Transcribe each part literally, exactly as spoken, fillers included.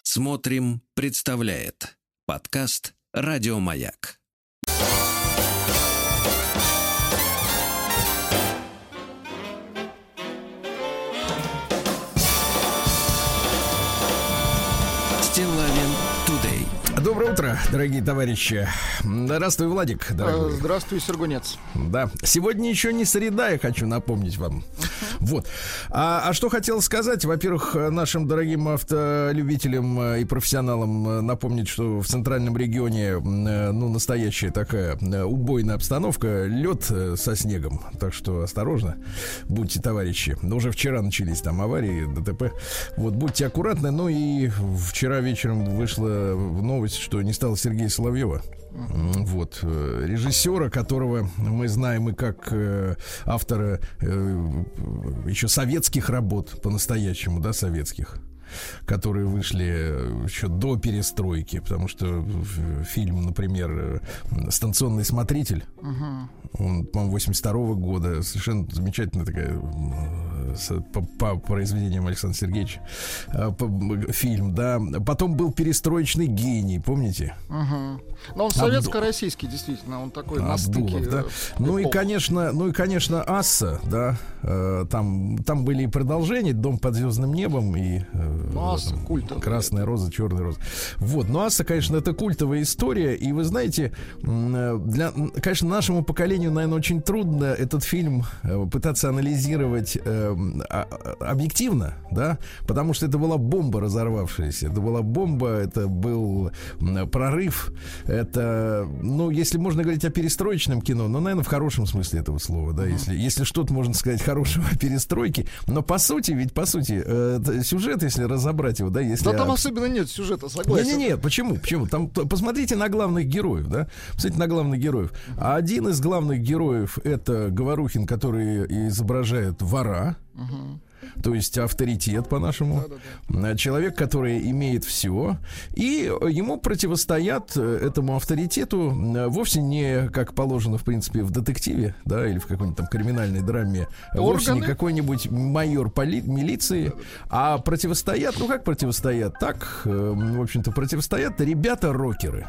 Смотрим, представляет подкаст «Радио Маяк». Доброе утро, дорогие товарищи. Здравствуй, Владик. Дорогой. Здравствуй, Сергунец. Да, сегодня еще не среда, я хочу напомнить вам. Uh-huh. Вот. А, а что хотел сказать? Во-первых, нашим дорогим автолюбителям и профессионалам напомнить, что в центральном регионе, ну, настоящая такая убойная обстановка, лед со снегом. Так что осторожно, будьте, товарищи. Но уже вчера начались там аварии, ДТП. Вот, будьте аккуратны. Ну и вчера вечером вышла новость, что не стало Сергея Соловьева. Uh-huh. Вот, режиссера, которого мы знаем и как э, автора э, еще советских работ, по-настоящему, да, советских, которые вышли еще до перестройки, потому что фильм, например, «Станционный смотритель», uh-huh. он, по-моему, восемьдесят второго года, совершенно замечательная такая, по, по произведениям Александра Сергеевича, по, фильм, да. Потом был «Перестроечный гений», помните? Uh-huh. Но он советско-российский, действительно, он такой на стыке. Да? Ну и, конечно, ну и, конечно, «Асса», да, там, там были и продолжения, «Дом под звездным небом» и ну, «Асса» культовая. «Красная роза», «Черная роза». Вот, но «Асса», конечно, это культовая история, и вы знаете, для, конечно, нашему поколению, наверное, очень трудно этот фильм пытаться анализировать э, объективно, да, потому что это была бомба разорвавшаяся, это была бомба, это был прорыв, это, ну, если можно говорить о перестроечном кино, ну, наверное, в хорошем смысле этого слова, да, uh-huh. если, если что-то можно сказать хорошего о перестройке, но по сути, ведь по сути, э, сюжет, если разобрать его, да, если... Да там об... особенно нет сюжета, согласен. Не-не-не, почему? Почему? Там, посмотрите на главных героев, да, посмотрите на главных героев. А один из главных героев — это Говорухин, который изображает вора, uh-huh. то есть авторитет, по-нашему. Да-да-да. Человек, который имеет все. И ему противостоят, этому авторитету, вовсе не, как положено, в принципе, в детективе, да, или в какой-нибудь там криминальной драме, органы? Вовсе не какой-нибудь майор поли- милиции, да-да-да. а противостоят, ну как противостоят? Так, в общем-то, противостоят ребята-рокеры.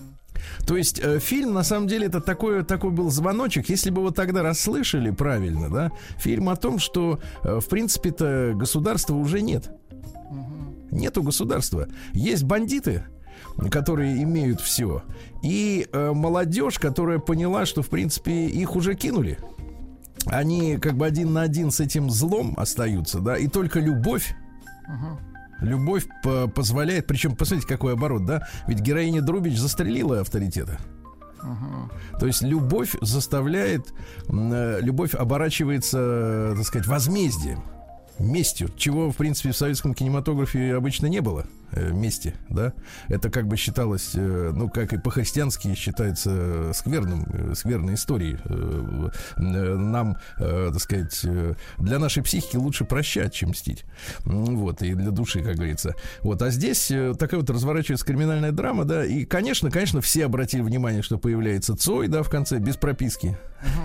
То есть э, фильм, на самом деле, это такой, такой был звоночек. Если бы его тогда расслышали правильно, да, фильм о том, что, э, в принципе-то, государства уже нет. Uh-huh. Нету государства. Есть бандиты, которые имеют все. И э, молодежь, которая поняла, что, в принципе, их уже кинули. Они как бы один на один с этим злом остаются, да, и только любовь. Uh-huh. Любовь по- позволяет, причем, посмотрите, какой оборот, да? Ведь героиня Друбич застрелила авторитета. Uh-huh. То есть любовь заставляет, э, любовь оборачивается, так сказать, возмездием, местью, чего, в принципе, в советском кинематографе обычно не было. Э, мести, да? Это как бы считалось, э, ну, как и по-христиански считается скверным, э, скверной историей. Э, э, нам, э, так сказать, э, для нашей психики лучше прощать, чем мстить. Вот, и для души, как говорится. Вот, а здесь э, такая вот разворачивается криминальная драма, да, и, конечно, конечно, все обратили внимание, что появляется Цой, да, в конце, без прописки.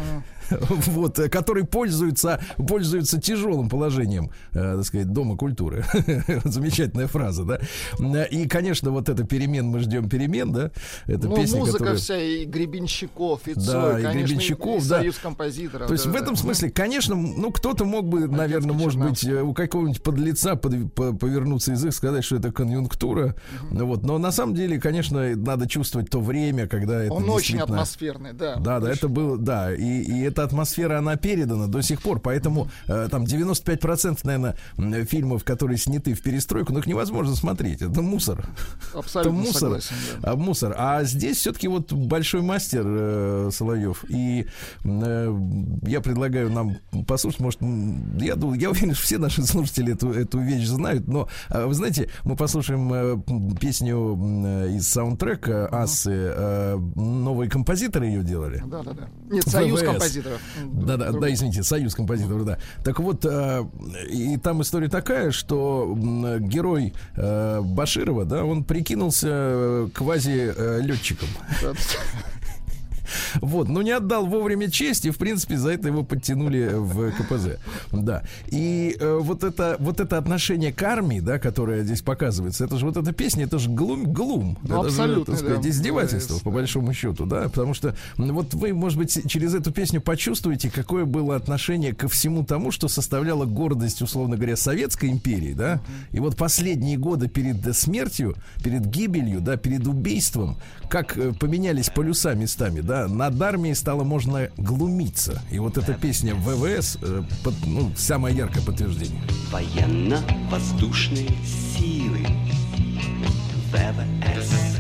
Вот, который пользуется, пользуется тяжелым положением, э, так сказать, Дома культуры. Замечательная фраза, да. И, конечно, вот это «Перемен мы ждем перемен», да. Это ну, песня, музыка которая... вся и Гребенщиков, и Цой, да, и конечно, Гребенщиков, и, и да. Союз композиторов. То есть да, в этом да. смысле, конечно, ну, кто-то мог бы, наверное, может быть, у какого-нибудь подлеца под, по, повернуться язык, сказать, что это конъюнктура. Uh-huh. Вот. Но на самом деле, конечно, надо чувствовать то время, когда это Он действительно... очень атмосферный, да. Да, да, очень... это было, да, и, и эта атмосфера, она передана до сих пор, поэтому э, там девяносто пять процентов, наверное, фильмов, которые сняты в перестройку, ну, их невозможно смотреть, это мусор. Абсолютно это мусор, согласен, да. а, мусор. А здесь все-таки вот большой мастер э, Соловьев, и э, я предлагаю нам послушать, может, я, думаю, я уверен, что все наши слушатели эту, эту вещь знают, но, э, вы знаете, мы послушаем э, песню э, из саундтрека «Ассы», э, новые композиторы ее делали. Да, да, да. Нет, Союз вэ вэ эс. Композиторов. Да, да, да, извините, Союз композиторов, да. Так вот, э, и там история такая, что э, герой э, Баширова, да, он прикинулся квази-летчиком. Вот, но не отдал вовремя честь, и, в принципе, за это его подтянули в ка пэ зэ. Да. И э, вот, это, вот это отношение к армии, да, которое здесь показывается, это же вот эта песня, это же глум, глум. Ну, это абсолютно, же, так сказать, да. издевательство, по большому счету, да, потому что вот вы, может быть, через эту песню почувствуете, какое было отношение ко всему тому, что составляло гордость, условно говоря, Советской империи, да, и вот последние годы перед смертью, перед гибелью, да, перед убийством, как э, поменялись полюса местами, да, над армией стало можно глумиться. И вот эта песня вэ вэ эс, э, под, ну, самое яркое подтверждение. Военно-воздушные силы вэ вэ эс.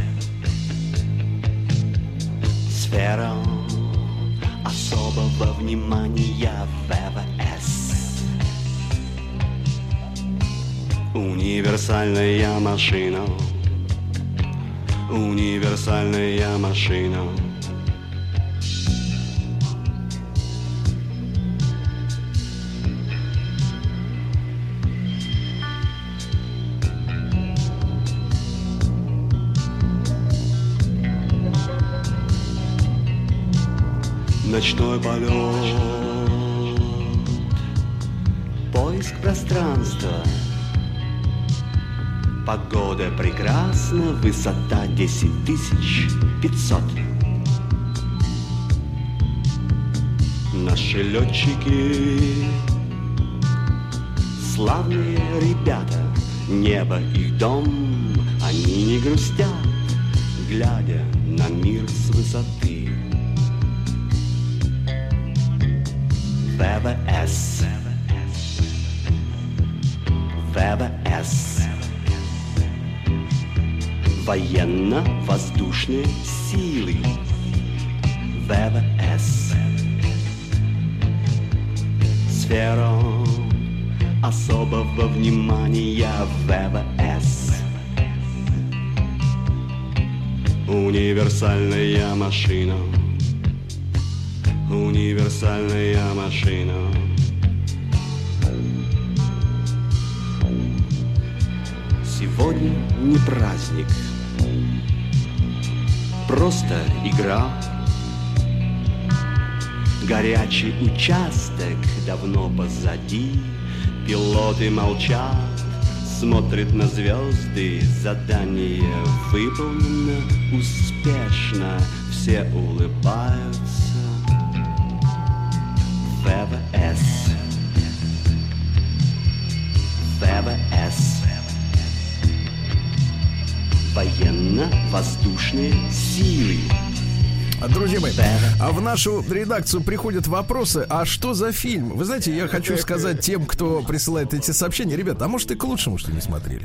Сфера особого внимания вэ вэ эс. Универсальная машина. Универсальная машина. Ночной полет, поиск пространства. Погода прекрасна, высота десять тысяч пятьсот. Наши летчики, славные ребята, небо их дом, они не грустят, глядя на мир с высоты. вэ вэ эс. вэ вэ эс. Военно-воздушные силы. вэ вэ эс. Сфера особого внимания. вэ вэ эс. Универсальная машина. Универсальная машина. Сегодня не праздник, просто игра. Горячий участок давно позади. Пилоты молчат, смотрят на звезды. Задание выполнено успешно, все улыбаются. вэ вэ эс. вэ вэ эс. Военно-воздушные силы. Друзья мои, а в нашу редакцию приходят вопросы: а что за фильм? Вы знаете, я хочу сказать тем, кто присылает эти сообщения: ребята, а может и к лучшему, что не смотрели?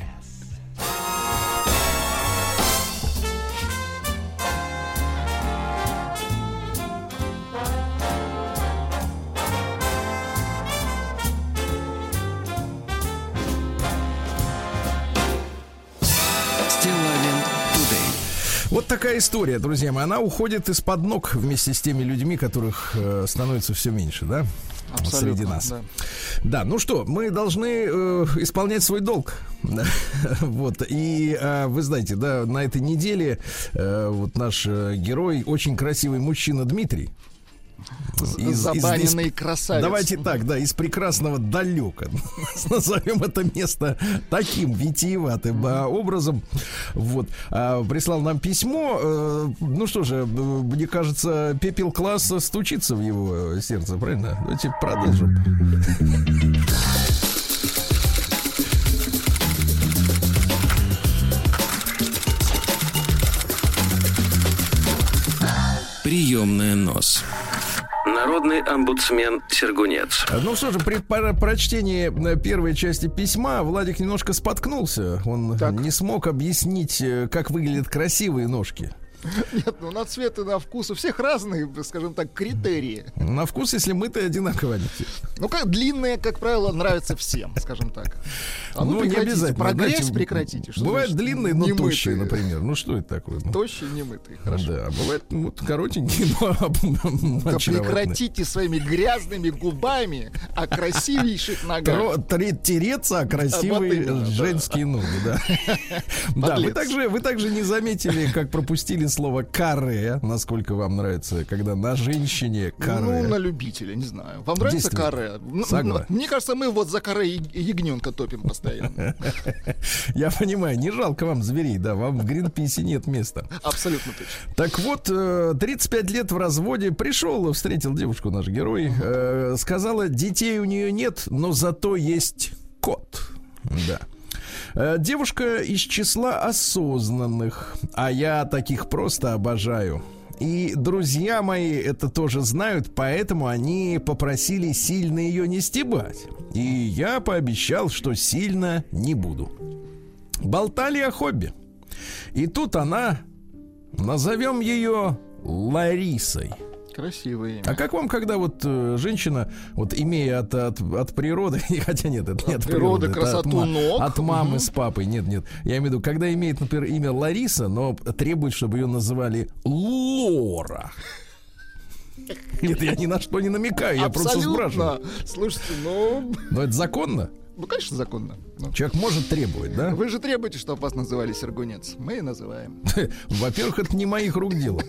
Вот такая история, друзья мои. Она уходит из-под ног вместе с теми людьми, которых э, становится все меньше, да? Абсолютно, среди нас. Да. Да, ну что, мы должны э, исполнять свой долг. Вот. И э, вы знаете, да, на этой неделе э, вот наш э, герой, очень красивый мужчина Дмитрий. Из, Забаненный из, из, красавец. Давайте так, да, из прекрасного далека. Назовем это место таким витиеватым а, образом. Вот. А, прислал нам письмо. А, ну что же, мне кажется, пепел класса стучится в его сердце, правильно? Давайте продолжим. Приемная нос. Народный омбудсмен Сергунец. Ну что же, при прочтении первой части письма Владик немножко споткнулся. Он так. не смог объяснить, как выглядят красивые ножки. Нет, ну на цвет и на вкус у всех разные, скажем так, критерии. На вкус, если мытые, одинаково они все. Ну, как длинные, как правило, нравятся всем, скажем так. А ну, не обязательно. Прогресс знаете, прекратите. Что бывают значит, длинные, но тощие, например. Ну, что это такое? Ну, тощие, немытые, хорошо. Да, бывают ну, вот, коротенькие, но да прекратите своими грязными губами о красивейших ногах. Тереться о красивые женские ноги, да. Да, вы также, вы также не заметили, как пропустили добавили слово каре. Насколько вам нравится, когда на женщине каре? Ну, на любителя, не знаю. Вам нравится каре? Согласен. Мне кажется, мы вот за каре ягненка топим постоянно. Я понимаю, не жалко вам зверей, да, вам в Гринписе нет места. Абсолютно точно. Так вот, тридцать пять лет в разводе, пришел, встретил девушку, наш герой, э, сказала, детей у нее нет, но зато есть кот. Да. Э, девушка из числа осознанных, а я таких просто обожаю. И друзья мои это тоже знают, поэтому они попросили сильно ее не стебать. И я пообещал, что сильно не буду. Болтали о хобби. И тут она, назовем ее Ларисой. Красивое имя. А как вам, когда вот э, женщина, вот имея от, от, от природы, хотя нет, это не от, от природы, красоту это от, ног. от мамы угу. с папой, нет, нет, я имею в виду, когда имеет, например, имя Лариса, но требует, чтобы ее называли Лора. Нет, я ни на что не намекаю, я просто спрашиваю. Слушайте, ну... Но это законно? Ну, конечно, законно. Ну. Человек может требовать, да? Вы же требуете, чтобы вас называли Сергунец. Мы и называем. Во-первых, это не моих рук дело.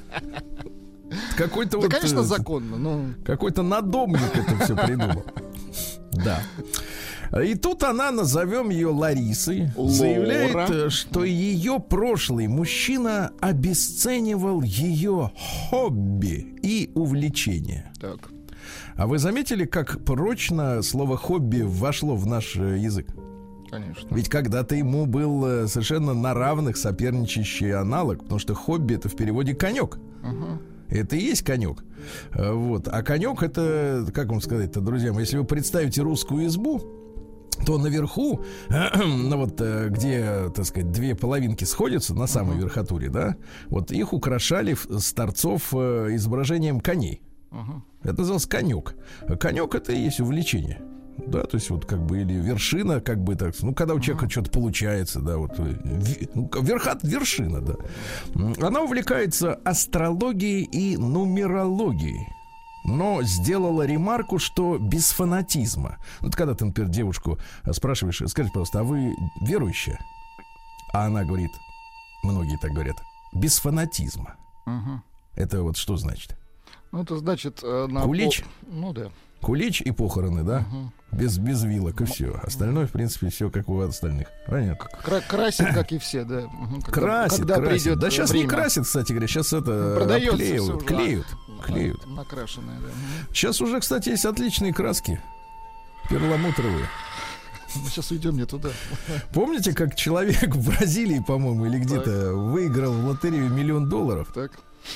Какой-то да, вот, конечно, законно. Но... Какой-то надомник это все придумал. Да. И тут она, назовем ее Ларисой, Лора. Заявляет, что ее прошлый мужчина обесценивал ее хобби и увлечение. Так. А вы заметили, как прочно слово хобби вошло в наш язык? Конечно. Ведь когда-то ему был совершенно на равных соперничающий аналог, потому что хобби — это в переводе конек. Угу. Это и есть конек. Вот. А конек — это, как вам сказать-то, друзья мои, если вы представите русскую избу, то наверху, ну вот где, так сказать, две половинки сходятся на самой uh-huh. верхотуре, да, вот их украшали с торцов изображением коней. Uh-huh. Это назывался конек. Конек — это и есть увлечение. Да, то есть вот как бы, или вершина, как бы так, ну, когда у человека uh-huh. что-то получается, да, вот, верхот, вершина, да. Она увлекается астрологией и нумерологией, но сделала ремарку, что без фанатизма. Вот когда ты, например, девушку спрашиваешь, скажите, пожалуйста, а вы верующая? А она говорит, многие так говорят, без фанатизма. Uh-huh. Это вот что значит? Ну, это значит... Э, на Кулич? По... Ну, да. Кулич и похороны, да? Угу. Без, без вилок и все. Остальное, в принципе, все как у остальных. Понятно. Кра- красит, как и все, да. Когда, красит, когда красит. Да сейчас время. Не красит, кстати говоря. Сейчас это продается клеют. Клеют. На, клеют. На, накрашенное, да. Сейчас уже, кстати, есть отличные краски. Перламутровые. Мы сейчас уйдем не туда. Помните, как человек в Бразилии, по-моему, или где-то так. выиграл в лотерею миллион долларов? Так.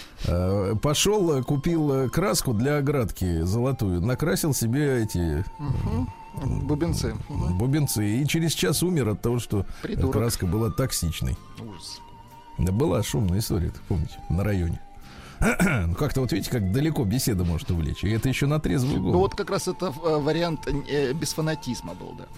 Пошел, купил краску для оградки золотую, накрасил себе эти угу. бубенцы. Бубенцы. И через час умер от того, что Придурок. краска была токсичной. Ужас. Да, была шумная история, помните, на районе. Ну, как-то вот видите, как далеко беседа может увлечь. И это еще на трезвый голову. Ну вот как раз это вариант э, без фанатизма был, да.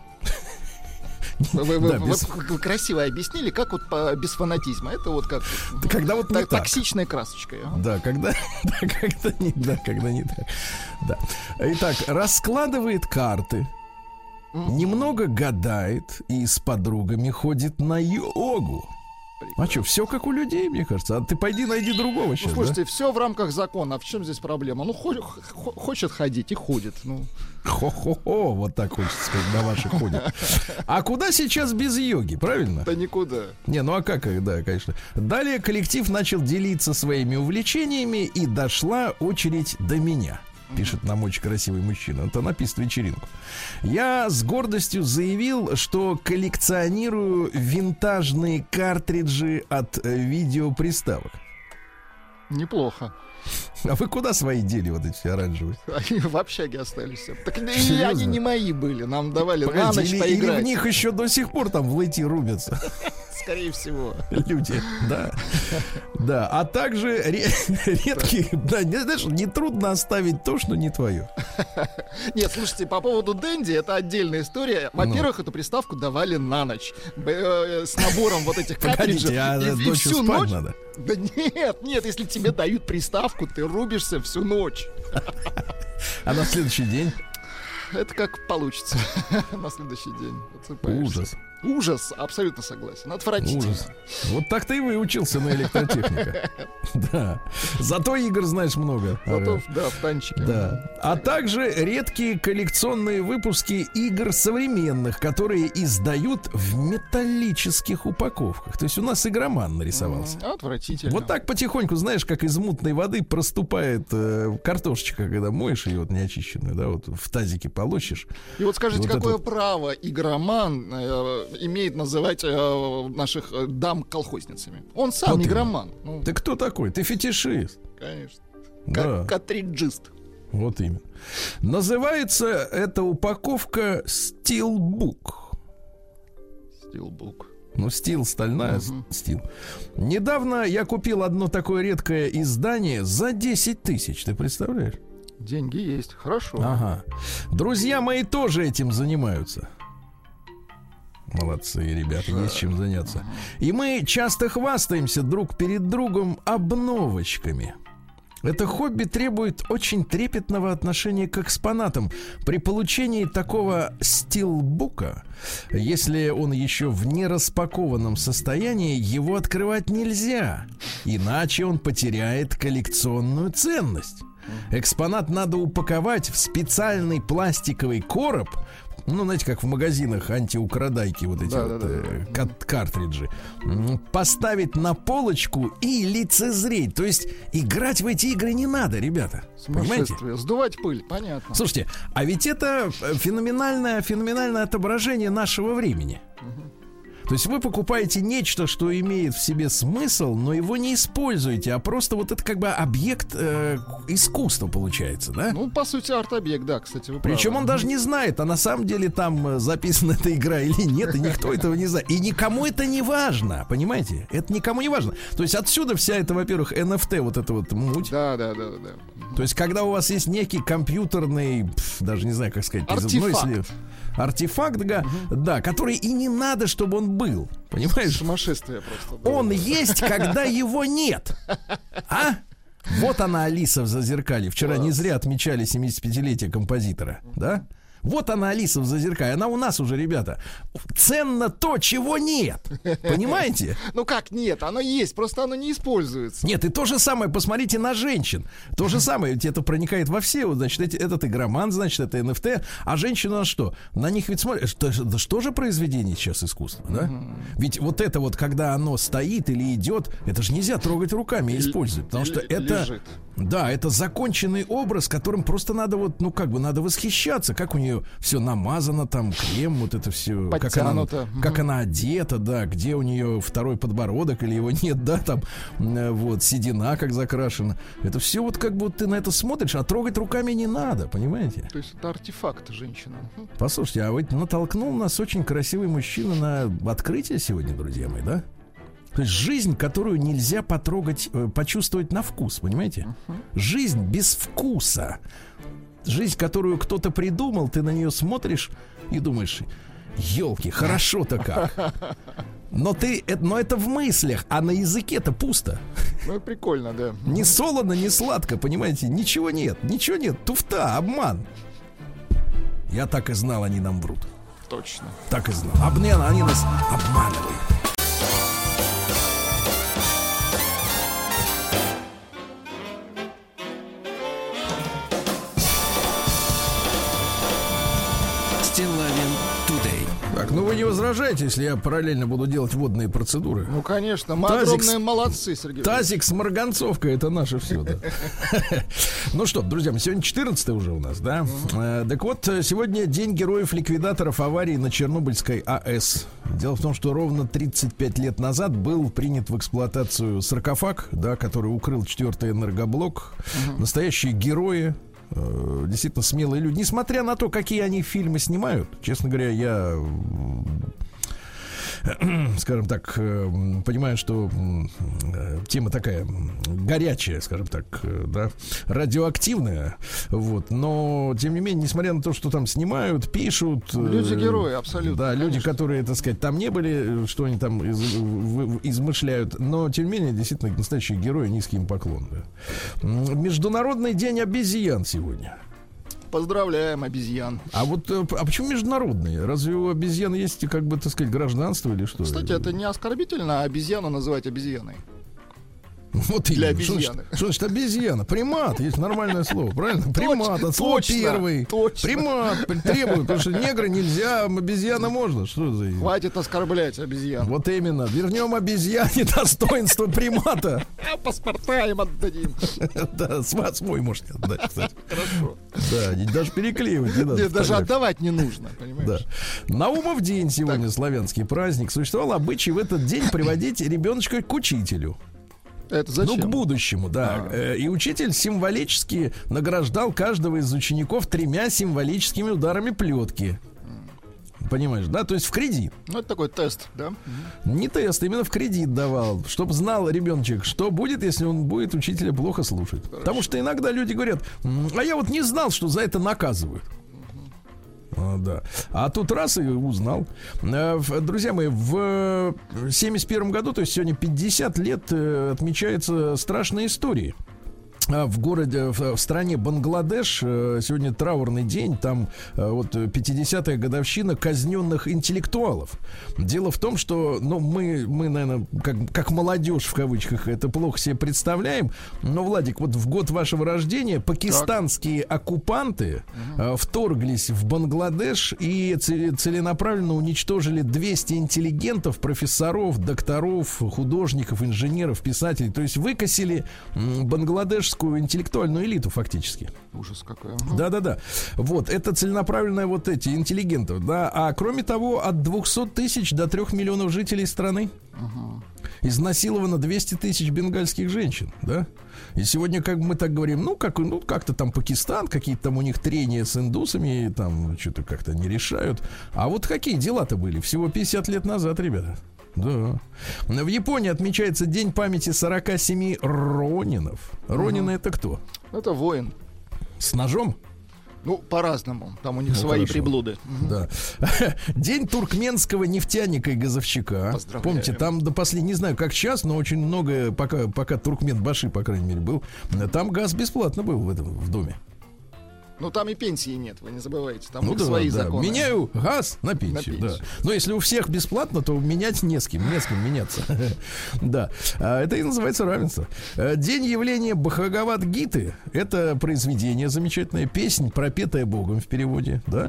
Вы, вы, да, вы, без... вы красиво объяснили, как вот по, без фанатизма. Это вот как когда вот не так. Токсичной красочкой. Ага. Да, когда, да, когда не, да, когда не так. Да. Итак, раскладывает карты, mm-hmm. немного гадает и с подругами ходит на йогу. Прекрасно. А что, все как у людей, мне кажется. А ты пойди найди другого сейчас. Ну, слушайте, да? все в рамках закона. А в чем здесь проблема? Ну, хо- хо- хочет ходить и ходит. Ну. Хо-хо-хо, вот так хочется сказать, на ваши ходят. А куда сейчас без йоги, правильно? Да никуда. Не, ну а как, да, конечно. Далее коллектив начал делиться своими увлечениями, и дошла очередь до меня. Пишет нам очень красивый мужчина. Это написано вечеринку. Я с гордостью заявил, что коллекционирую винтажные картриджи от видеоприставок. Неплохо. А вы куда свои дели, вот эти оранжевые? Они в общаге остались. Так и они не мои были. Нам давали Погоди, на ночь или, поиграть. Или в них еще до сих пор там в лэйти рубятся. Скорее всего. Люди, да. Да, а также редкие, да, знаешь, нетрудно оставить то, что не твое. Нет, слушайте, по поводу Дэнди, это отдельная история. Во-первых, ну. эту приставку давали на ночь. С набором вот этих картриджей. Погодите, а и, ночью и всю спать ночь... надо? Да нет, нет, если тебе дают приставку, ты рубишься всю ночь. А на следующий день? Это как получится на следующий день. Ужас. Ужас, абсолютно согласен. Отвратительно. Ужас. Вот так ты и выучился на электротехника. Да. Зато игр знаешь много. Зато, да, в танчике. Да. А также редкие коллекционные выпуски игр современных, которые издают в металлических упаковках. То есть у нас игроман нарисовался. Отвратительно. Вот так потихоньку, знаешь, как из мутной воды проступает э, картошечка, когда моешь ее вот неочищенную, да, вот в тазике полощешь. И вот скажите, вот какое вот... право игроман э, имеет называть э, наших э, дам колхозницами? Он сам вот игроман. Ну, ты кто такой? Ты фетишист. Конечно. Да. Как картриджист. Вот именно. Называется эта упаковка Steelbook. Steelbook. Ну, стил стальная, Uh-huh. стил. Недавно я купил одно такое редкое издание за десять тысяч. Ты представляешь? Деньги есть. Хорошо. Ага. Друзья мои тоже этим занимаются. Молодцы, ребята, есть чем заняться. И мы часто хвастаемся друг перед другом обновочками. Это хобби требует очень трепетного отношения к экспонатам. При получении такого стилбука, если он еще в нераспакованном состоянии, его открывать нельзя, иначе он потеряет коллекционную ценность. Экспонат надо упаковать в специальный пластиковый короб. Ну, знаете, как в магазинах антиукрадайки, вот эти да, вот да, да. э, кат- картриджи. Поставить на полочку и лицезреть. То есть играть в эти игры не надо, ребята. Понимаете? Сдувать пыль, понятно. Слушайте, а ведь это феноменальное, феноменальное отображение нашего времени. То есть вы покупаете нечто, что имеет в себе смысл, но его не используете, а просто вот это как бы объект э, искусства получается, да? Ну, по сути, арт-объект, да, кстати, вы Причем правы. он даже не знает, а на самом деле там записана эта игра или нет, и никто этого не знает. И никому это не важно, понимаете? Это никому не важно. То есть отсюда вся эта, во-первых, эн эф ти, вот эта вот муть. Да, да, да, да. То есть когда у вас есть некий компьютерный, пф, даже не знаю, как сказать, артефакт, ну, если... артефакт, да, угу. да, который и не надо, чтобы он был, понимаешь? Сумасшествие просто. Да, он да. есть, когда его нет. А? Вот она, Алиса в Зазеркалье. Вчера не зря отмечали семидесятипятилетие композитора, да? Вот она, Алиса в Зазеркалье. Она у нас уже, ребята. Ценно то, чего нет. Понимаете? Ну как нет? Оно есть, просто оно не используется. Нет, и то же самое, посмотрите на женщин. То же самое, ведь это проникает во все. Вот, значит, эти, этот игроман, значит, это эн эф ти. А женщина на что? На них ведь смотрят. Что, да что же произведение сейчас искусства, да? Mm-hmm. Ведь вот это вот, когда оно стоит или идет, это же нельзя трогать руками и использовать. Потому что это... Лежит. Да, это законченный образ, которым просто надо вот, ну как бы, надо восхищаться. Как у нее все намазано, там, крем, вот это все. Как она, как она одета, да, где у нее второй подбородок или его нет, да, там, вот, седина как закрашена. Это все вот как бы ты на это смотришь, а трогать руками не надо, понимаете? То есть это артефакт женщина. Послушайте, а вот натолкнул нас очень красивый мужчина на открытие сегодня, друзья мои, да? То есть жизнь, которую нельзя потрогать, почувствовать на вкус, понимаете? Uh-huh. Жизнь без вкуса. Жизнь, которую кто-то придумал, ты на нее смотришь и думаешь, елки, хорошо-то как. Но, ты, но это в мыслях, а на языке-то пусто. Ну, прикольно, да. Ни солоно, ни сладко, понимаете? Ничего нет, ничего нет. Туфта, обман. Я так и знал, они нам врут. Точно. Так и знал. Обмен, они нас обманывают. Так, ну вы не возражаете, если я параллельно буду делать водные процедуры? Ну, конечно, мы тазик огромные с... молодцы, Сергей. Тазик с марганцовкой, это наше все, да. Ну что, друзья, сегодня четырнадцатое уже у нас, да? Так вот, сегодня день героев-ликвидаторов аварии на Чернобыльской АЭС. Дело в том, что ровно тридцать пять лет назад был принят в эксплуатацию саркофаг, да, который укрыл четвертый энергоблок. Настоящие герои. Действительно смелые люди. Несмотря на то, какие они фильмы снимают, честно говоря, я, скажем так, понимаю, что тема такая горячая, скажем так, да, радиоактивная, вот, но, тем не менее, несмотря на то, что там снимают, пишут... Люди-герои, абсолютно. Да, конечно. люди, которые, так сказать, там не были, что они там из, в, измышляют, но, тем не менее, действительно, настоящие герои, низкий им поклон. Да. Международный день обезьян сегодня. Поздравляем обезьян. А вот а почему международные? Разве у обезьян есть, как бы, так сказать, гражданство или что? Кстати, это не оскорбительно обезьяну называть обезьяной. Вот для именно. обезьяны. Что значит, что значит обезьяна? Примат, есть нормальное слово, правильно? Примат, от слова точно, первый. точно. Примат требует, потому что негры нельзя, обезьяна можно. Что за... Хватит оскорблять обезьян. Вот именно. Вернем обезьяне достоинство примата. А паспорта им отдадим. Да, свой можете отдать, кстати. Хорошо. Да, даже переклеивать не надо. Нет, даже отдавать не нужно, понимаешь? Да. Наумов день сегодня, славянский праздник. Существовал обычай в этот день приводить ребеночка к учителю. Это зачем? Ну, к будущему, да. А. И учитель символически награждал каждого из учеников тремя символическими ударами плетки. Понимаешь, да? То есть в кредит. Ну, это такой тест, да? Не тест, именно в кредит давал. Чтобы знал ребеночек, что будет, если он будет учителя плохо слушать. Хорошо. Потому что иногда люди говорят: а я вот не знал, что за это наказывают. А, да. А тут раз и узнал. Друзья мои, в семьдесят первом году, то есть сегодня пятьдесят лет, отмечается страшная история. В городе, в стране Бангладеш сегодня траурный день. Там вот пятидесятая годовщина казненных интеллектуалов. Дело в том, что, ну, мы, мы наверное, как, как молодежь, в кавычках, это плохо себе представляем. Но, Владик, вот в год вашего рождения пакистанские так. оккупанты угу. вторглись в Бангладеш и целенаправленно уничтожили двести интеллигентов, профессоров, докторов, художников, инженеров, писателей. То есть выкосили Бангладеш интеллектуальную элиту фактически. Ужас какой. Да-да-да. Вот, это целенаправленные вот эти интеллигентов, да. А кроме того, от двухсот тысяч до трех миллионов жителей страны uh-huh. изнасиловано двести тысяч бенгальских женщин, да. И сегодня, как мы так говорим, ну, как, ну, как-то там Пакистан, какие-то там у них трения с индусами, там что-то как-то не решают. А вот какие дела-то были всего пятьдесят лет назад, ребята. Да. В Японии отмечается День памяти сорока семи ронинов. Ронины угу. это кто? Это воин. С ножом? Ну, по-разному. Там у них ну, свои хорошо. приблуды. Да. День туркменского нефтяника и газовщика. Помните, там до последнего, не знаю, как сейчас, но очень много, пока, пока Туркмен-Баши, по крайней мере, был, там газ бесплатно был в этом в доме. Ну, там и пенсии нет, вы не забывайте. Там ну, да, свои да. законы. Меняю газ на пенсию, на пенсию. Да. Но если у всех бесплатно, то менять не с кем, не с кем меняться. Да. Это и называется равенство. День явления Бхагавад-гиты. Это произведение, замечательная песня, пропетая Богом в переводе. Да?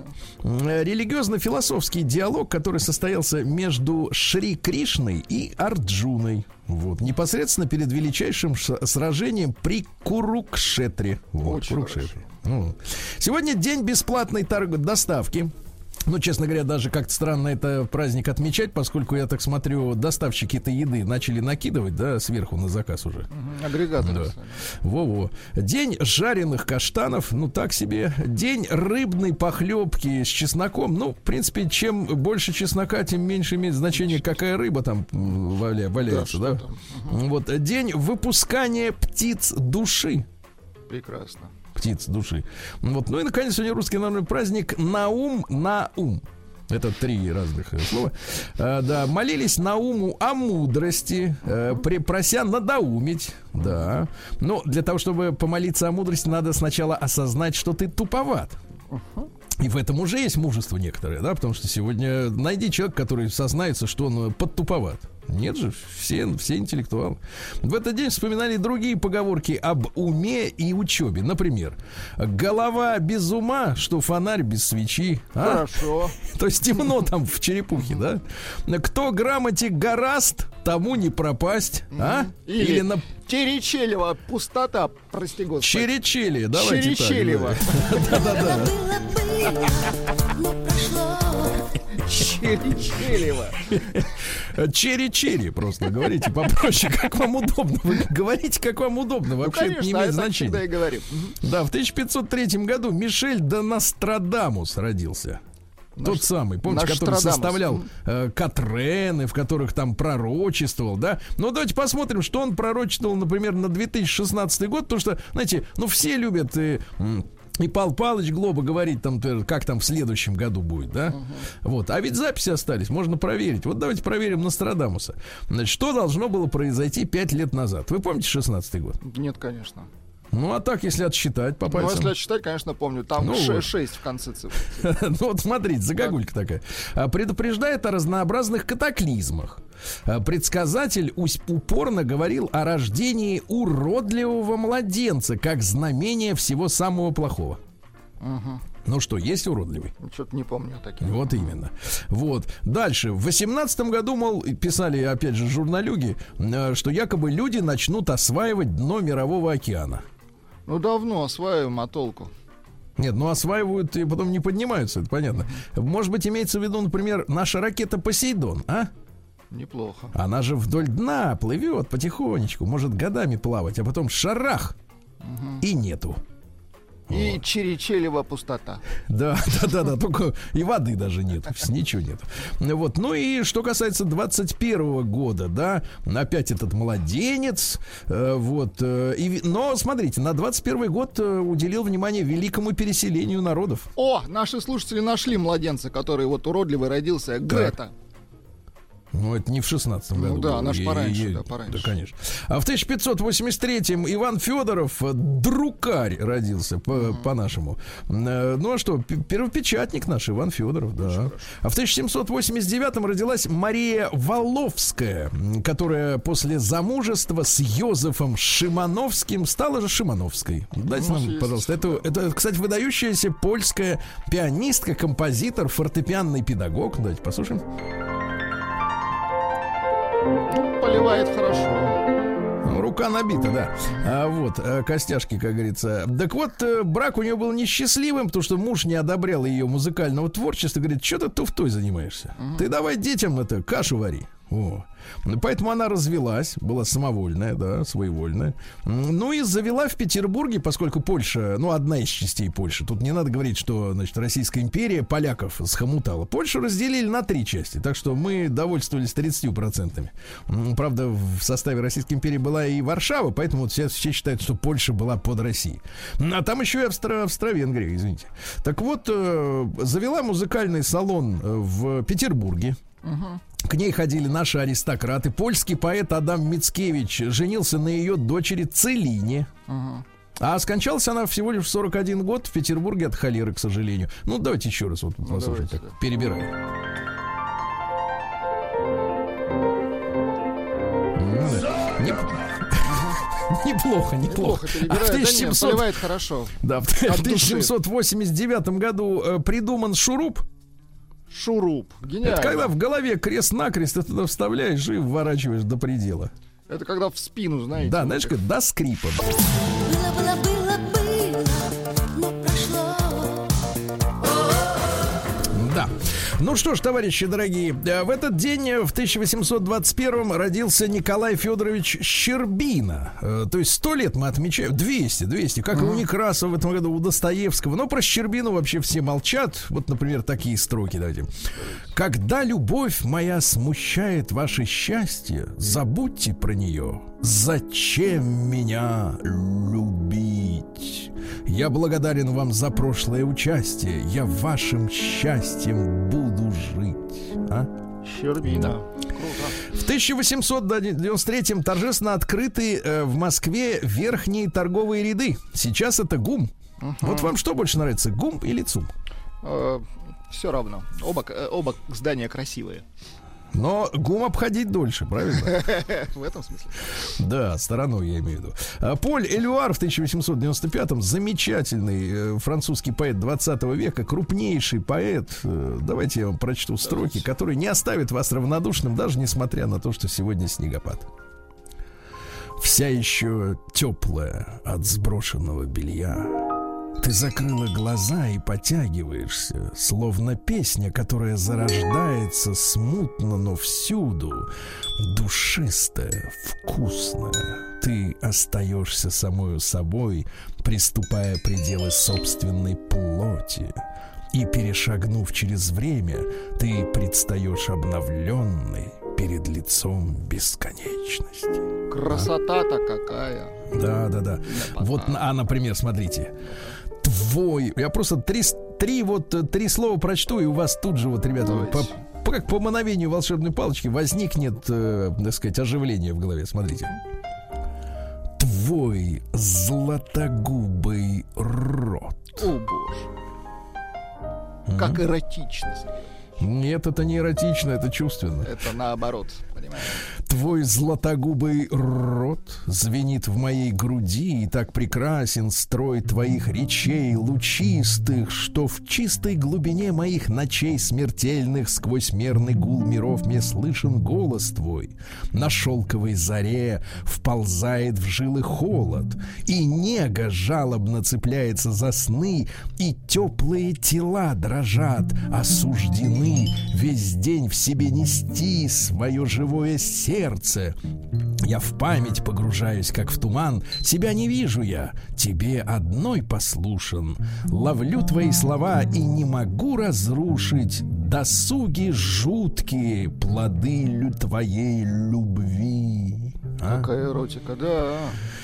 Религиозно-философский диалог, который состоялся между Шри Кришной и Арджуной. Вот. Непосредственно перед величайшим сражением при Курукшетре. Вот, Очень Курукшетре. Ну. Сегодня день бесплатной торг... доставки. Ну, честно говоря, даже как-то странно это праздник отмечать, поскольку, я так смотрю, доставщики этой еды начали накидывать, да, сверху на заказ уже. Угу, агрегатор. Да. Во-во. День жареных каштанов, ну, так себе. День рыбной похлебки с чесноком. Ну, в принципе, чем больше чеснока, тем меньше имеет значение, какая рыба там валя... валяется, да. да? Угу. Вот. День выпускания птиц души. Прекрасно. Птиц души. Вот. Ну и, наконец, сегодня русский народный праздник Наум Наум. Это три разных слова. А, да, молились Науму о мудрости, э, при, прося надоумить. Да. Но для того, чтобы помолиться о мудрости, надо сначала осознать, что ты туповат. И в этом уже есть мужество некоторое, да, потому что сегодня найди человека, который сознается, что он подтуповат. Нет же, все, все интеллектуалы. В этот день вспоминали другие поговорки об уме и учебе. Например, голова без ума, что фонарь без свечи. А? Хорошо. То есть темно там в черепухе, да? Кто грамоте гораст, тому не пропасть. А? Или, Или на... Черечелева, пустота, прости господи. Черечели, давайте так. Черечелева. Да-да-да. Черечелева. Черри-черри, просто говорите попроще, как вам удобно. Вы говорите, как вам удобно. Вообще ну, конечно, это не имеет значения. Да, и говорим. Да, в тысяча пятьсот третьем году Мишель де Нострадамус родился. Наш, Тот самый, помните, который Страдамус. составлял э, Катрены, в которых там пророчествовал, да? Ну, давайте посмотрим, что он пророчествовал, например, на две тысячи шестнадцатый год, потому что, знаете, ну, все любят... И, И Павел Павлович Глоба говорит, там, как там в следующем году будет, да? Uh-huh. Вот. А ведь записи остались, можно проверить. Вот давайте проверим Нострадамуса. Значит, что должно было произойти пять лет назад? Вы помните шестнадцатый год? Нет, конечно. Ну, а так, если отсчитать по пальцам. Ну, если отсчитать, конечно, помню. Там ну, шесть в конце цифры. Ну, вот смотрите, загогулька такая. Предупреждает о разнообразных катаклизмах. Предсказатель упорно говорил о рождении уродливого младенца как знамение всего самого плохого. Угу. Ну что, есть уродливый? Что-то не помню таких. Вот именно. Вот. Дальше. В восемнадцатом году, мол, писали, опять же, журналюги, что якобы люди начнут осваивать дно Мирового океана. Ну, давно осваиваем, а толку? Нет, ну осваивают и потом не поднимаются, это понятно. Может быть, имеется в виду, например, наша ракета «Посейдон», а? Неплохо. Она же вдоль дна плывет потихонечку, может годами плавать, а потом шарах, угу. и нету. И вот. Чиричелева пустота. Да, да, да, да, только и воды даже нет, ничего нет. Вот, ну и что касается двадцать первого года, да, опять этот младенец, э, вот, э, и, но смотрите, на двадцать первый год э, уделил внимание великому переселению народов. О, наши слушатели нашли младенца, который вот уродливый родился, Грета. Ну, это не в шестнадцатом году. Ну да, было. она ж пораньше, Е- да, пораньше. Да, конечно. А в тысяча пятьсот восемьдесят третьем Иван Федоров, друкарь, родился по- uh-huh. по-нашему. Ну, а что, первопечатник наш Иван Федоров, да. А в тысяча семьсот восемьдесят девятом родилась Мария Воловская, которая после замужества с Йозефом Шимановским стала же Шимановской. Дайте нам, есть. пожалуйста. Это, это, кстати, выдающаяся польская пианистка, композитор, фортепианный педагог. Давайте послушаем. Поливает хорошо. Рука набита, да. А вот, костяшки, как говорится. Так вот, брак у нее был несчастливым, потому что муж не одобрял ее музыкального творчества. Говорит, что ты туфтой занимаешься? Uh-huh. Ты давай детям это кашу вари. О. Поэтому она развелась, была самовольная, да, своевольная. Ну и завела в Петербурге, поскольку Польша, ну, одна из частей Польши. Тут не надо говорить, что, значит, Российская империя поляков схомутала. Польшу разделили на три части, так что мы довольствовались тридцатью процентами. Правда, в составе Российской империи была и Варшава, поэтому вот все, все считают, что Польша была под Россией. А там еще и Австро- Австро-Венгрия, извините. Так вот, э, завела музыкальный салон в Петербурге. К ней ходили наши аристократы. Польский поэт Адам Мицкевич женился на ее дочери Целине. Uh-huh. А скончалась она всего лишь в сорок один год в Петербурге от холеры, к сожалению. Ну, давайте еще раз вот ну, послушаем, так, да. перебираем. Ну, да. Не... Неплохо, неплохо. А в тысяча семьсот... да нет, хорошо. Да, в, в тысяча семьсот восемьдесят девятом году э, придуман шуруп. Шуруп. Гениально. Это когда в голове крест-накрест, ты туда вставляешь и вворачиваешь до предела. Это когда в спину, знаете. Да, знаешь, как до скрипа. Было, было, было, было, но прошло. Да. Ну что ж, товарищи дорогие, в этот день, в тысяча восемьсот двадцать первом, родился Николай Федорович Щербина. То есть сто лет мы отмечаем. двести, двести, как mm-hmm. и у Некрасова в этом году, у Достоевского. Но про Щербину вообще все молчат. Вот, например, такие строки, давайте. «Когда любовь моя смущает ваше счастье, забудьте про нее. Зачем меня любить? Я благодарен вам за прошлое участие. Я вашим счастьем буду жить». А? Щербина. Да. В тысяча восемьсот девяносто третьем торжественно открыты э, в Москве верхние торговые ряды. Сейчас это ГУМ. Uh-huh. Вот вам что больше нравится, ГУМ или ЦУМ? Uh, все равно. Оба, оба здания красивые. Но ГУМ обходить дольше, правильно? В этом смысле. Да, стороной я имею в виду. Поль Элюар в тысяча восемьсот девяносто пятом, замечательный французский поэт двадцатого века, крупнейший поэт. Давайте я вам прочту строки, которые не оставят вас равнодушным, даже несмотря на то, что сегодня снегопад. Вся еще теплая от сброшенного белья. Ты закрыла глаза и потягиваешься, словно песня, которая зарождается смутно, но всюду, душистая, вкусная. Ты остаешься самою собой, приступая пределы собственной плоти. И, перешагнув через время, ты предстаешь обновленной перед лицом бесконечности. Красота-то какая! Да, да, да. Вот, а, например, смотрите. Твой. Я просто три, три, вот, три слова прочту, и у вас тут же, вот, ребята, по, по, как по мановению волшебной палочки возникнет, э, так сказать, оживление в голове. Смотрите. твой златогубый рот. О, боже. Как эротично, Сергей. Нет, это не эротично, это чувственно. Это наоборот, понимаешь? Твой златогубый рот звенит в моей груди, и так прекрасен строй твоих речей лучистых, что в чистой глубине моих ночей смертельных сквозь мерный гул миров мне слышен голос твой. На шелковой заре вползает в жилы холод, и нега жалобно цепляется за сны, и теплые тела дрожат, осуждены весь день в себе нести свое живое сердце. Я в память погружаюсь, как в туман. Тебя не вижу я, тебе одной послушен. Ловлю твои слова и не могу разрушить досуги жуткие, плоды лю- твоей любви. А? Какая эротика, да.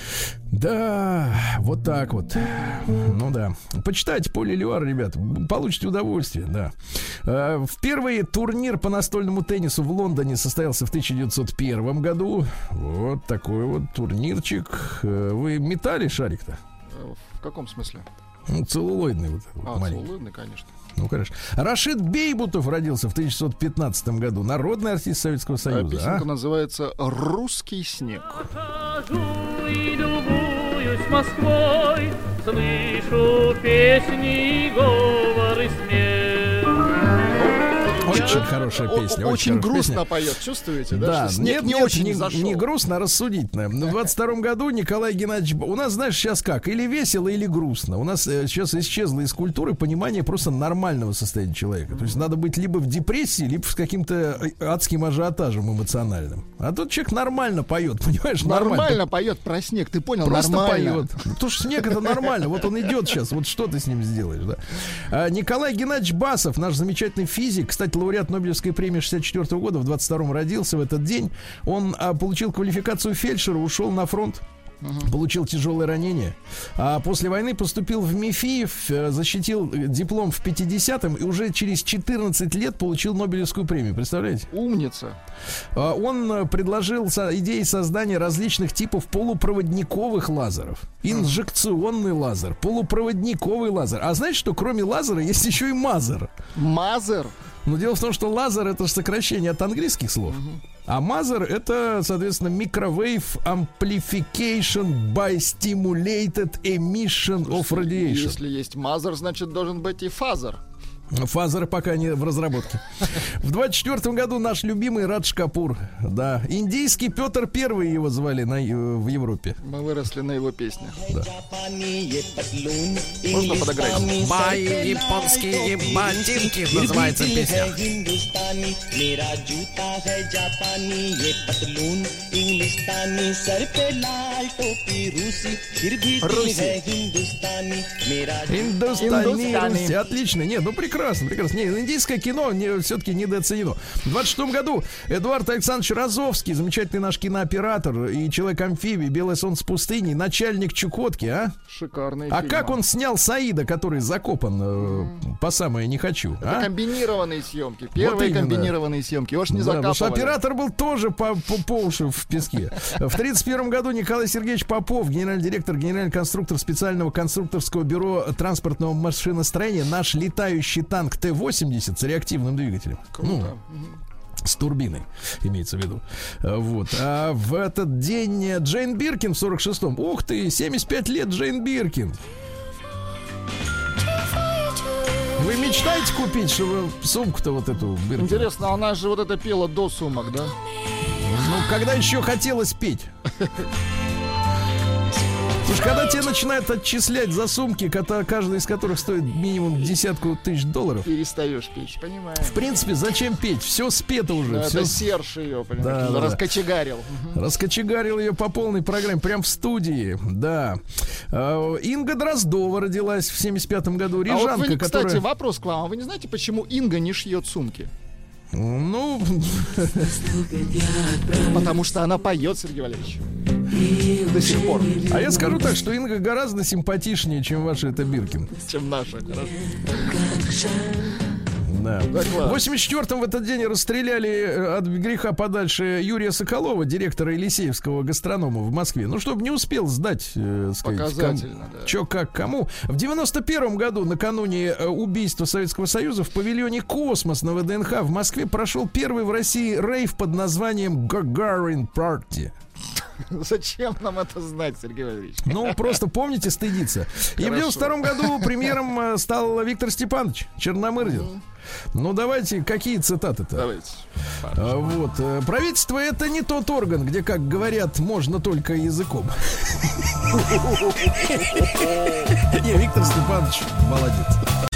Да, вот так вот. Ну да. Почитайте Поль Эluard, ребят. Получите удовольствие, да. Э, Впервые турнир по настольному теннису в Лондоне состоялся в тысяча девятьсот первом году. Вот такой вот турнирчик. Э, Вы метали шарик-то? В каком смысле? Ну, целлулоидный вот этот А, маленький. целлулоидный, конечно. Ну, конечно. Рашид Бейбутов родился в тысяча девятьсот пятнадцатом году. Народный артист Советского А Союза. песенка А? называется «Русский снег». И любуюсь Москвой, слышу песни, говоры, смех. Очень хорошая О- песня. Очень хорошая грустно песня. поет, чувствуете, да? Да, что снег нет, не нет, очень не, зашел. не грустно, а рассудительно. В двадцать втором году Николай Геннадьевич... У нас, знаешь, сейчас как? Или весело, или грустно. У нас э, сейчас исчезло из культуры понимание просто нормального состояния человека. То есть надо быть либо в депрессии, либо с каким-то адским ажиотажем эмоциональным. А тут человек нормально поет, понимаешь? Нормально поет про снег, ты понял? Просто Нормально. поет. Потому что снег это нормально. Вот он идет сейчас. Вот что ты с ним сделаешь, да? А, Николай Геннадьевич Басов, наш замечательный физик, кстати, лауреат Нобелевской премии шестьдесят четвёртого года, в двадцать втором родился в этот день. Он а, получил квалификацию фельдшера, ушел на фронт. Получил тяжелое ранение. А после войны поступил в МИФИ, э, защитил диплом в пятидесятом и уже через четырнадцать лет получил Нобелевскую премию. Представляете? Умница. А, Он э, предложил со- идеи создания различных типов полупроводниковых лазеров. Инжекционный лазер, полупроводниковый лазер. А знаете, что кроме лазера есть еще и мазер? Мазер. Но дело в том, что лазер — это же сокращение от английских слов. А мазер — это, соответственно, Microwave Amplification by Stimulated Emission of Radiation. Если есть мазер, значит должен быть и фазер. Фазер пока не в разработке. В двадцать четвёртом году наш любимый Радж Капур. Да, индийский Петр Первый его звали на, в Европе. Мы выросли на его песнях. Да. Можно подыграть? Мои японские ботинки называется песня. Индустани, Руси. Отлично. Нет, ну прекрасно, прекрасно. Не, индийское кино не, все-таки недооценено. В двадцать шестом году Эдуард Александрович Розовский, замечательный наш кинооператор и человек-амфибий, «Белое солнце пустыни», начальник Чукотки, а? Шикарный А фильм. как он снял Саида, который закопан э, по самое не хочу? Это а? комбинированные съемки. Первые именно. комбинированные съемки. Его ж не Да, потому что закапывали. оператор был тоже по, по, по уши в песке. В тридцать первом году Николай Сергеевич Попов, генеральный директор, генеральный конструктор специального конструкторского бюро транспортного машиностроения, наш летающий танк Т восемьдесят с реактивным двигателем. Круто. Ну, с турбиной, имеется в виду. А, Вот. А в этот день Джейн Биркин в сорок шестом. Ух ты, семьдесят пять лет Джейн Биркин. Вы мечтаете купить, чтобы сумку-то вот эту Биркин? Интересно, она же вот это пела до сумок, да? Ну, когда еще хотелось петь? Слушай, когда тебе начинают отчислять за сумки, кота- каждая из которых стоит минимум десятку тысяч долларов, Перестаешь петь, понимаю. в принципе, зачем петь? Все спето уже. Ну, все это Серж ее, Да, понимаешь, да, да. раскочегарил. раскочегарил ее по полной программе, прям в студии, да. А, Инга Дроздова родилась в семьдесят пятом году, А рижанка, вот вы, кстати, которая... вопрос к вам. А вы не знаете, почему Инга не шьет сумки? Ну, Потому что она поет, Сергей Валерьевич. До сих пор. а я скажу так, что Инга гораздо симпатичнее, чем ваша эта Биркин. Чем наша. Хорошо. Да. В восемьдесят четвёртом в этот день расстреляли от греха подальше Юрия Соколова, директора Елисеевского гастронома в Москве. Ну, чтобы не успел сдать, э, сказать, показательно, ком... да. Чё, как, кому. В девяносто первом году, накануне убийства Советского Союза, в павильоне «Космос» на ВДНХ в Москве прошел первый в России рейв под названием «Гагарин Парти». Зачем нам это знать, Сергей Валерьевич? Ну, просто помните, стыдиться. И в девяносто втором году премьером стал Виктор Степанович Черномырдин. Ну, давайте, какие цитаты-то? Давайте. А, вот. Правительство — это не тот орган, где, как говорят, можно только языком. Не, Виктор Степанович молодец.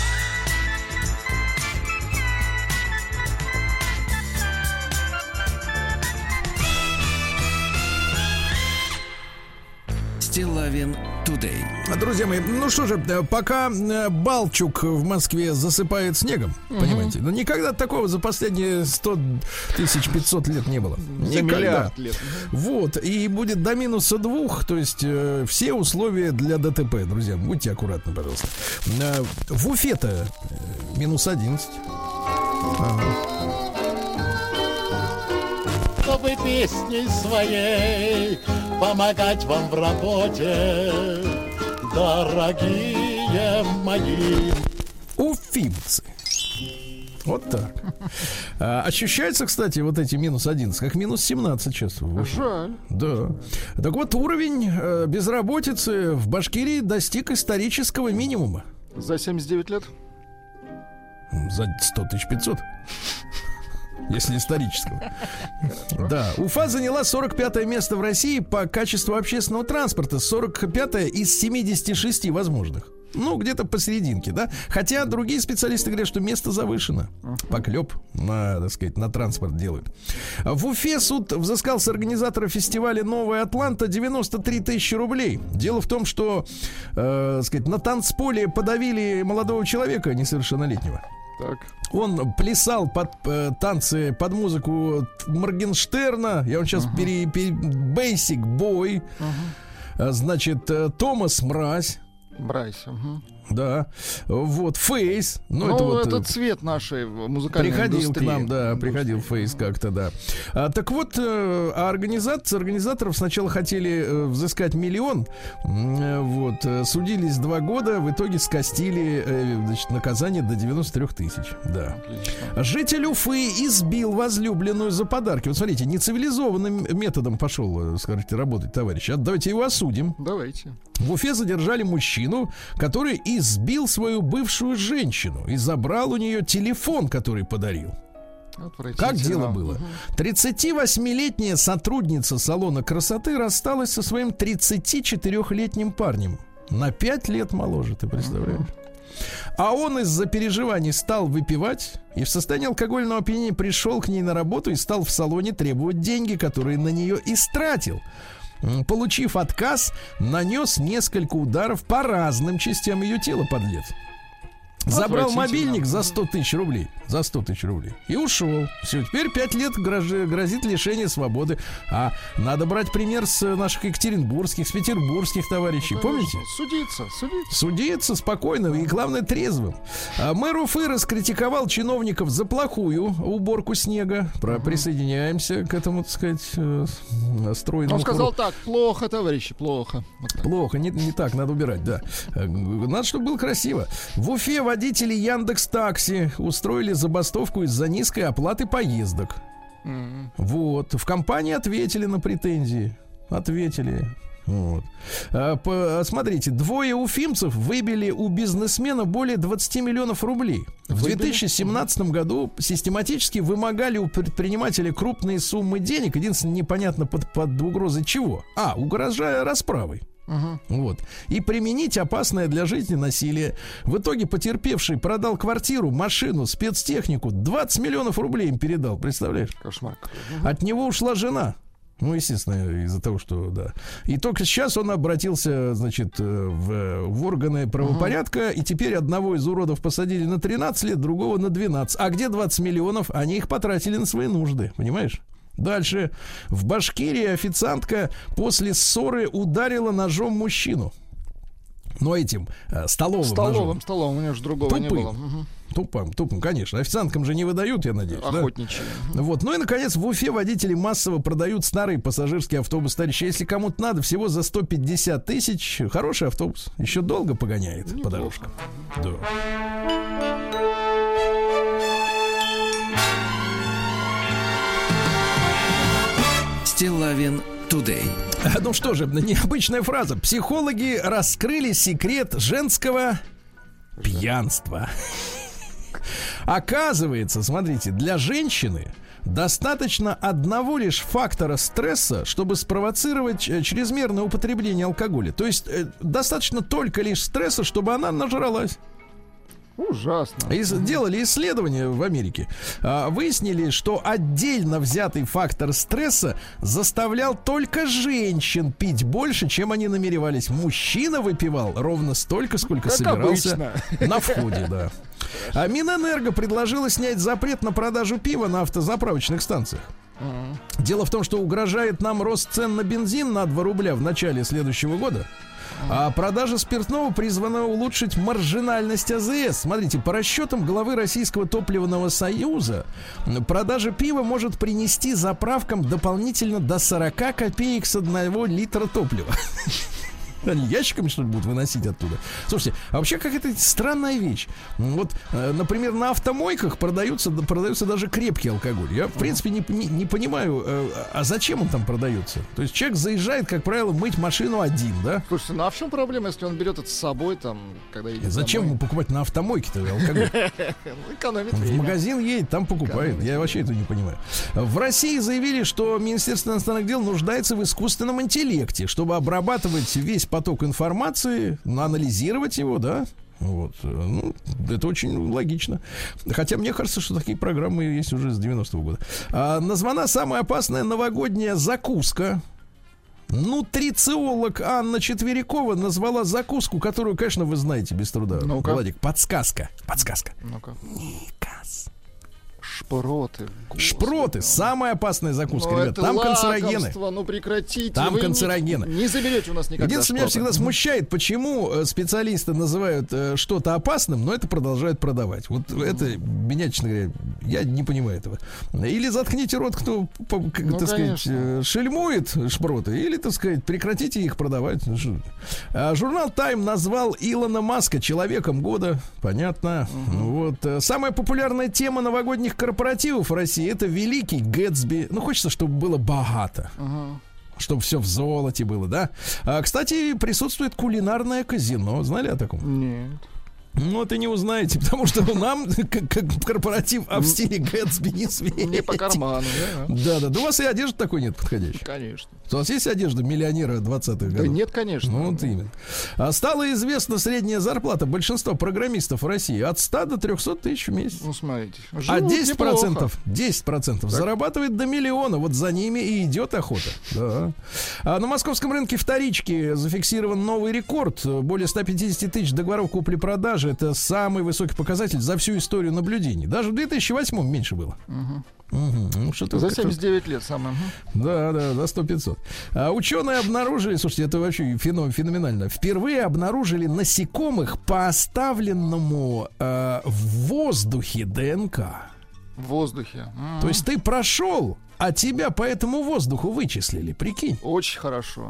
Стиллавин Тудей. Друзья мои, ну что же, пока Балчук в Москве засыпает снегом, угу. понимаете, но никогда такого за последние сто тысяч пятьсот лет не было. За никогда. Лет. Вот, и будет до минуса двух, то есть э, все условия для ДТП, друзья, будьте аккуратны, пожалуйста. Э, в Уфе-то э, минус одиннадцать. Ага. Чтобы песней своей помогать вам в работе, дорогие мои. Уфимцы. Вот так. А, ощущается, кстати, вот эти минус одиннадцать, как минус семнадцать сейчас. Жаль. Да. Так вот, уровень э, безработицы в Башкирии достиг исторического минимума. За семьдесят девять лет? За сто тысяч пятьсот. Если исторического. Да. Уфа заняла сорок пятое место в России по качеству общественного транспорта. сорок пятое из семидесяти шести возможных. Ну, где-то посерединке, да? Хотя другие специалисты говорят, что место завышено. Поклеп на, так сказать, на транспорт делают. В Уфе суд взыскал с организатора фестиваля «Новая Атланта» девяносто три тысячи рублей. Дело в том, что, э, так сказать, на танцполе подавили молодого человека несовершеннолетнего. Так. Он плясал под э, танцы, под музыку Моргенштерна. Я вам сейчас uh-huh. пере, пере, Basic Boy. Uh-huh. Значит, э, Томас Мразь. Брайс. Угу. Да. Вот, Фейс. Ну, ну это вот это цвет нашей музыкальной приходил индустрии. К нам, да, приходил Фейс как-то, да. А, так вот, а организация, организаторов сначала хотели взыскать миллион, вот, судились два года, в итоге скостили, значит, наказание до девяносто три тысячи, да. Отлично. Житель Уфы избил возлюбленную за подарки. Вот смотрите, нецивилизованным методом пошел, скажите, работать, товарищ. Давайте его осудим. Давайте. В Уфе задержали мужчину, который избил свою бывшую женщину и забрал у нее телефон, который подарил. Как дело было? тридцативосьмилетняя сотрудница салона красоты рассталась со своим тридцатичетырехлетним парнем. На пять лет моложе, ты представляешь? А он из-за переживаний стал выпивать и в состоянии алкогольного опьянения пришел к ней на работу и стал в салоне требовать деньги, которые на нее истратил. Получив отказ, нанес несколько ударов по разным частям ее тела, подлец. Забрал мобильник за сто тысяч рублей. За сто тысяч рублей. И ушел. Все, теперь пять лет грозит лишение свободы. А надо брать пример с наших екатеринбургских, с петербургских товарищей. Ну, помните? Судиться, судиться. Судиться спокойно и, главное, трезвым. А мэр Уфы раскритиковал чиновников за плохую уборку снега. Про, uh-huh. Присоединяемся к этому, так сказать, стройному. Он сказал так: плохо, товарищи, плохо. Вот так. Плохо, не, не так, надо убирать, да. Надо, чтобы было красиво. В Уфе водители Яндекс.Такси устроили забастовку из-за низкой оплаты поездок. Mm-hmm. Вот. В компании ответили на претензии. Ответили. Вот. А, по, смотрите, двое уфимцев выбили у бизнесмена более двадцать миллионов рублей. В две тысячи семнадцатом году систематически вымогали у предпринимателя крупные суммы денег. Единственное, непонятно под, под угрозой чего. А, угрожая расправой. Uh-huh. Вот. И применить опасное для жизни насилие. В итоге потерпевший продал квартиру, машину, спецтехнику. двадцать миллионов рублей им передал, представляешь? Кошмар. Uh-huh. От него ушла жена. Ну, естественно, из-за того, что, да. И только сейчас он обратился, значит, в, в органы правопорядка, uh-huh. и теперь одного из уродов посадили на тринадцать лет, другого на двенадцать. А где двадцать миллионов? Они их потратили на свои нужды, понимаешь? Дальше. В Башкирии официантка после ссоры ударила ножом мужчину. Ну, этим, э, столовым Столовым, ножом. столовым, у него же другого Тупым. не было. Угу. тупым, тупым, конечно. Официанткам же не выдают, я надеюсь. Охотничьи. Да? Вот. Ну и, наконец, в Уфе водители массово продают старый пассажирский автобус. Товарищи, если кому-то надо, всего за сто пятьдесят тысяч. Хороший автобус. Еще долго погоняет неплохо по дорожкам. Да. Стиллавин Today. Ну что же, необычная фраза. Психологи раскрыли секрет женского пьянства. Оказывается, смотрите, для женщины достаточно одного лишь фактора стресса, чтобы спровоцировать чрезмерное употребление алкоголя. То есть э, достаточно только лишь стресса, чтобы она нажралась. Ужасно. И сделали исследования в Америке. А, выяснили, что отдельно взятый фактор стресса заставлял только женщин пить больше, чем они намеревались. Мужчина выпивал ровно столько, сколько как собирался обычно. На входе, да. А Минэнерго предложила снять запрет на продажу пива на автозаправочных станциях. Uh-huh. Дело в том, что угрожает нам рост цен на бензин на два рубля в начале следующего года. А продажа спиртного призвана улучшить маржинальность АЗС. Смотрите, по расчетам главы Российского топливного союза, продажа пива может принести заправкам дополнительно до сорок копеек с одного литра топлива. Они ящиками, что ли, будут выносить оттуда? Слушайте, а вообще какая-то странная вещь. Вот, э, например, на автомойках продаются, продаются даже крепкий алкоголь. Я, в принципе, не, не, не понимаю, э, а зачем он там продается? То есть человек заезжает, как правило, мыть машину один, да? Слушайте, ну а в чем проблема, если он берет это с собой, там, когда едет зачем домой? Ему покупать на автомойке-то алкоголь? Экономит В время. магазин едет, там покупает. Я вообще это не понимаю. В России заявили, что Министерство иностранных дел нуждается в искусственном интеллекте, чтобы обрабатывать весь поток информации, анализировать его, да? Вот. Ну, это очень логично. Хотя мне кажется, что такие программы есть уже с девяностого года. А, названа самая опасная новогодняя закуска. Нутрициолог Анна Четверякова назвала закуску, которую, конечно, вы знаете без труда. Ну-ка. Владик, подсказка. Подсказка. Ну-ка. Никас. Шпроты. Господи. Шпроты. Самая опасная закуска, Ну, ребят. это Там лакомство, канцерогены. Ну прекратите. Там Вы канцерогены. Не, не заберете у нас никогда. Единственное, меня всегда смущает, почему специалисты называют э, что-то опасным, но это продолжают продавать. Вот mm-hmm. это меня, честно говоря, я не понимаю этого. Или заткните рот, кто, по, как, ну, так сказать, э, шельмует шпроты, или, так сказать, прекратите их продавать. А журнал Time назвал Илона Маска человеком года. Понятно. Mm-hmm. Вот. Самая популярная тема новогодних корпоративов в России — это Великий Гэтсби. Ну, хочется, чтобы было богато. Uh-huh. Чтобы все в золоте было, да? А, кстати, присутствует кулинарное казино. Знали о таком? Нет. Ну, это не узнаете, потому что нам, как, как корпоратив, а в стиле Гэтсби не светит. Не по карману, да? Да-да. Да у вас и одежды такой нет подходящей. Конечно. У вас есть одежда миллионера двадцатых годов? Да нет, конечно. Ну, вот именно. А стала известна средняя зарплата большинства программистов в России от ста до трехсот тысяч в месяц. Ну, смотрите. А десять процентов, десять процентов зарабатывает до миллиона. Вот за ними и идет охота. Да. А на московском рынке вторички зафиксирован новый рекорд. Более ста пятидесяти тысяч договоров купли-продажи. Это самый высокий показатель за всю историю наблюдений. Даже в две тысячи восьмом меньше было. Угу. Угу. Ну, что-то за семьдесят девять лет самое. Да, да, за сто-пятьсот. А ученые обнаружили, слушайте, это вообще феномен, феноменально. Впервые обнаружили насекомых по оставленному э, в воздухе ДНК. В воздухе. Mm-hmm. То есть ты прошел, а тебя по этому воздуху вычислили, прикинь. Очень хорошо.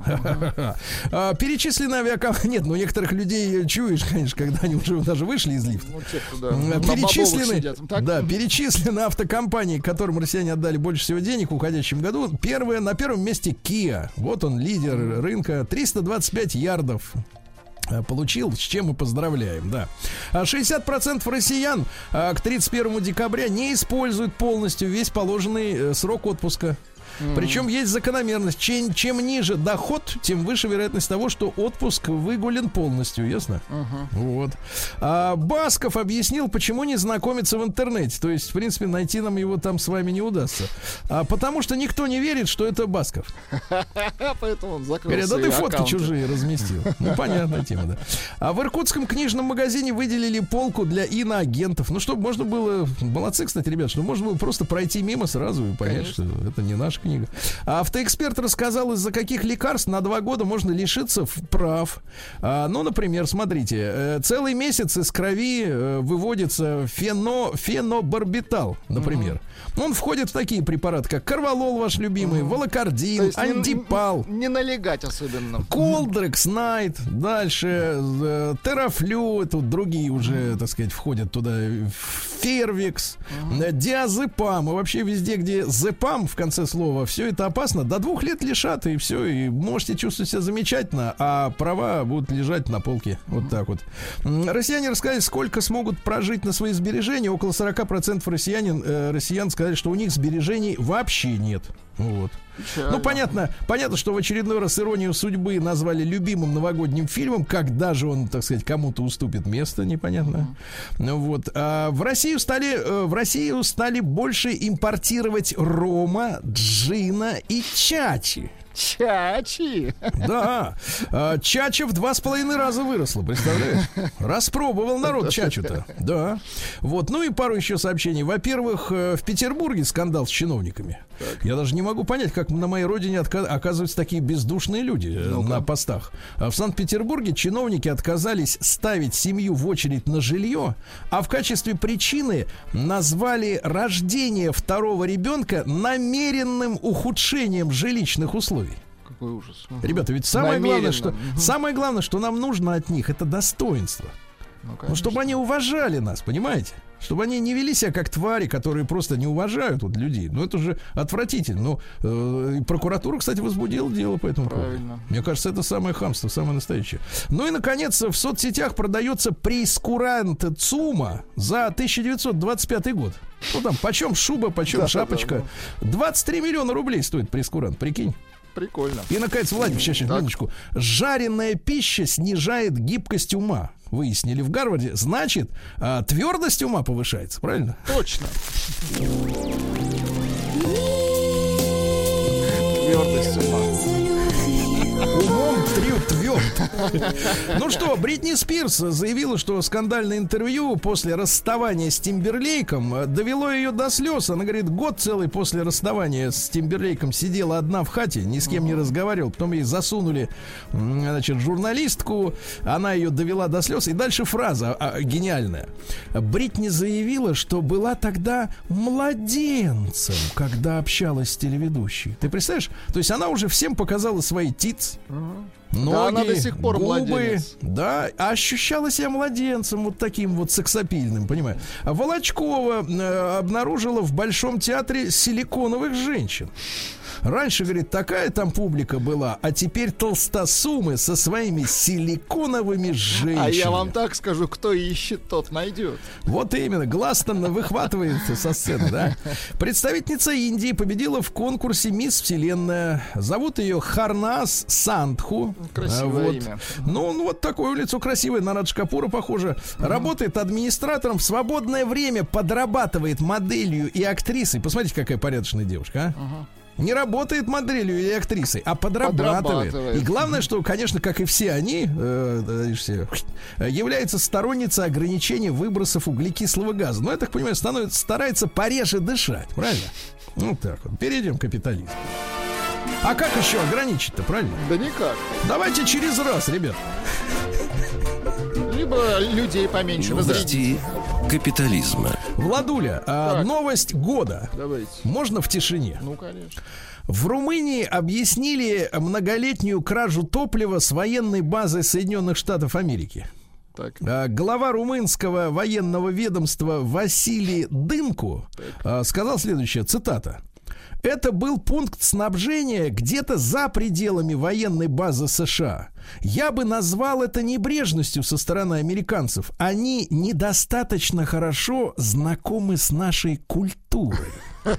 а, перечислены авиакомпании. Нет, ну некоторых людей чуешь, конечно, когда они уже даже вышли из лифта. Ну, те, кто, да, перечислены, да, перечислены автокомпании, которым россияне отдали больше всего денег в уходящем году. Первое, на первом месте Kia. Вот он, лидер рынка. триста двадцать пять ярдов получил, с чем мы поздравляем, да. шестьдесят процентов россиян а, к тридцать первому декабря не используют полностью весь положенный э, срок отпуска. Mm-hmm. Причем есть закономерность. Чем, чем ниже доход, тем выше вероятность того, что отпуск выгулен полностью. Ясно? Uh-huh. Вот. А Басков объяснил, почему не знакомиться в интернете. То есть, в принципе, найти нам его там с вами не удастся. А потому что никто не верит, что это Басков. Поэтому он закрыл. Говорят, да ты фотки чужие разместил. Ну, понятная тема, да. А в иркутском книжном магазине выделили полку для иноагентов. Ну, чтобы можно было... Молодцы, кстати, ребят, что можно было просто пройти мимо сразу и понять, что это не наш книга. книга. Автоэксперт рассказал, из-за каких лекарств на два года можно лишиться прав. А, ну, например, смотрите, целый месяц из крови выводится фено, фенобарбитал, например. Mm-hmm. Он входит в такие препараты, как карвалол ваш любимый, mm-hmm. волокардин, антипал. Не, не налегать особенно. Колдрекс, Найт, дальше э, Терафлю, тут другие уже, mm-hmm. так сказать, входят туда. Фервикс, mm-hmm. диазепам. И вообще везде, где зепам в конце слова, все это опасно. До двух лет лишат, и все. И можете чувствовать себя замечательно, а права будут лежать на полке. Mm-hmm. Вот так вот. Россияне рассказали, сколько смогут прожить на свои сбережения. Около сорок процентов россиянин, э, россиян сказали, что у них сбережений вообще нет. Вот. Печально. Ну, понятно, понятно, что в очередной раз «Иронию судьбы» назвали любимым новогодним фильмом. Когда же он, так сказать, кому-то уступит место, непонятно. Mm-hmm. Вот. А в Россию стали, в Россию стали больше импортировать рома, джина и чачи. Чачи. Да. А, чача в два с половиной раза выросла, представляешь? Распробовал народ чачу-то. Да. Вот. Ну и пару еще сообщений. Во-первых, в Петербурге скандал с чиновниками. Так. Я даже не могу понять, как на моей родине отка- оказываются такие бездушные люди Ну-ка. на постах. А в Санкт-Петербурге чиновники отказались ставить семью в очередь на жилье, а в качестве причины назвали рождение второго ребенка намеренным ухудшением жилищных условий. Какой ужас. Ребята, ведь самое главное, что, самое главное, что нам нужно от них, это достоинство. Ну, ну, чтобы они уважали нас, понимаете? Чтобы они не вели себя как твари, которые просто не уважают вот людей. Ну, это же отвратительно. Ну, э, прокуратура, кстати, возбудила дело по этому поводу. Мне кажется, это самое хамство, самое настоящее. Ну и, наконец, в соцсетях продается прейскурант ЦУМа за тысяча девятьсот двадцать пятый год. Ну, там, почем шуба, почем да, шапочка. Да, да. двадцать три миллиона рублей стоит прейскурант, прикинь. Прикольно. И, наконец, Владимир, сейчас, сейчас, минуточку. Жареная пища снижает гибкость ума. Выяснили в Гарварде. Значит, а, твердость ума повышается, правильно? Точно. Твердость ума. Умом тверд. Ну что, Бритни Спирс заявила, что скандальное интервью после расставания с Тимберлейком довело ее до слез. Она говорит, год целый после расставания с Тимберлейком сидела одна в хате, ни с кем не разговаривала. Потом ей засунули, значит, журналистку. Она ее довела до слез. И дальше фраза а, гениальная. Бритни заявила, что была тогда младенцем, когда общалась с телеведущей. Ты представляешь? То есть она уже всем показала свои тиц. Ноги, да, она до сих пор губы, младенец. Да, а ощущала себя младенцем, вот таким вот сексапильным, понимаешь. А Волочкова э, обнаружила в Большом театре силиконовых женщин. Раньше, говорит, такая там публика была, а теперь толстосумы со своими силиконовыми женщинами. А я вам так скажу, кто ищет, тот найдет. Вот именно, Гластон выхватывает со сцены, да. Представительница Индии победила в конкурсе «Мисс Вселенная». Зовут ее Харнас Сандху. Красивое вот. имя. Ну, ну, вот такое лицо красивое, на Радж Капура похоже. Mm-hmm. Работает администратором, в свободное время подрабатывает моделью и актрисой. Посмотрите, какая порядочная девушка, а. Mm-hmm. Не работает моделью или актрисой, а подрабатывает. подрабатывает. И главное, что, конечно, как и все они, э, все, является сторонницей ограничения выбросов углекислого газа. Но, я так понимаю, становится, старается пореже дышать, правильно? Ну так вот, перейдем к капитализму. А как еще ограничить-то, правильно? Да никак. Давайте через раз, ребят. Либо людей поменьше разрядить. Капитализма. Владуля, а, новость года. Давайте. Можно в тишине? Ну, конечно. В Румынии объяснили многолетнюю кражу топлива с военной базы Соединенных Штатов Америки. Так. А, глава румынского военного ведомства Василий Дынку а, сказал следующее, цитата. Это был пункт снабжения где-то за пределами военной базы США. Я бы назвал это небрежностью со стороны американцев. Они недостаточно хорошо знакомы с нашей культурой.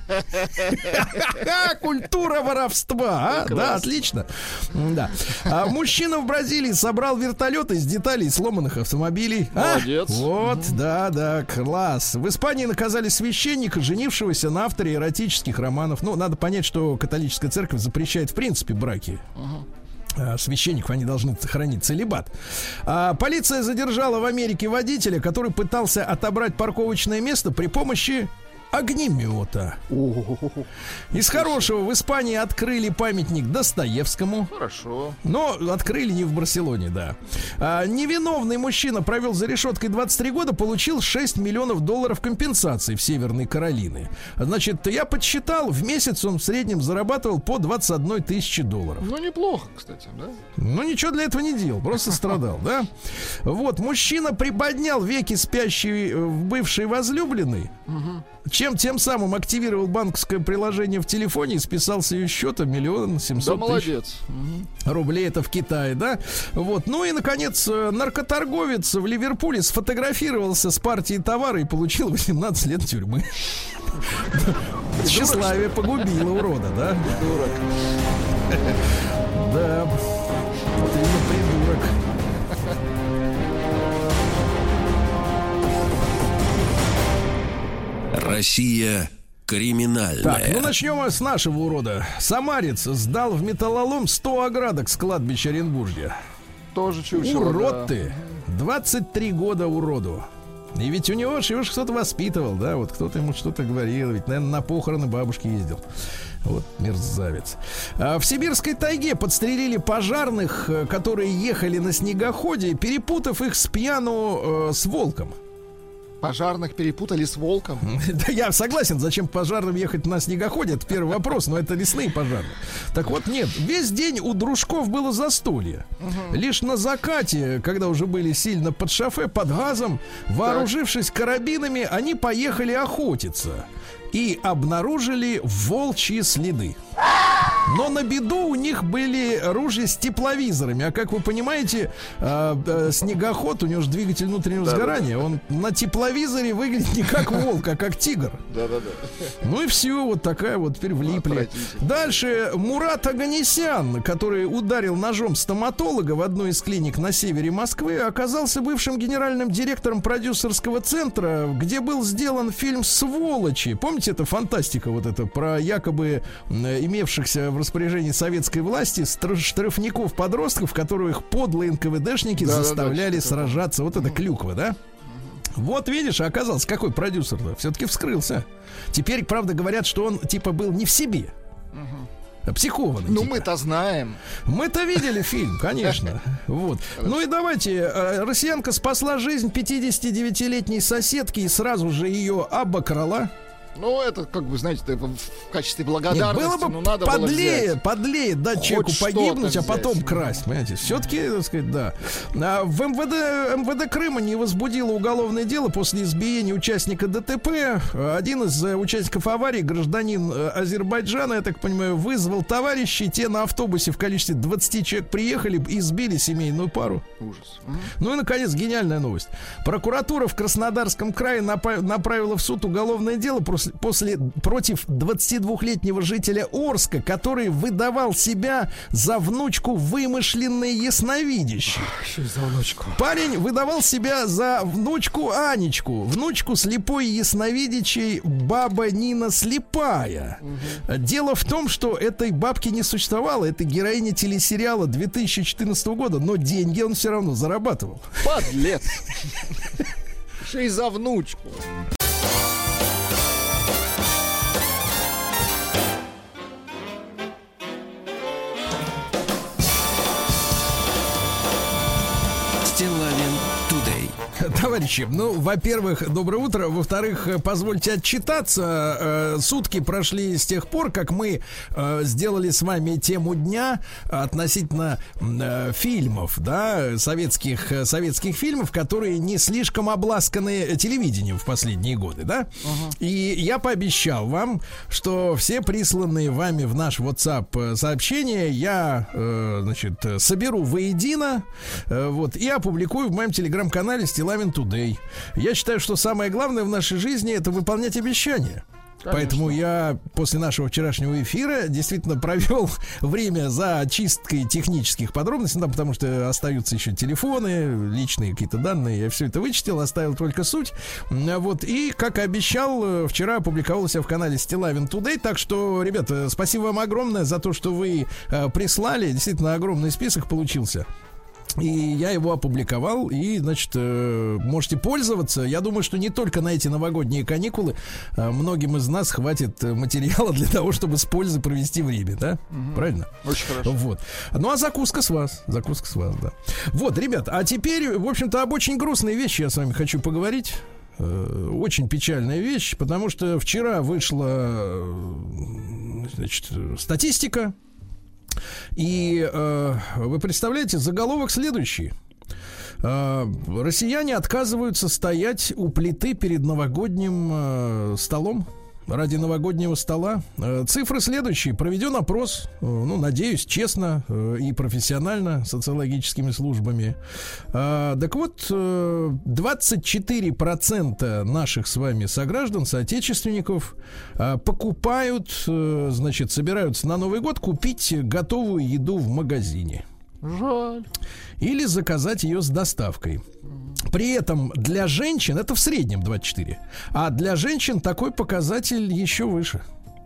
Культура воровства, а? Да, отлично. Да. А мужчина в Бразилии собрал вертолет из деталей сломанных автомобилей. Молодец. А? Вот, да, да, класс. В Испании наказали священника, женившегося на авторе эротических романов. Ну, надо понять, что католическая церковь запрещает в принципе браки. Священников, они должны хранить целибат. А, полиция задержала в Америке водителя, который пытался отобрать парковочное место при помощи огнемета. Из хорошего в Испании открыли памятник Достоевскому. Хорошо. Но открыли не в Барселоне, да. А, невиновный мужчина провел за решеткой двадцать три года, получил шесть миллионов долларов компенсации в Северной Каролине. Значит, я подсчитал, в месяц он в среднем зарабатывал по двадцать одна тысяча долларов. Ну, неплохо, кстати, да? Ну, ничего для этого не делал, просто страдал, да? Вот, мужчина приподнял веки спящей бывшей возлюбленной, чем тем самым активировал банковское приложение в телефоне и списал с ее счета миллион семьсот тысяч рублей. Это в Китае, да? Вот. Ну и, наконец, наркоторговец в Ливерпуле сфотографировался с партией товара и получил восемнадцать лет тюрьмы. Тщеславие погубило урода, да? Дурак. Да. Вот именно придурок. Россия криминальная. Так, ну начнем с нашего урода. Самарец сдал в металлолом сто оградок с кладбища Оренбуржья. Тоже чучело. Урод да. ты. двадцать три года уроду. И ведь у него же его ж кто-то воспитывал, да, вот кто-то ему что-то говорил, ведь, наверное, на похороны бабушки ездил. Вот мерзавец. А в сибирской тайге подстрелили пожарных, которые ехали на снегоходе, перепутав их с пьяну э, с волком. Пожарных перепутали с волком. Да, я согласен, зачем пожарным ехать на снегоходе, это первый вопрос, но это лесные пожарные. Так вот, нет, весь день у дружков было застолье. Угу. Лишь на закате, когда уже были сильно под шофе, под газом, вооружившись карабинами, они поехали охотиться и обнаружили волчьи следы. Но на беду у них были ружья с тепловизорами. А как вы понимаете, э, э, снегоход, у него же двигатель внутреннего да, сгорания, да. Он на тепловизоре выглядит не как волк, а как тигр. Да-да-да. Ну и все, вот такая вот теперь влипли. Дальше Мурат Оганесян, который ударил ножом стоматолога в одной из клиник на севере Москвы, оказался бывшим генеральным директором продюсерского центра, где был сделан фильм «Сволочи». Помните, это фантастика вот это про якобы имевшихся в распоряжении советской власти штрафников-подростков, которых подлые эн ка вэ дэшники да, заставляли да, да, сражаться. Вот это клюква, да? Вот видишь, оказался, какой продюсер-то все-таки вскрылся. Теперь, правда, говорят, что он типа был не в себе. Психованный. Ну, типа. Мы-то знаем. Мы-то видели фильм, конечно. Вот. Ну и давайте. Россиянка спасла жизнь пятидесятидевятилетней соседки и сразу же ее обокрала. Ну, это, как бы, знаете, в качестве благодарности. Нет, было бы ну, надо подлее, было взять. подлее дать человеку погибнуть, а потом красть, понимаете. Все-таки, так сказать, да. А в эм вэ дэ, эм вэ дэ Крыма не возбудило уголовное дело после избиения участника дэ тэ пэ. Один из участников аварии, гражданин Азербайджана, я так понимаю, вызвал товарищей. Те на автобусе в количестве двадцати человек приехали и избили семейную пару. Ужас. Ну и, наконец, гениальная новость. Прокуратура в Краснодарском крае направила в суд уголовное дело после После, против двадцатидвухлетнего жителя Орска, который выдавал себя за внучку вымышленной ясновидящей. Что за внучку? Парень выдавал себя за внучку Анечку, внучку слепой ясновидящей баба Нина Слепая. Угу. Дело в том, что этой бабки не существовало, это героиня телесериала две тысячи четырнадцатого года, но деньги он все равно зарабатывал. Подлец! Что и за внучку. Товарищи, ну, во-первых, доброе утро. Во-вторых, позвольте отчитаться. Э, сутки прошли с тех пор, как мы э, сделали с вами тему дня относительно э, фильмов, да, советских, советских фильмов, которые не слишком обласканы телевидением в последние годы, да. Uh-huh. И я пообещал вам, что все присланные вами в наш WhatsApp сообщения я, э, значит, соберу воедино, э, вот, и опубликую в моем телеграм-канале Стилавин Today. Я считаю, что самое главное в нашей жизни — это выполнять обещания. Конечно. Поэтому я после нашего вчерашнего эфира действительно провел время за очисткой технических подробностей, да, потому что остаются еще телефоны, личные какие-то данные. Я все это вычистил, оставил только суть. Вот. И, как и обещал, вчера опубликовался в канале Стилавин Today. Так что, ребята, спасибо вам огромное за то, что вы э, прислали. Действительно, огромный список получился. И я его опубликовал, и, значит, можете пользоваться. Я думаю, что не только на эти новогодние каникулы многим из нас хватит материала для того, чтобы с пользой провести время, да? Угу. Правильно? Очень хорошо. Вот. Ну, а закуска с вас. Закуска с вас, да. Вот, ребят, а теперь, в общем-то, об очень грустной вещи я с вами хочу поговорить. Очень печальная вещь, потому что вчера вышла, значит, статистика. И э, вы представляете, заголовок следующий. Э, россияне отказываются стоять у плиты перед новогодним э, столом. Ради новогоднего стола. Э, цифры следующие. Проведен опрос, э, ну, надеюсь, честно э, и профессионально социологическими службами. Э, так вот, э, двадцать четыре процента наших с вами сограждан, соотечественников, э, покупают, э, значит, собираются на Новый год купить готовую еду в магазине. Жаль. Или заказать ее с доставкой. При этом для женщин, это в среднем двадцать четыре, а для женщин такой показатель еще выше.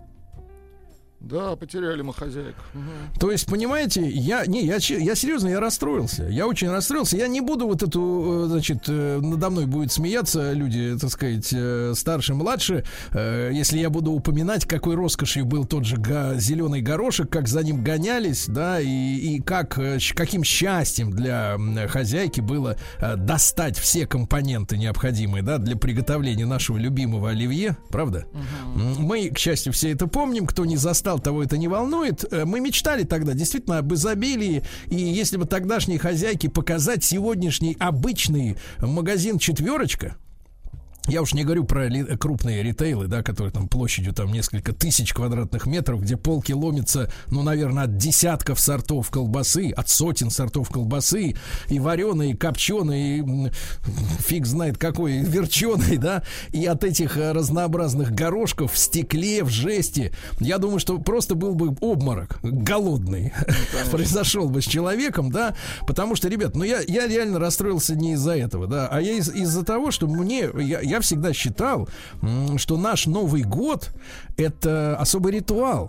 Да, потеряли мы хозяйку. Угу. То есть, понимаете, я, не, я, я серьезно, я расстроился. Я очень расстроился. Я не буду вот эту, значит, надо мной будут смеяться люди, так сказать, старше, младше, если я буду упоминать, какой роскошью был тот же го, зеленый горошек, как за ним гонялись, да, и, и как, каким счастьем для хозяйки было достать все компоненты необходимые, да, для приготовления нашего любимого оливье, правда? Угу. Мы, к счастью, все это помним. Кто не застал, того это не волнует. Мы мечтали тогда действительно об изобилии. И если бы тогдашней хозяйке показать сегодняшний обычный магазин «Четверочка», я уж не говорю про ли, крупные ритейлы, да, которые там площадью там несколько тысяч квадратных метров, где полки ломятся, ну, наверное, от десятков сортов колбасы, от сотен сортов колбасы, и вареной, и копченой, и фиг знает какой, верченой, да, и от этих разнообразных горошков в стекле, в жести. Я думаю, что просто был бы обморок голодный, ну, произошел бы с человеком, да, потому что, ребят, ну, я, я реально расстроился не из-за этого, да, а я из- из-за того, что мне, я, Я всегда считал, что наш Новый год — это особый ритуал.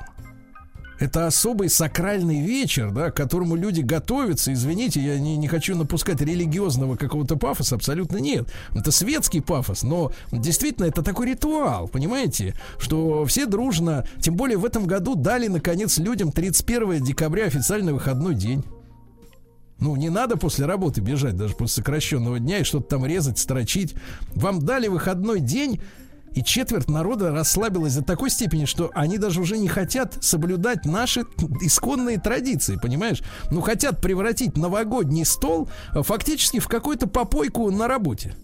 Это особый сакральный вечер, да, к которому люди готовятся. Извините, я не, не хочу напускать религиозного какого-то пафоса, абсолютно нет. Это светский пафос, но действительно это такой ритуал, понимаете? Что все дружно, тем более в этом году дали, наконец, людям тридцать первого декабря официальный выходной день. Ну, не надо после работы бежать, даже после сокращенного дня, и что-то там резать, строчить. Вам дали выходной день, и четверть народа расслабилась до такой степени, что они даже уже не хотят соблюдать наши исконные традиции, понимаешь? Ну, хотят превратить новогодний стол фактически в какую-то попойку на работе.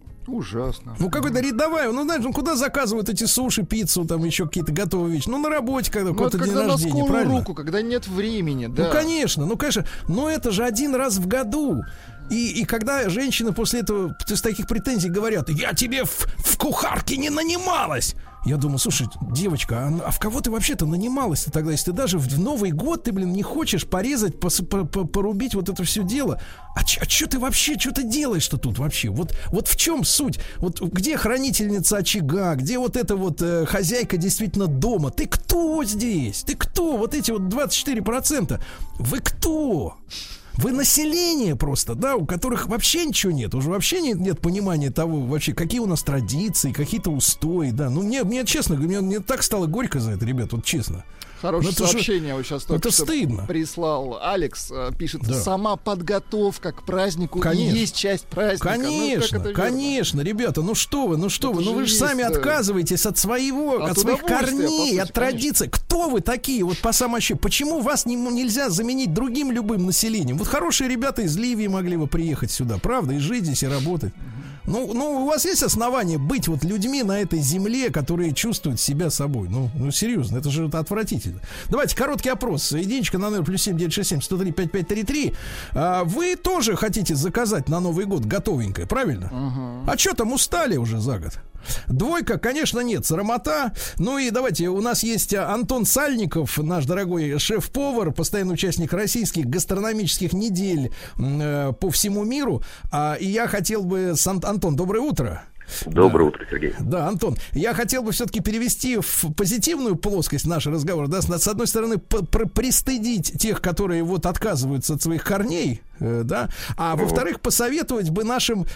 Ужасно. Ну, какой-то рядовая, ну, знаешь, ну, куда заказывают эти суши, пиццу, там еще какие-то готовые вещи? Ну, на работе, когда ну, какой-то день рождения, на правильно? руку, когда нет времени, да. Ну, конечно, ну, конечно, но это же один раз в году. И, и когда женщины после этого с таких претензий говорят: я тебе в, в кухарке не нанималась. Я думаю, слушай, девочка, а, а в кого ты вообще-то нанималась-то тогда? Если ты даже в Новый год ты, блин, не хочешь порезать, пос, по, по, порубить вот это все дело. А, ч, а что ты вообще, что ты делаешь-то тут вообще? Вот, вот в чем суть? Вот где хранительница очага? Где вот эта вот э, хозяйка действительно дома? Ты кто здесь? Ты кто? Вот эти вот двадцать четыре процента. Вы кто? Вы население просто, да, у которых вообще ничего нет, уже вообще нет, нет понимания того, вообще, какие у нас традиции, какие-то устои, да. Ну, мне, мне честно, мне, мне так стало горько за это, ребят, вот честно. Хорошее сообщение же, вот сейчас только это что стыдно. Прислал Алекс, пишет: да. Сама подготовка к празднику конечно. Есть часть праздника. Конечно, ну, конечно, ребята, ну что вы, ну что это вы, ну вы же сами да. отказываетесь от своего, от, от своих корней, сути, от традиций. Конечно. Кто вы такие, вот по самому, почему вас не, нельзя заменить другим любым населением? Вот хорошие ребята из Ливии могли бы приехать сюда, правда, и жить здесь, и работать. Ну, ну, у вас есть основания быть вот людьми на этой земле, которые чувствуют себя собой? Ну, ну серьезно, это же отвратительно. Давайте короткий опрос. Единичка на номер плюс семь девять шесть семь сто три пять пять три три. А, вы тоже хотите заказать на Новый год готовенькое, правильно? Uh-huh. А что там, устали уже за год? Двойка, конечно, нет, срамота. Ну и давайте, у нас есть Антон Сальников, наш дорогой шеф-повар, постоянный участник российских гастрономических недель э, по всему миру. А, и я хотел бы... Антон, доброе утро. Доброе да. утро, Сергей. Да, Антон, я хотел бы все-таки перевести в позитивную плоскость наш разговор. Да, с одной стороны, п- пристыдить тех, которые вот отказываются от своих корней, Да? А во-вторых, посоветовать бы нашим,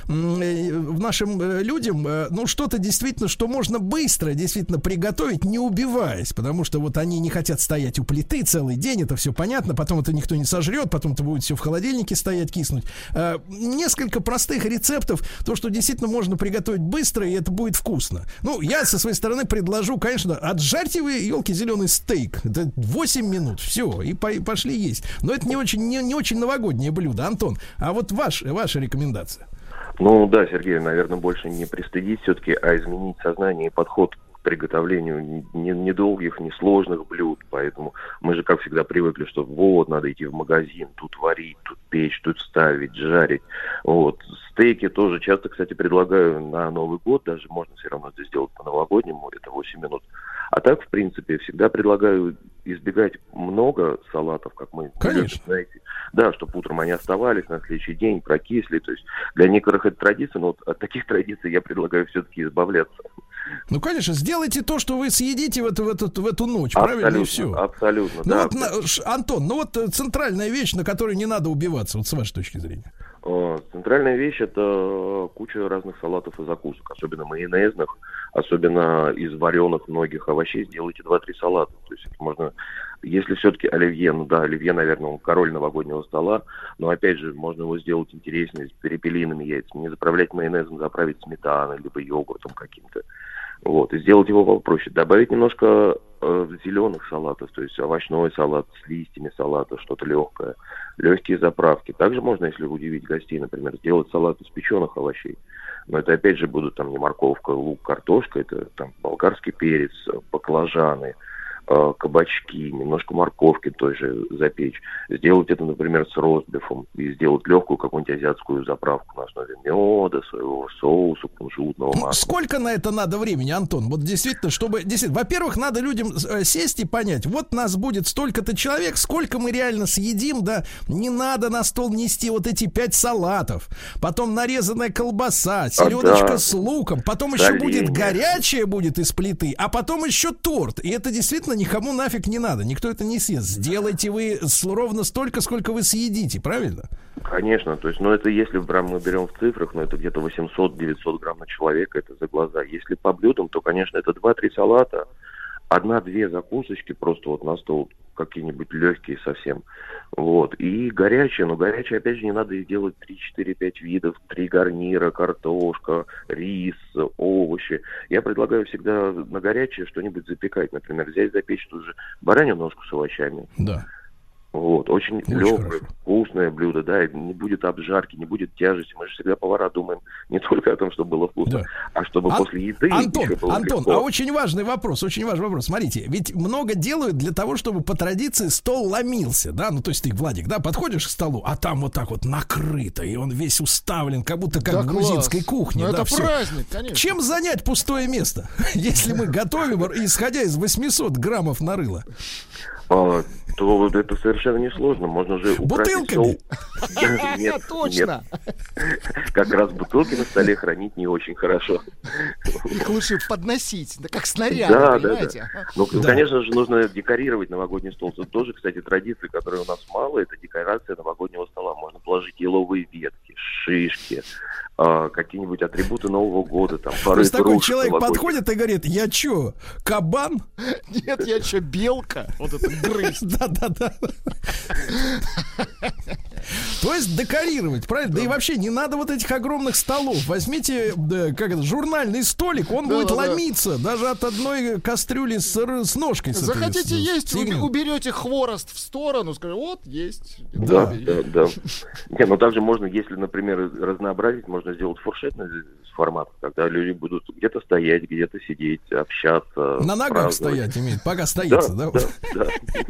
нашим людям, ну, что-то действительно, что можно быстро действительно приготовить, не убиваясь, потому что вот они не хотят стоять у плиты целый день, это все понятно, потом это никто не сожрет, потом это будет все в холодильнике стоять, киснуть. Несколько простых рецептов, то, что действительно можно приготовить быстро, и это будет вкусно. Ну, я со своей стороны предложу, конечно, отжарьте вы, елки, зеленый стейк, это восемь минут, все, и пошли есть. Но это не очень, не, не очень новогоднее блюдо. Да, Антон, а вот ваш, ваша рекомендация? Ну да, Сергей, наверное, больше не пристыдить все-таки, а изменить сознание и подход к приготовлению недолгих, несложных блюд. Поэтому мы же, как всегда, привыкли, что вот, надо идти в магазин, тут варить, тут печь, тут ставить, жарить. Вот. Стейки тоже часто, кстати, предлагаю на Новый год, даже можно все равно это сделать по-новогоднему, это восемь минут. А так, в принципе, всегда предлагаю избегать много салатов, как мы, конечно, знаете. Да, чтобы утром они оставались на следующий день, прокисли. То есть для некоторых это традиция, но вот от таких традиций я предлагаю все-таки избавляться. Ну, конечно, сделайте то, что вы съедите в эту, в эту, в эту ночь, абсолютно, правильно, и все. Абсолютно, ну, да. Вот, на, Антон, ну вот центральная вещь, на которой не надо убиваться, вот с вашей точки зрения. Центральная вещь — это куча разных салатов и закусок, особенно майонезных, особенно из вареных многих овощей. Сделайте два-три салата. То есть это можно, если все-таки оливье, ну да, оливье, наверное, он король новогоднего стола, но опять же, можно его сделать интереснее, с перепелиными яйцами, не заправлять майонезом, заправить сметаной, либо йогуртом каким-то. Вот, и сделать его попроще. Добавить немножко э, зеленых салатов, то есть овощной салат с листьями салата, что-то легкое, легкие заправки. Также можно, если удивить гостей, например, сделать салат из печеных овощей. Но это опять же будут там не морковка, лук, картошка, это там болгарский перец, баклажаны, э, кабачки, немножко морковки той же запечь. Сделать это, например, с ростбифом и сделать легкую какую-нибудь азиатскую заправку на основе меда, соевого соуса, кунжутного масла. Сколько на это надо времени, Антон? Вот действительно, чтобы... Действительно, во-первых, надо людям сесть и понять, вот нас будет столько-то человек, сколько мы реально съедим, да, не надо на стол нести вот эти пять салатов, потом нарезанная колбаса, селедочка а, да. с луком, потом еще Соление. будет горячее будет из плиты, а потом еще торт. И это действительно никому нафиг не надо, никто это не съест. Сделайте вы ровно столько, сколько вы съедите, правильно? Конечно, то есть, ну это если прям мы берем в цифрах, ну это где-то восемьсот-девятьсот грамм на человека, это за глаза. Если по блюдам, то, конечно, это два-три салата, одна-две закусочки просто вот на стол, какие-нибудь легкие совсем, вот, и горячее, но горячее, опять же, не надо их делать три-четыре-пять видов, три гарнира, картошка, рис, овощи. Я предлагаю всегда на горячее что-нибудь запекать, например, взять, запечь тут же баранью ножку с овощами. Да. Вот, очень, очень легкое, хорошо. вкусное блюдо, да, и не будет обжарки, не будет тяжести. Мы же всегда, повара, думаем не только о том, чтобы было вкусно, да. а чтобы Ан- после еды Антон, еще было Антон, легко. А очень важный вопрос, очень важный вопрос. Смотрите, ведь много делают для того, чтобы по традиции стол ломился, да, ну то есть ты, Владик, да, подходишь к столу, а там вот так вот накрыто, и он весь уставлен, как будто как да в грузинской класс. кухне. Ну, да, это все. праздник, конечно. Чем занять пустое место, если мы готовим, исходя из восемьсот граммов нарыла? А, то вот это совершенно несложно. Можно же украсить бутылками? Сол... Нет, точно. Нет. Как раз бутылки на столе хранить не очень хорошо. Их лучше подносить, да, как снаряд, да, понимаете? Да, да. Ну, да. Конечно же, нужно декорировать новогодний стол. Это тоже, кстати, традиции, которые у нас мало. Это декорация новогоднего стола. Можно положить еловые ветки, шишки, э, какие-нибудь атрибуты Нового года. Там, То есть такой человек подходит и говорит: я чё, кабан? Нет, я чё, белка? Вот это грызть. Да-да-да. То есть декорировать, правильно? Да и вообще не надо вот этих огромных столов. Возьмите, да, как это, журнальный столик, он да, будет да, ломиться да. даже от одной кастрюли с, с ножкой. С Захотите этой, есть, с уберете хворост в сторону, скажете, вот, есть. Да, да, да. Не, ну также можно, если, например, разнообразить, можно сделать фуршетный формат, когда люди будут где-то стоять, где-то сидеть, общаться. На ногах стоять имеет, пока стоится, да? Да, да.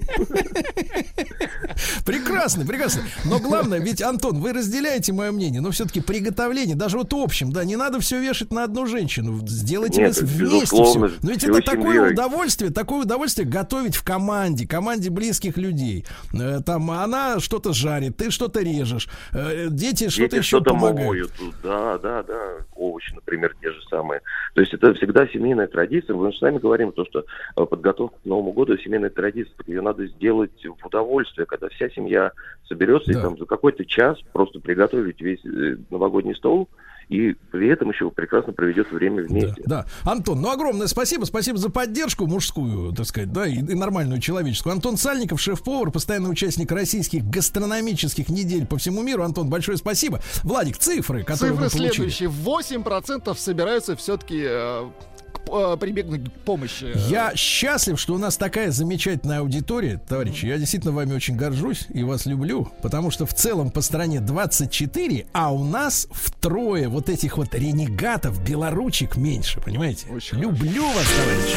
Прекрасно, прекрасно. Но главное, ведь, Антон, вы разделяете мое мнение, но все-таки приготовление, даже вот общем, да, не надо все вешать на одну женщину. Сделайте Нет, вместе все. Но ведь это такое семьей. удовольствие, такое удовольствие готовить в команде, команде близких людей. Там она что-то жарит, ты что-то режешь, дети что-то еще что-то помогают. Моют. Да, да, да. Овощи, например, те же самые. То есть это всегда семейная традиция. Мы же с вами говорим, то, что подготовка к Новому году — семейная традиция. Ее надо сделать в удовольствие, когда вся семья соберется да. и там за какой какой-то час просто приготовить весь э, новогодний стол, и при этом еще прекрасно проведет время вместе. Да, да. Антон, ну огромное спасибо. Спасибо за поддержку мужскую, так сказать, да, и, и нормальную человеческую. Антон Сальников, шеф-повар, постоянный участник российских гастрономических недель по всему миру. Антон, большое спасибо. Владик, цифры, которые Цифры вы получили. следующие. восемь процентов собираются все-таки э, к- э, прибегнуть к помощи. Я счастлив, что у нас такая замечательная аудитория, товарищи. Я действительно вами очень горжусь и вас люблю, потому что в целом по стране двадцать четыре, а у нас втрое вот этих вот ренегатов, белоручек меньше, понимаете? Очень люблю вас, товарищи.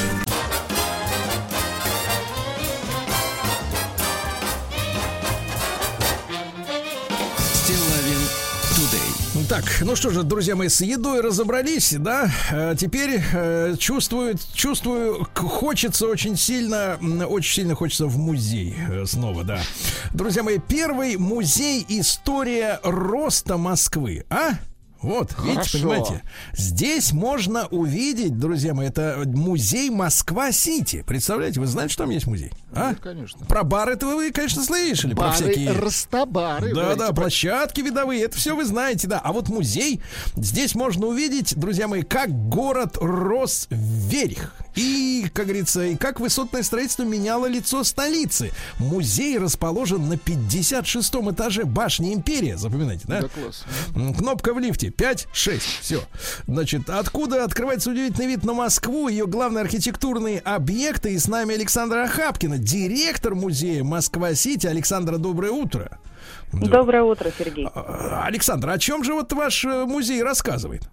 Стилавин Тудей. Так, ну что же, друзья мои, с едой разобрались, да? А теперь э, чувствую, чувствую, к- хочется очень сильно, м, очень сильно хочется в музей э, снова, да. Друзья мои, первый музей «История роста Москвы», а? Вот, видите, Хорошо. понимаете? Здесь можно увидеть, друзья мои, это музей Москва-Сити. Представляете, вы знаете, что там есть музей? А? Ну, конечно. Про бары-то вы, конечно, слышали. Про Бары, всякие... рестобары. Да, говорите, да, про- площадки видовые, это все вы знаете, да. А вот музей, здесь можно увидеть, друзья мои, как город рос вверх. И, как говорится, и как высотное строительство меняло лицо столицы. Музей расположен на пятьдесят шестом этаже башни Империя, запоминайте, да? Да, класс. М, Кнопка в лифте пять шесть. Все. Значит, откуда открывается удивительный вид на Москву, ее главные архитектурные объекты. И с нами Александра Охапкина, директор музея Москва-Сити. Александра, доброе утро. Да. Доброе утро, Сергей. А, Александр, о чем же вот ваш э, музей рассказывает?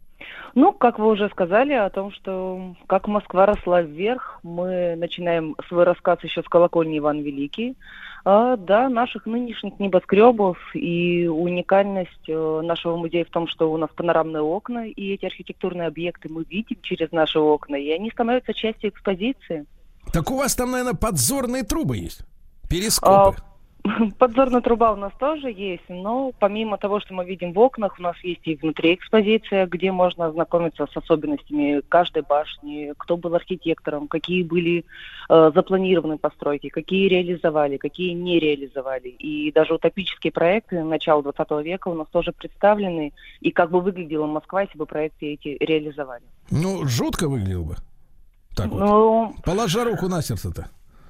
Ну, как вы уже сказали, о том, что как Москва росла вверх, мы начинаем свой рассказ еще с колокольни Иван Великий. А, да, наших нынешних небоскребов и уникальность э, нашего музея в том, что у нас панорамные окна, и эти архитектурные объекты мы видим через наши окна, и они становятся частью экспозиции. Так у вас там, наверное, подзорные трубы есть? Перископы? А, подзорная труба у нас тоже есть, но помимо того, что мы видим в окнах, у нас есть и внутри экспозиция, где можно ознакомиться с особенностями каждой башни, кто был архитектором, какие были э, запланированы постройки, какие реализовали, какие не реализовали. И даже утопические проекты начала двадцатого века у нас тоже представлены, и как бы выглядела Москва, если бы проекты эти реализовали. Ну, жутко выглядел бы. Так вот. Ну, Положа руку на сердце-то.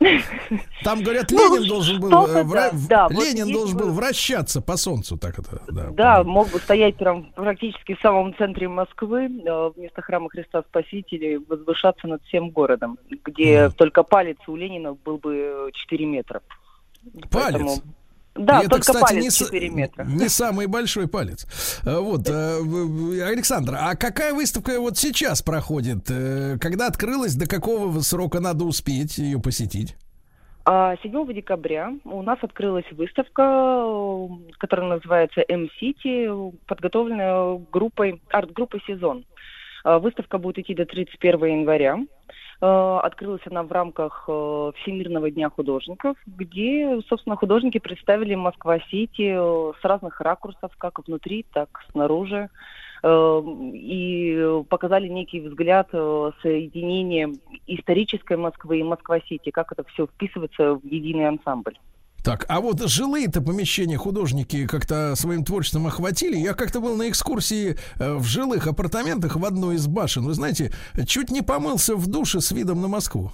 Там, говорят, Ну, Ленин должен был, что-то э, вра- да, да, вот Ленин есть должен был вы- вращаться по солнцу, так это, да. Да, по-моему. мог бы стоять прям практически в самом центре Москвы, э, вместо храма Христа Спасителя, возвышаться над всем городом, где Мгм. только палец у Ленина был бы четыре метра. Палец? Поэтому- Да, И это, только кстати, не, палец с- четыре метра. не самый большой палец. Э, Вот, э, в- в- Александр, а какая выставка вот сейчас проходит? Э, Когда открылась, до какого срока надо успеть ее посетить? А седьмого декабря у нас открылась выставка, э, которая называется М-Сити, подготовленная группой, арт-группой «Сезон». Э, Выставка будет идти до тридцать первого января. Э, Открылась она в рамках э, Всемирного дня художников, где, собственно, художники представили Москва-Сити э, с разных ракурсов, как внутри, так и снаружи. Э, И показали некий взгляд э, соединения исторической Москвы и Москва-Сити, как это все вписывается в единый ансамбль. Так, а вот жилые-то помещения художники как-то своим творчеством охватили. Я как-то был на экскурсии э, в жилых апартаментах в одной из башен. Вы знаете, чуть не помылся в душе с видом на Москву.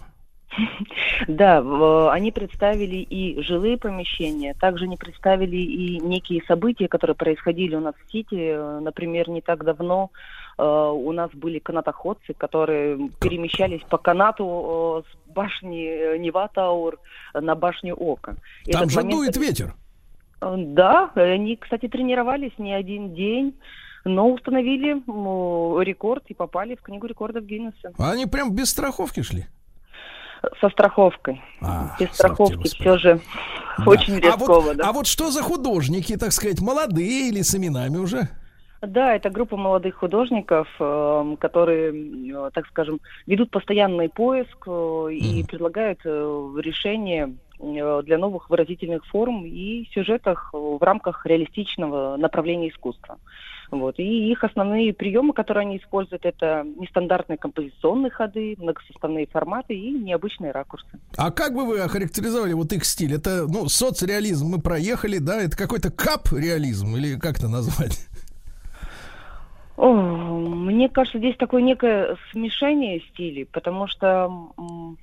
Да, в- они представили и жилые помещения, также они представили и некие события, которые происходили у нас в Сити. Э, Например, не так давно э, у нас были канатоходцы, которые перемещались по канату э, с башни э, Нева Тауэр на башню Ока. И Там этот же момент- дует ветер. Э, Да, они, кстати, тренировались не один день, но установили м, рекорд и попали в книгу рекордов Гиннесса. А они прям без страховки шли. Со страховкой. А, Без слава тебе, страховки Господи. все же Да. очень а, рисково, вот, да. а вот что за художники, так сказать, молодые или с именами уже? Да, это группа молодых художников, э, которые, э, так скажем, ведут постоянный поиск э, и Мгм. предлагают э, решение для новых выразительных форм и сюжетах в рамках реалистичного направления искусства. Вот. И их основные приемы, которые они используют, это нестандартные композиционные ходы, многосоставные форматы и необычные ракурсы. А как бы вы охарактеризовали вот их стиль? Это, ну, соцреализм мы проехали, да? Это какой-то кап-реализм или как это назвать? О, мне кажется, здесь такое некое смешение стилей, потому что...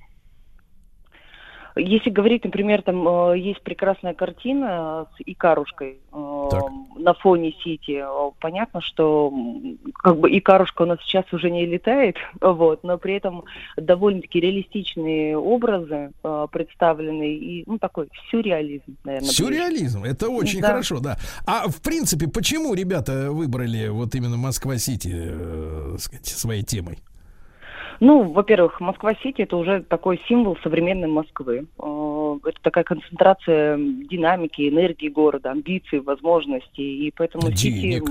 Если говорить, например, там есть прекрасная картина с Икарушкой э, на фоне Сити. Понятно, что как бы Икарушка у нас сейчас уже не летает, вот, но при этом довольно-таки реалистичные образы э, представлены и ну такой сюрреализм, наверное. Сюрреализм, это очень да. хорошо, да. А в принципе, почему ребята выбрали вот именно Москва-Сити, э, сказать, своей темой? Ну, во-первых, Москва-Сити — это уже такой символ современной Москвы. Это такая концентрация динамики, энергии города, амбиций, возможностей. И поэтому денег.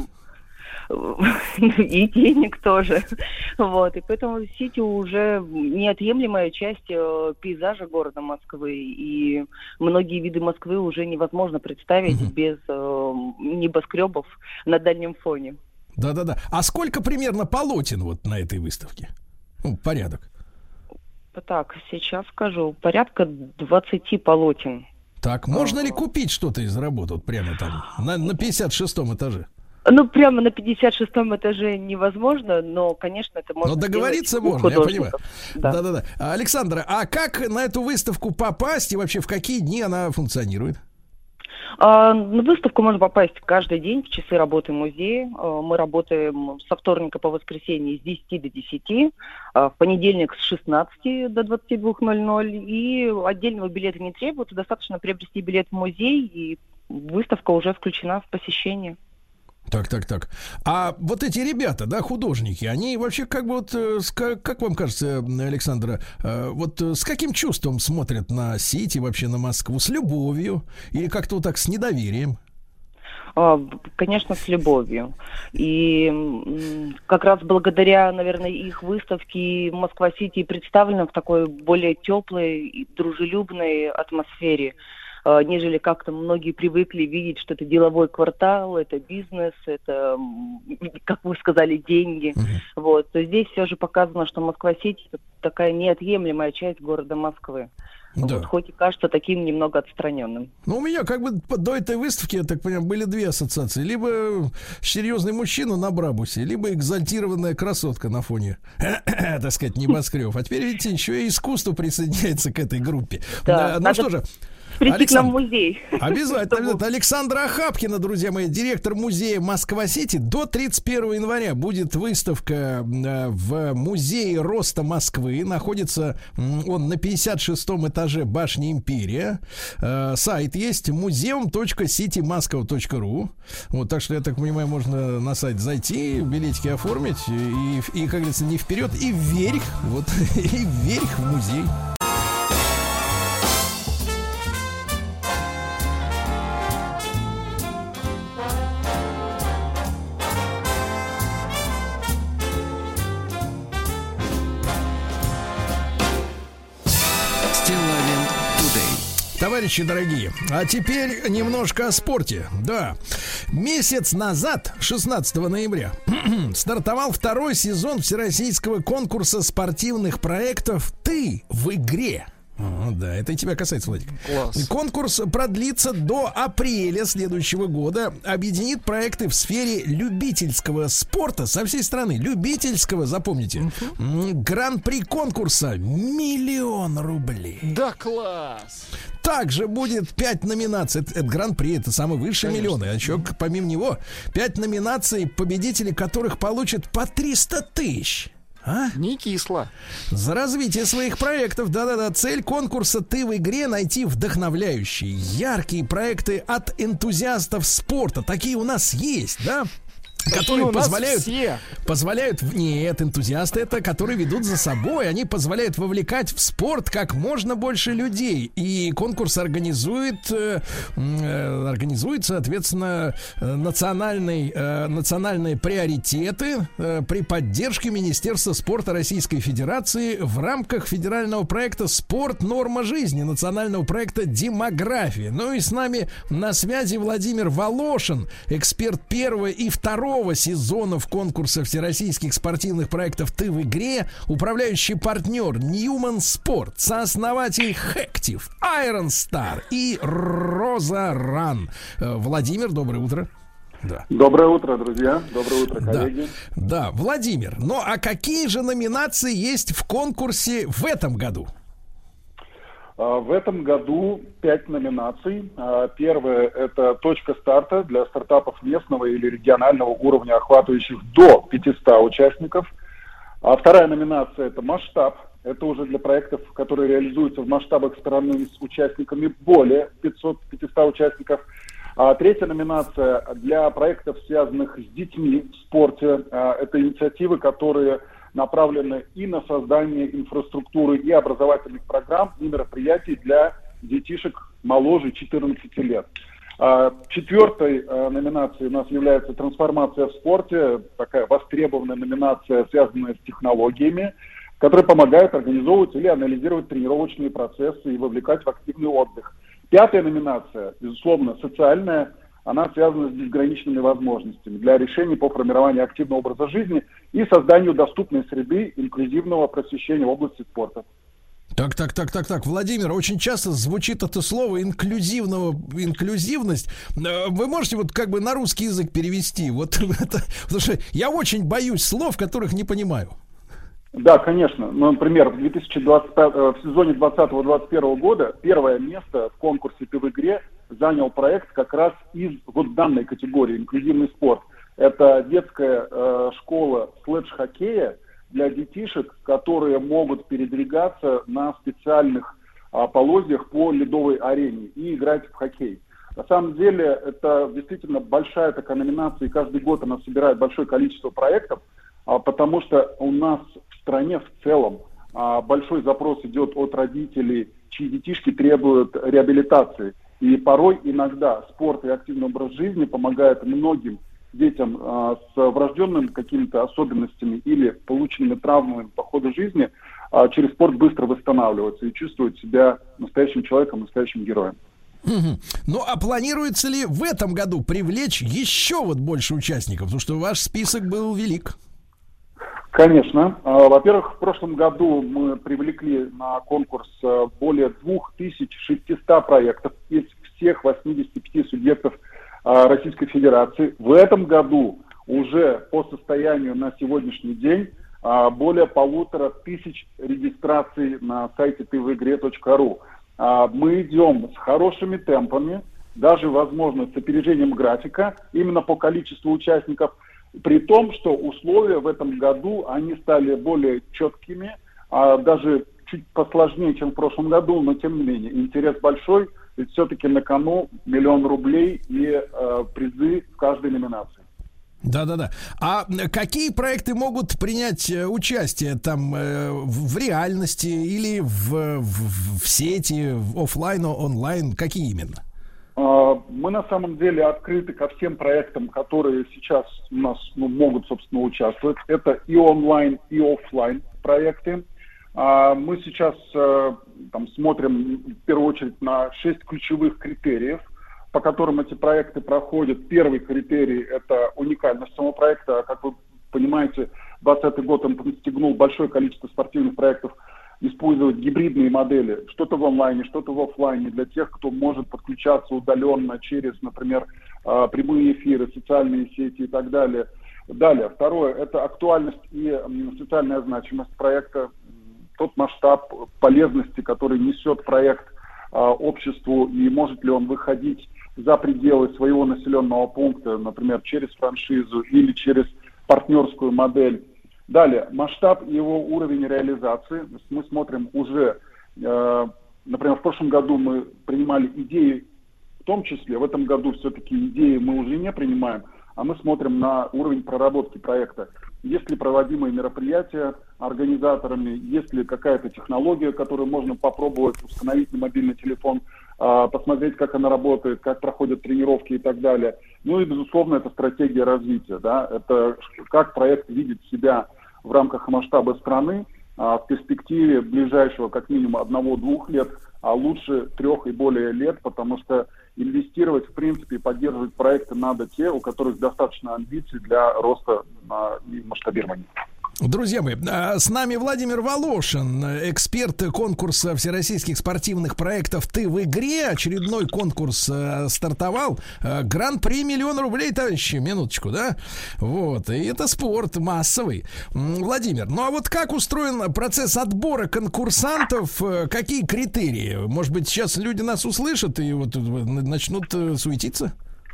Сити... И денег тоже. Вот. И поэтому Сити уже неотъемлемая часть пейзажа города Москвы. И многие виды Москвы уже невозможно представить угу. без небоскребов на дальнем фоне. Да-да-да. А сколько примерно полотен вот на этой выставке? Ну, порядок. Так, сейчас скажу. Порядка двадцати полотен. Так, можно ли купить что-то из работы вот прямо там, на, на пятьдесят шестом этаже? Ну, прямо на пятьдесят шестом этаже невозможно, но, конечно, это можно. Но договориться можно, я понимаю. Да. Да-да-да. Александра, а как на эту выставку попасть и вообще в какие дни она функционирует? На выставку можно попасть каждый день в часы работы музея. Мы работаем со вторника по воскресенье с десяти до десяти, в понедельник с шестнадцати до двадцати двух ноль-ноль. И отдельного билета не требуется, достаточно приобрести билет в музей, и выставка уже включена в посещение. Так, так, так. А вот эти ребята, да, художники, они вообще как бы вот, как, как вам кажется, Александра, вот с каким чувством смотрят на Сити, вообще на Москву? С любовью или как-то вот так с недоверием? Конечно, с любовью. И как раз благодаря, наверное, их выставке Москва-Сити представлена в такой более теплой и дружелюбной атмосфере, нежели как-то многие привыкли видеть, что это деловой квартал, это бизнес, это, как вы сказали, деньги. Uh-huh. Вот. То здесь все же показано, что Москва-Сити — это такая неотъемлемая часть города Москвы. Да. Вот, хоть и кажется таким немного отстраненным. Ну, у меня как бы до этой выставки, я так понимаю, были две ассоциации. Либо серьезный мужчина на Брабусе, либо экзальтированная красотка на фоне, так сказать, небоскребов. А теперь, видите, еще и искусство присоединяется к этой группе. Да, ну надо... что же... Прийти Александр... к нам в музей. Обязательно, обязательно. Александра Охапкина, друзья мои, директор музея Москва-Сити. До тридцать первого января будет выставка в музее роста Москвы. Находится он на пятьдесят шестом этаже башни Империя. Сайт есть музеум точка сити москва точка ру. Вот, так что, я так понимаю, можно на сайт зайти, билетики оформить и, и как говорится, не вперед, и вверх. Вот, и вверх в музей. Товарищи дорогие, а теперь немножко о спорте. Да, месяц назад, шестнадцатого ноября, стартовал второй сезон всероссийского конкурса спортивных проектов «Ты в игре». О, да, это и тебя касается, Владик. Класс. Конкурс продлится до апреля следующего года. Объединит проекты в сфере любительского спорта со всей страны. Любительского, запомните. Uh-huh. Гран-при конкурса миллион рублей. Да, класс. Также будет пять номинаций. Это, это гран-при, это самый высший миллион. А еще помимо него пять номинаций, победители которых получат по триста тысяч. А? Не кисло. За развитие своих проектов, да-да-да, цель конкурса «Ты в игре» — найти вдохновляющие, яркие проекты от энтузиастов спорта. Такие у нас есть, да? которые у нас позволяют, все. позволяют, нет, энтузиасты это, которые ведут за собой, они позволяют вовлекать в спорт как можно больше людей, и конкурс организует, э, э, организует, соответственно, национальный, э, национальные приоритеты э, при поддержке Министерства спорта Российской Федерации в рамках федерального проекта «Спорт. Норма жизни», национального проекта «Демография». Ну и с нами на связи Владимир Волошин, эксперт первого и второго сезонов конкурса всероссийских спортивных проектов «Ты в игре», управляющий партнер Ньюман Спорт, сооснователь Хэктив, Iron Star и Роза Ран. Владимир, доброе утро. Да. Доброе утро, друзья. Доброе утро, коллеги. Да, да, Владимир, ну а какие же номинации есть в конкурсе в этом году? В этом году пять номинаций. Первая – это точка старта для стартапов местного или регионального уровня, охватывающих до пятисот участников. А вторая номинация – это масштаб. Это уже для проектов, которые реализуются в масштабах страны с участниками более пятисот участников. А третья номинация для проектов, связанных с детьми в спорте. Это инициативы, которые направлены и на создание инфраструктуры, и образовательных программ, и мероприятий для детишек моложе четырнадцати лет. Четвертой номинацией у нас является трансформация в спорте, такая востребованная номинация, связанная с технологиями, которая помогает организовывать или анализировать тренировочные процессы и вовлекать в активный отдых. Пятая номинация, безусловно, социальная. Она связана с безграничными возможностями для решений по формированию активного образа жизни и созданию доступной среды инклюзивного просвещения в области спорта. Так, так, так, так, так. Владимир, очень часто звучит это слово инклюзивного, инклюзивность. Вы можете вот как бы на русский язык перевести? Вот это, потому что я очень боюсь слов, которых не понимаю. Да, конечно. Ну, например, в, две тысячи двадцать, в сезоне двадцатого-двадцать первого года первое место в конкурсе «Ты в игре» занял проект как раз из вот данной категории «Инклюзивный спорт». Это детская э, школа слэдж-хоккея для детишек, которые могут передвигаться на специальных э, полозьях по ледовой арене и играть в хоккей. На самом деле это действительно большая такая номинация, и каждый год она собирает большое количество проектов, э, потому что у нас в стране в целом э, большой запрос идет от родителей, чьи детишки требуют реабилитации. И порой иногда спорт и активный образ жизни помогает многим детям э, с врожденными какими-то особенностями или полученными травмами по ходу жизни э, через спорт быстро восстанавливаться и чувствовать себя настоящим человеком, настоящим героем. Угу. Ну а планируется ли в этом году привлечь еще вот больше участников? Потому что ваш список был велик. Конечно. Во-первых, в прошлом году мы привлекли на конкурс более две тысячи шестьсот проектов из всех восьмидесяти пяти субъектов Российской Федерации. В этом году уже по состоянию на сегодняшний день более полутора тысяч регистраций на сайте ты в игре точка ру. Мы идем с хорошими темпами, даже, возможно, с опережением графика, именно по количеству участников. При том, что условия в этом году, они стали более четкими, а даже чуть посложнее, чем в прошлом году, но тем не менее, интерес большой, ведь все-таки на кону миллион рублей и э, призы в каждой номинации. Да-да-да. А какие проекты могут принять участие там э, в реальности или в, в, в сети, в офлайн, онлайн? Какие именно? Мы на самом деле открыты ко всем проектам, которые сейчас у нас ну, могут, собственно, участвовать. Это и онлайн, и офлайн проекты. Мы сейчас там, смотрим в первую очередь на шесть ключевых критериев, по которым эти проекты проходят. Первый критерий – это уникальность самого проекта. Как вы понимаете, двадцатый год он подстегнул большое количество спортивных проектов использовать гибридные модели, что-то в онлайне, что-то в офлайне, для тех, кто может подключаться удаленно через, например, прямые эфиры, социальные сети и так далее. Далее, второе, это актуальность и социальная значимость проекта, тот масштаб полезности, который несет проект обществу, и может ли он выходить за пределы своего населенного пункта, например, через франшизу или через партнерскую модель. Далее, масштаб и его уровень реализации. Мы смотрим уже, э, например, в прошлом году мы принимали идеи, в том числе, в этом году все-таки идеи мы уже не принимаем, а мы смотрим на уровень проработки проекта. Есть ли проводимые мероприятия организаторами, есть ли какая-то технология, которую можно попробовать установить на мобильный телефон, посмотреть, как она работает, как проходят тренировки и так далее. Ну и, безусловно, это стратегия развития. Да? Это как проект видит себя в рамках масштаба страны в перспективе ближайшего как минимум одного-двух лет, а лучше трех и более лет, потому что инвестировать, в принципе, и поддерживать проекты надо те, у которых достаточно амбиций для роста и масштабирования. Друзья мои, с нами Владимир Волошин, эксперт конкурса всероссийских спортивных проектов «Ты в игре». Очередной конкурс стартовал. Гран-при миллион рублей, товарищи, минуточку, да? Вот, и это спорт массовый. Владимир, ну а вот как устроен процесс отбора конкурсантов? Какие критерии? Может быть, сейчас люди нас услышат и вот начнут суетиться?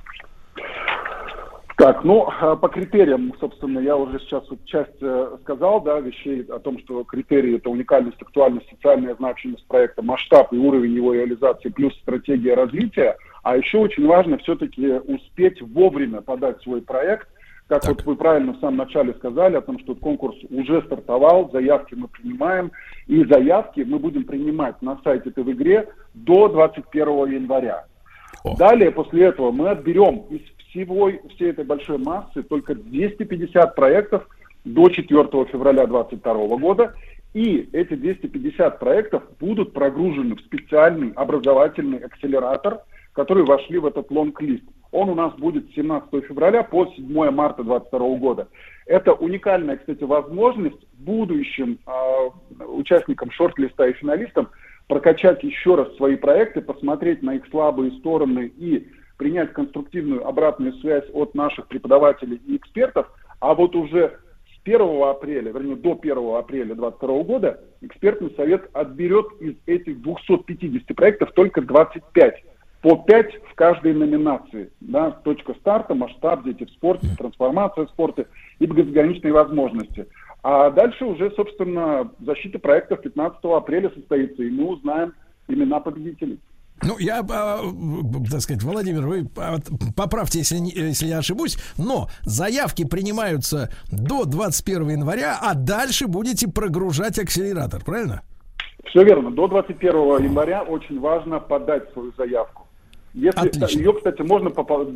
Так, ну, по критериям, собственно, я уже сейчас вот часть э, сказал, да, вещей о том, что критерии — это уникальность, актуальность, социальная значимость проекта, масштаб и уровень его реализации, плюс стратегия развития. А еще очень важно все-таки успеть вовремя подать свой проект. Как так. Вот вы правильно в самом начале сказали о том, что конкурс уже стартовал, заявки мы принимаем, и заявки мы будем принимать на сайте «Ты в игре» до двадцать первого января. О. Далее, после этого, мы отберем из всего, всей этой большой массы только двести пятьдесят проектов до четвёртого февраля две тысячи двадцать второго года. И эти двести пятьдесят проектов будут прогружены в специальный образовательный акселератор, которые вошли в этот лонг-лист. Он у нас будет с семнадцатого февраля по седьмого марта две тысячи двадцать второго года. Это уникальная, кстати, возможность будущим э, участникам шорт-листа и финалистам прокачать еще раз свои проекты, посмотреть на их слабые стороны и принять конструктивную обратную связь от наших преподавателей и экспертов, а вот уже с первого апреля, вернее до первого апреля две тысячи двадцать второго года экспертный совет отберет из этих двухсот пятидесяти проектов только двадцать пять, по пять в каждой номинации, да, точка старта, масштаб, дети в спорте, трансформация в спорте и безграничные возможности. А дальше уже, собственно, защита проектов пятнадцатого апреля состоится, и мы узнаем имена победителей. Ну, я, так сказать, Владимир, вы поправьте, если, если я ошибусь, но заявки принимаются до двадцать первого января, а дальше будете прогружать акселератор, правильно? Все верно. До двадцать первого января очень важно подать свою заявку. Если, ее, кстати, можно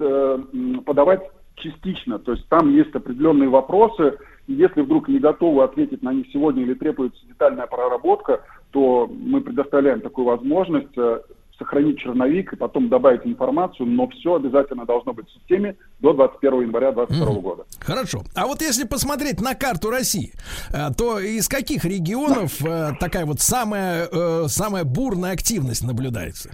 подавать частично, то есть там есть определенные вопросы, и если вдруг не готовы ответить на них сегодня или требуется детальная проработка, то мы предоставляем такую возможность сохранить черновик и потом добавить информацию, но все обязательно должно быть в системе до двадцать первого января две тысячи двадцать второго года. Хорошо. А вот если посмотреть на карту России, то из каких регионов такая вот самая, самая бурная активность наблюдается?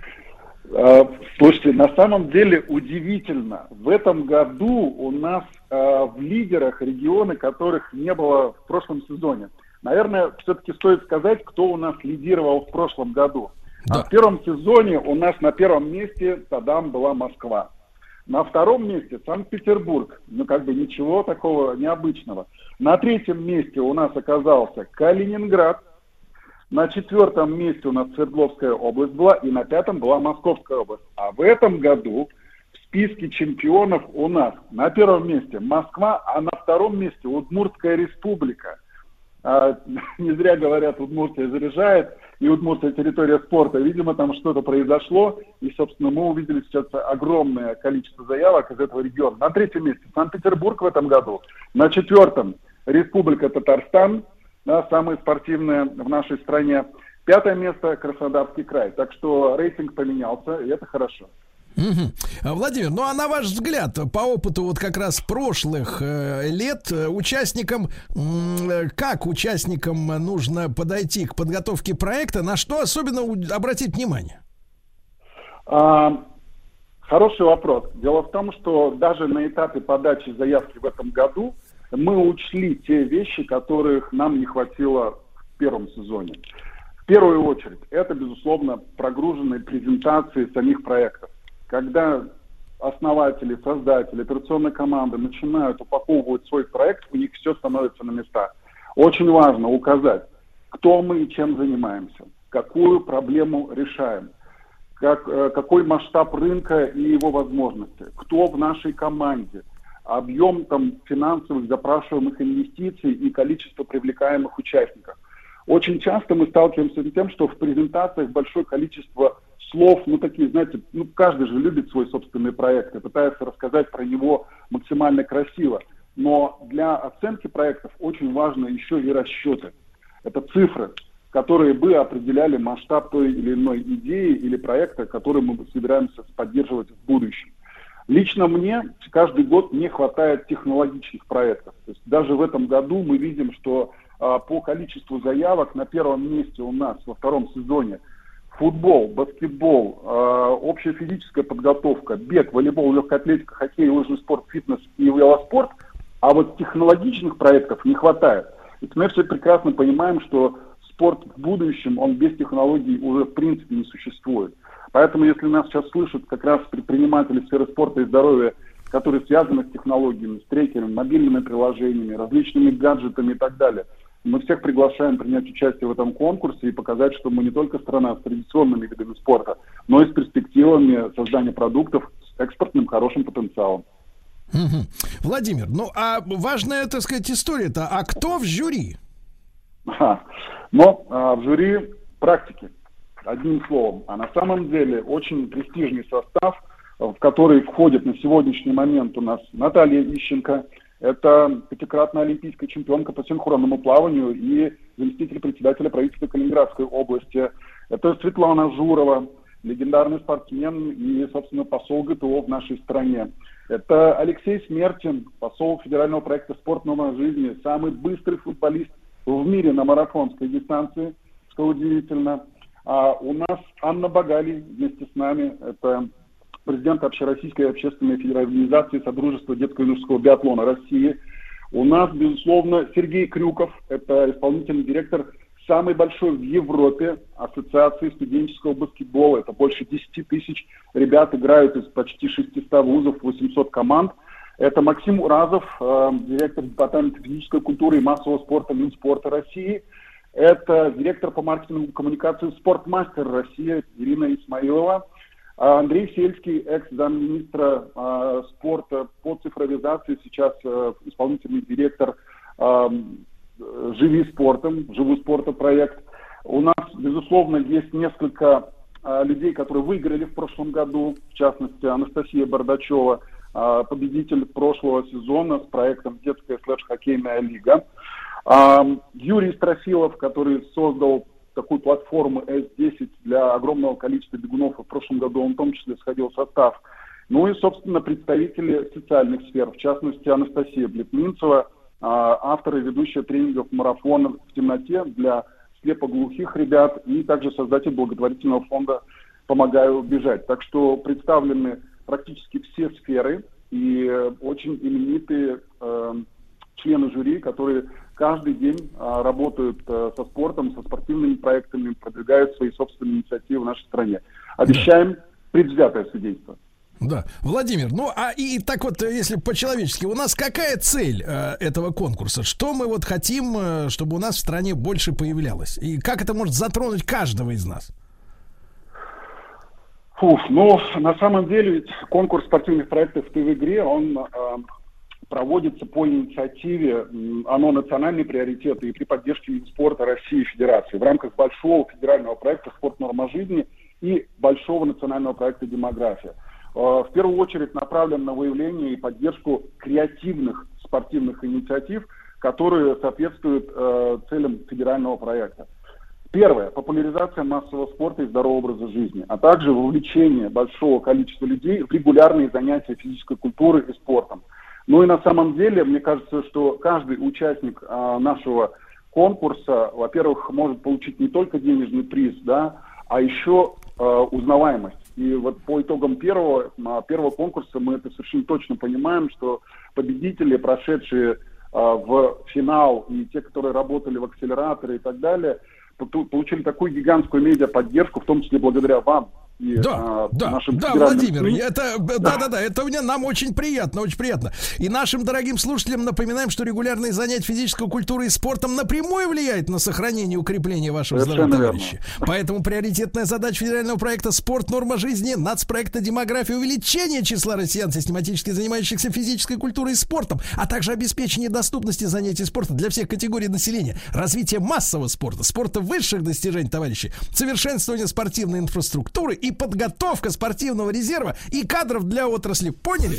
Слушайте, на самом деле удивительно. В этом году у нас в лидерах регионы, которых не было в прошлом сезоне. Наверное, все-таки стоит сказать, кто у нас лидировал в прошлом году. Да. А в первом сезоне у нас на первом месте тогда была Москва. На втором месте Санкт-Петербург. Ну, как бы ничего такого необычного. На третьем месте у нас оказался Калининград. На четвертом месте у нас Свердловская область была. И на пятом была Московская область. А в этом году в списке чемпионов у нас на первом месте Москва, а на втором месте Удмуртская республика. А, не зря говорят, Удмуртия заряжает, и Удмуртия территория спорта. Видимо, там что-то произошло, и, собственно, мы увидели сейчас огромное количество заявок из этого региона. На третьем месте Санкт-Петербург в этом году, на четвертом Республика Татарстан, да, самая спортивная в нашей стране. Пятое место Краснодарский край. Так что рейтинг поменялся, и это хорошо. Угу. Владимир, ну а на ваш взгляд, по опыту вот как раз прошлых э, лет, участникам, э, как участникам нужно подойти к подготовке проекта, на что особенно обратить внимание? А, хороший вопрос. Дело в том, что даже на этапе подачи заявки в этом году мы учли те вещи, которых нам не хватило в первом сезоне. В первую очередь, это, безусловно, прогруженные презентации самих проектов. Когда основатели, создатели, операционные команды начинают упаковывать свой проект, у них все становится на местах. Очень важно указать, кто мы и чем занимаемся, какую проблему решаем, как, какой масштаб рынка и его возможности, кто в нашей команде, объем там финансовых запрашиваемых инвестиций и количество привлекаемых участников. Очень часто мы сталкиваемся с тем, что в презентациях большое количество слов, ну такие, знаете, ну каждый же любит свой собственный проект и пытается рассказать про него максимально красиво. Но для оценки проектов очень важно еще и расчеты. Это цифры, которые бы определяли масштаб той или иной идеи или проекта, который мы собираемся поддерживать в будущем. Лично мне каждый год не хватает технологичных проектов. То есть даже в этом году мы видим, что а, по количеству заявок на первом месте у нас во втором сезоне футбол, баскетбол, а, общая физическая подготовка, бег, волейбол, легкая атлетика, хоккей, лыжный спорт, фитнес и велоспорт. А вот технологичных проектов не хватает. И мы все прекрасно понимаем, что спорт в будущем, он без технологий уже в принципе не существует. Поэтому, если нас сейчас слышат как раз предприниматели сферы спорта и здоровья, которые связаны с технологиями, с трекерами, мобильными приложениями, различными гаджетами и так далее, мы всех приглашаем принять участие в этом конкурсе и показать, что мы не только страна с традиционными видами спорта, но и с перспективами создания продуктов с экспортным хорошим потенциалом. Угу. Владимир, ну а важная, так сказать, история-то, а кто в жюри? Ага. Но а, в жюри практики. Одним словом. А на самом деле очень престижный состав, в который входит на сегодняшний момент у нас Наталья Ищенко. Это пятикратная олимпийская чемпионка по синхронному плаванию и заместитель председателя правительства Калининградской области. Это Светлана Журова, легендарный спортсмен и, собственно, посол ГТО в нашей стране. Это Алексей Смертин, посол федерального проекта «Спорт новой жизни», самый быстрый футболист в мире на марафонской дистанции, что удивительно. А у нас Анна Багали вместе с нами, это президент Общероссийской общественной федеральной организации Содружества детского и юношеского биатлона России. У нас, безусловно, Сергей Крюков, это исполнительный директор самой большой в Европе ассоциации студенческого баскетбола. Это больше десять тысяч ребят играют из почти шестисот вузов, восемьсот команд. Это Максим Уразов, э, директор департамента физической культуры и массового спорта Минспорта России. Это директор по маркетингу и коммуникации «Спортмастер России» Ирина Исмаилова. Андрей Сельский, экс-замминистра э, спорта по цифровизации, сейчас э, исполнительный директор э, «Живи спортом», «Живу спорта» проект. У нас, безусловно, есть несколько э, людей, которые выиграли в прошлом году, в частности, Анастасия Бардачева, э, победитель прошлого сезона с проектом «Детская слэш-хоккейная лига». Э, Юрий Строфилов, который создал такую платформу эс десять для огромного количества бегунов, в прошлом году он в том числе сходил в состав. Ну и, собственно, представители социальных сфер, в частности, Анастасия Блетминцева, автор и ведущая тренингов марафонов в темноте для слепоглухих ребят и также создатель благотворительного фонда «Помогаю бежать». Так что представлены практически все сферы и очень именитые э, члены жюри, которые каждый день а, работают а, со спортом, со спортивными проектами, продвигают свои собственные инициативы в нашей стране. Обещаем предвзятое свидетельство. Да, Владимир, ну а и так вот, если по-человечески, у нас какая цель э, этого конкурса? Что мы вот хотим, э, чтобы у нас в стране больше появлялось? И как это может затронуть каждого из нас? Фух, ну, на самом деле, ведь конкурс спортивных проектов «Ты в игре», он э, проводится по инициативе ОНО «Национальный приоритет» и при поддержке Минспорта России и Федерации в рамках большого федерального проекта «Спорт норма жизни» и большого национального проекта «Демография». В первую очередь направлен на выявление и поддержку креативных спортивных инициатив, которые соответствуют э, целям федерального проекта. Первое. Популяризация массового спорта и здорового образа жизни, а также вовлечение большого количества людей в регулярные занятия физической культуры и спортом. Ну и на самом деле, мне кажется, что каждый участник э, нашего конкурса, во-первых, может получить не только денежный приз, да, а еще э, узнаваемость. И вот по итогам первого, первого конкурса мы это совершенно точно понимаем, что победители, прошедшие э, в финал, и те, которые работали в акселераторе и так далее, получили такую гигантскую медиаподдержку, в том числе благодаря вам, И, да, а, да, да, Владимир, СМИ. это, да. да, да, да, это у меня, нам очень приятно, очень приятно. И нашим дорогим слушателям напоминаем, что регулярные занятия физической культурой и спортом напрямую влияют на сохранение и укрепление вашего здоровья, товарищи. Поэтому приоритетная задача федерального проекта «Спорт. Норма жизни», нацпроекта «Демография» увеличение числа россиян, систематически занимающихся физической культурой и спортом, а также обеспечение доступности занятий спорта для всех категорий населения, развитие массового спорта, спорта высших достижений, товарищи, совершенствование спортивной инфраструктуры и подготовка спортивного резерва и кадров для отрасли. Поняли?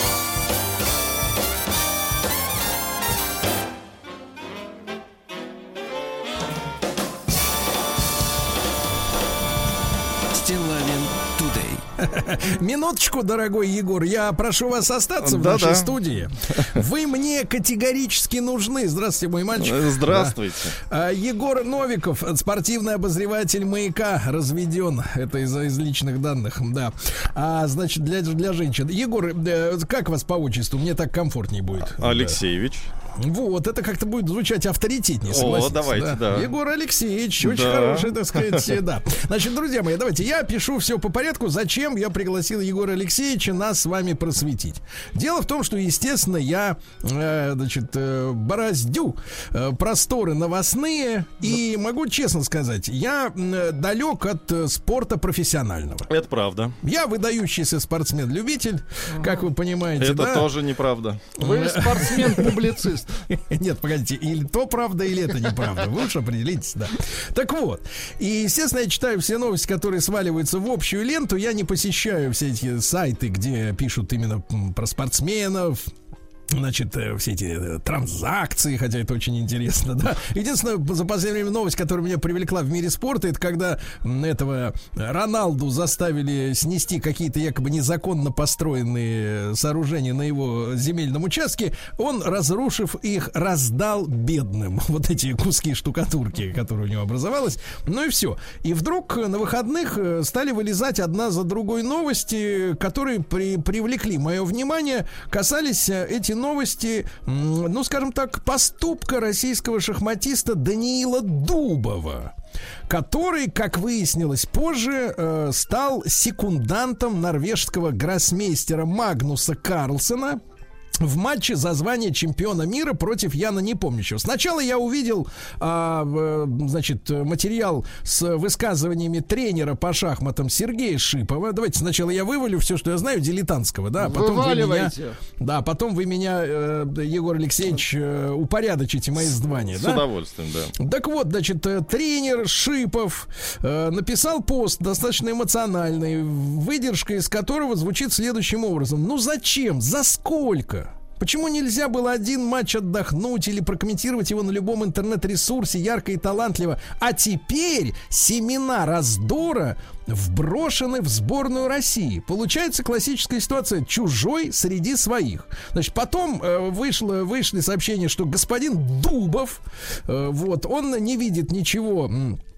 Минуточку, дорогой Егор, я прошу вас остаться в да, нашей да. студии. Вы мне категорически нужны. Здравствуйте, мой мальчик. Здравствуйте. Да. Егор Новиков, спортивный обозреватель «Маяка», разведен. Это из, из личных данных, да. А, значит, для, для женщин. Егор, как вас по отчеству? Мне так комфортнее будет. Алексеевич. Вот, это как-то будет звучать авторитетнее, согласитесь. О, давайте, да. да. Егор Алексеевич, очень да. хороший, так сказать, да. Значит, друзья мои, давайте я пишу все по порядку. Зачем я пригласил Егора Алексеевича нас с вами просветить? Дело в том, что, естественно, я, э, значит, э, бороздю э, просторы новостные и могу честно сказать, я э, далек от э, спорта профессионального. Это правда. Я выдающийся спортсмен-любитель, как вы понимаете. Это да? тоже неправда. Вы спортсмен-публицист. Нет, погодите, или то правда, или это неправда. Вы уж определитесь, да. Так вот, и, естественно, я читаю все новости, которые сваливаются в общую ленту. Я не посещаю все эти сайты, где пишут именно про спортсменов, значит, все эти транзакции, хотя это очень интересно, да. Единственное, за последнее время новость, которая меня привлекла в мире спорта, это когда этого Роналду заставили снести какие-то якобы незаконно построенные сооружения на его земельном участке. Он, разрушив их, раздал бедным вот эти куски штукатурки, которые у него образовалось. Ну и все. И вдруг на выходных стали вылезать одна за другой новости, которые при, привлекли мое внимание, касались эти новости, ну, скажем так, поступка российского шахматиста Даниила Дубова, который, как выяснилось позже, э, стал секундантом норвежского гроссмейстера Магнуса Карлсена в матче за звание чемпиона мира против Яна Непомнящего. Сначала я увидел, а, значит, материал с высказываниями тренера по шахматам Сергея Шипова. Давайте сначала я вывалю все, что я знаю, дилетантского, да. Потом вы меня, да, потом вы меня, э, Егор Алексеевич, э, упорядочите мои звания. С да? удовольствием, да. Так вот, значит, тренер Шипов э, написал пост достаточно эмоциональный, выдержка из которого звучит следующим образом. Ну зачем? За сколько? Почему нельзя было один матч отдохнуть или прокомментировать его на любом интернет-ресурсе ярко и талантливо? А теперь семена раздора вброшены в сборную России. Получается классическая ситуация: чужой среди своих. Значит, потом э, вышло, вышли сообщения, что господин Дубов, э, вот, он не видит ничего...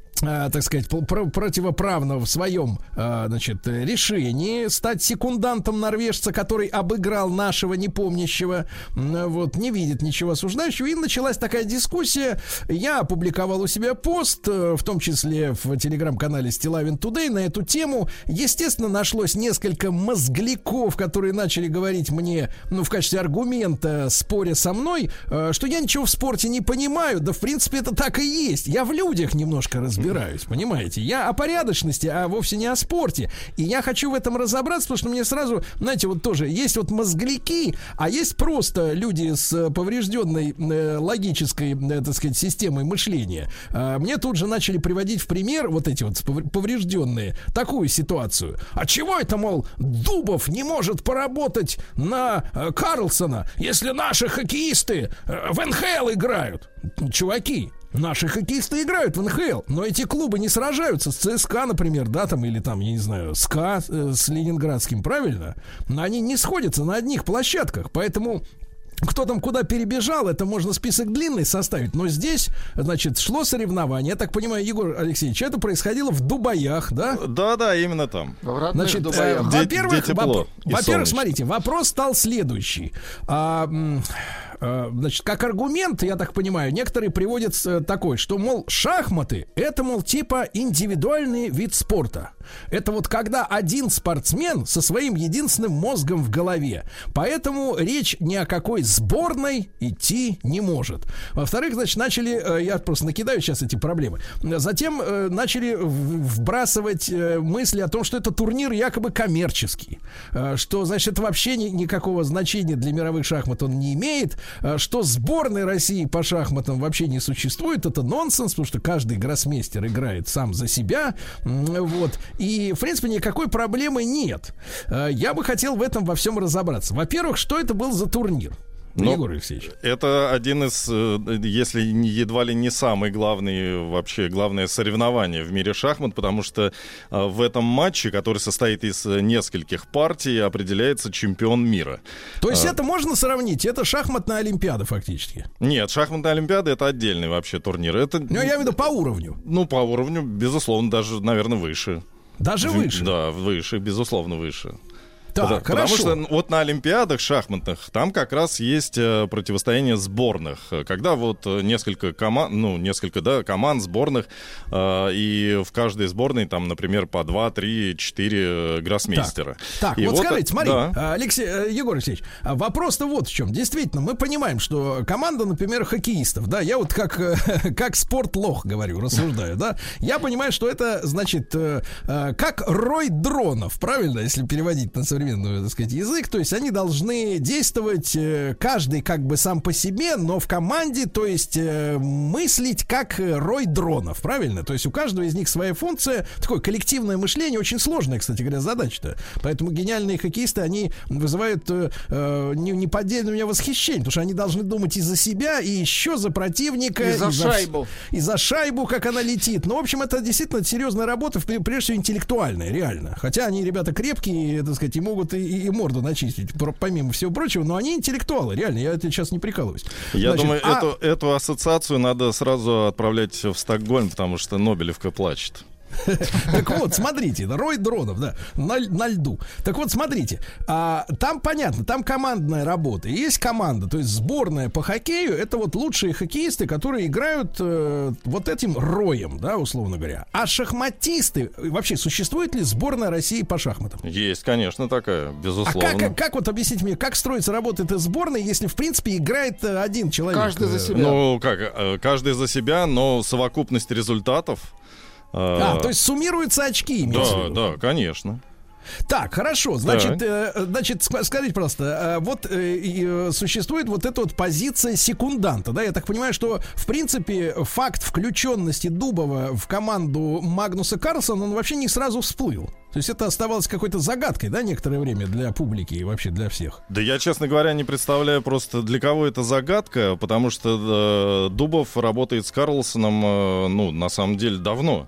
А, так сказать, противоправно в своем, а, значит, решении стать секундантом норвежца, который обыграл нашего непомнящего, вот, не видит ничего осуждающего. И началась такая дискуссия. Я опубликовал у себя пост, в том числе в телеграм-канале Стилавин Тудей, на эту тему. Естественно, нашлось несколько мозгляков, которые начали говорить мне, ну, в качестве аргумента, споря со мной, что я ничего в спорте не понимаю. Да, в принципе, это так и есть. Я в людях немножко разбираюсь. Понимаете? Я о порядочности, а вовсе не о спорте. И я хочу в этом разобраться, потому что мне сразу, знаете, вот тоже есть вот мозгляки, а есть просто люди с поврежденной э, логической, э, так сказать, системой мышления. Э, мне тут же начали приводить в пример вот эти вот поврежденные такую ситуацию. А чего это, мол, Дубов не может поработать на э, Карлсона, если наши хоккеисты э, в эн ха эл играют? Чуваки, наши хоккеисты играют в эн ха эл, но эти клубы не сражаются с ЦСКА, например, да, там, или там, я не знаю, СКА э, с Ленинградским, правильно? Но они не сходятся на одних площадках, поэтому... Кто там куда перебежал, это можно список длинный составить. Но здесь, значит, шло соревнование. Я так понимаю, Егор Алексеевич, это происходило в Дубаях, да? Да-да, именно там. Значит, э, во-первых, во- во-первых, смотрите, вопрос стал следующий. А, Значит, как аргумент, я так понимаю, некоторые приводят такой, что, мол, шахматы — это, мол, типа индивидуальный вид спорта. Это вот когда один спортсмен со своим единственным мозгом в голове. Поэтому речь ни о какой сборной идти не может. Во-вторых, значит, начали, я просто накидаю сейчас эти проблемы, затем начали вбрасывать мысли о том, что это турнир якобы коммерческий, что, значит, вообще ни, никакого значения для мировых шахмат он не имеет, что сборной России по шахматам вообще не существует. Это нонсенс, потому что каждый гроссмейстер играет сам за себя. Вот. И, в принципе, никакой проблемы нет. Я бы хотел в этом во всем разобраться. Во-первых, что это был за турнир? Ну, Егор Алексеевич. Это один из, если едва ли не самый главный, вообще главное соревнование в мире шахмат, потому что в этом матче, который состоит из нескольких партий, определяется чемпион мира. То есть а... это можно сравнить? Это шахматная олимпиада фактически? Нет, шахматная олимпиада — это отдельный вообще турнир. Это... Ну, я имею в виду по уровню. Ну, по уровню, безусловно, даже, наверное, выше. Даже выше? Да, выше, безусловно, выше. Так, потому, хорошо. потому что вот на олимпиадах шахматных там как раз есть э, противостояние сборных, когда вот несколько команд, ну несколько да команд сборных, э, и в каждой сборной там, например, по два, три, четыре гроссмейстера. Так, так и вот, вот скажите, смотри, да. Алексей, Егор Алексеевич, вопрос-то вот в чем. Действительно, мы понимаем, что команда, например, хоккеистов, да, я вот как как спортлох говорю, рассуждаю, да, я понимаю, что это значит как рой дронов, правильно, если переводить на современный, так сказать, язык, то есть они должны действовать э, каждый как бы сам по себе, но в команде, то есть э, мыслить как рой дронов, правильно? То есть у каждого из них своя функция, такое коллективное мышление, очень сложная, кстати говоря, задача-то. Поэтому гениальные хоккеисты, они вызывают э, э, неподдельное у меня восхищение, потому что они должны думать и за себя, и еще за противника. И за и шайбу. За, и за шайбу, как она летит. Ну, в общем, это действительно серьезная работа, прежде всего интеллектуальная, реально. Хотя они, ребята, крепкие, так сказать, и могут и, и морду начистить, помимо всего прочего, но они интеллектуалы, реально, я это сейчас не прикалываюсь. Я Значит, думаю, а... эту, эту ассоциацию надо сразу отправлять в Стокгольм, потому что Нобелевка плачет. Так вот, смотрите, рой дронов, да, на, на льду. Так вот, смотрите, а, там понятно, там командная работа. Есть команда, то есть сборная по хоккею. Это вот лучшие хоккеисты, которые играют э, вот этим роем, да, условно говоря. А шахматисты, вообще, существует ли сборная России по шахматам? Есть, конечно, такая, безусловно. А как, как вот, объясните мне, как строится работа этой сборной, если, в принципе, играет один человек? Каждый за себя. Ну, как, каждый за себя, но совокупность результатов. А, то есть суммируются очки. Да, да, конечно. Так, хорошо, значит, э, значит, скажите, пожалуйста, э, вот э, существует вот эта вот позиция секунданта, да, я так понимаю, что, в принципе, факт включенности Дубова в команду Магнуса Карлсона, он вообще не сразу всплыл. То есть это оставалось какой-то загадкой, да, некоторое время для публики и вообще для всех. Да я, честно говоря, не представляю просто, для кого это загадка, потому что э, Дубов работает с Карлсоном, э, ну, на самом деле, давно.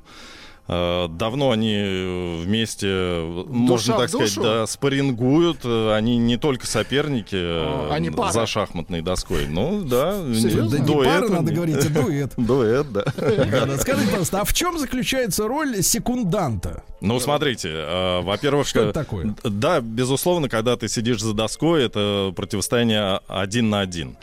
Давно они вместе, душа можно так сказать, да, спаррингуют. Они не только соперники а, они за шахматной доской. Ну, да. Серьезно? Не, дуэт, пара, надо говорить, а дуэт. Дуэт, да. Скажите, пожалуйста, а в чем заключается роль секунданта? Ну, смотрите, во-первых... Что это такое? Да, безусловно, когда ты сидишь за доской, это противостояние один на один.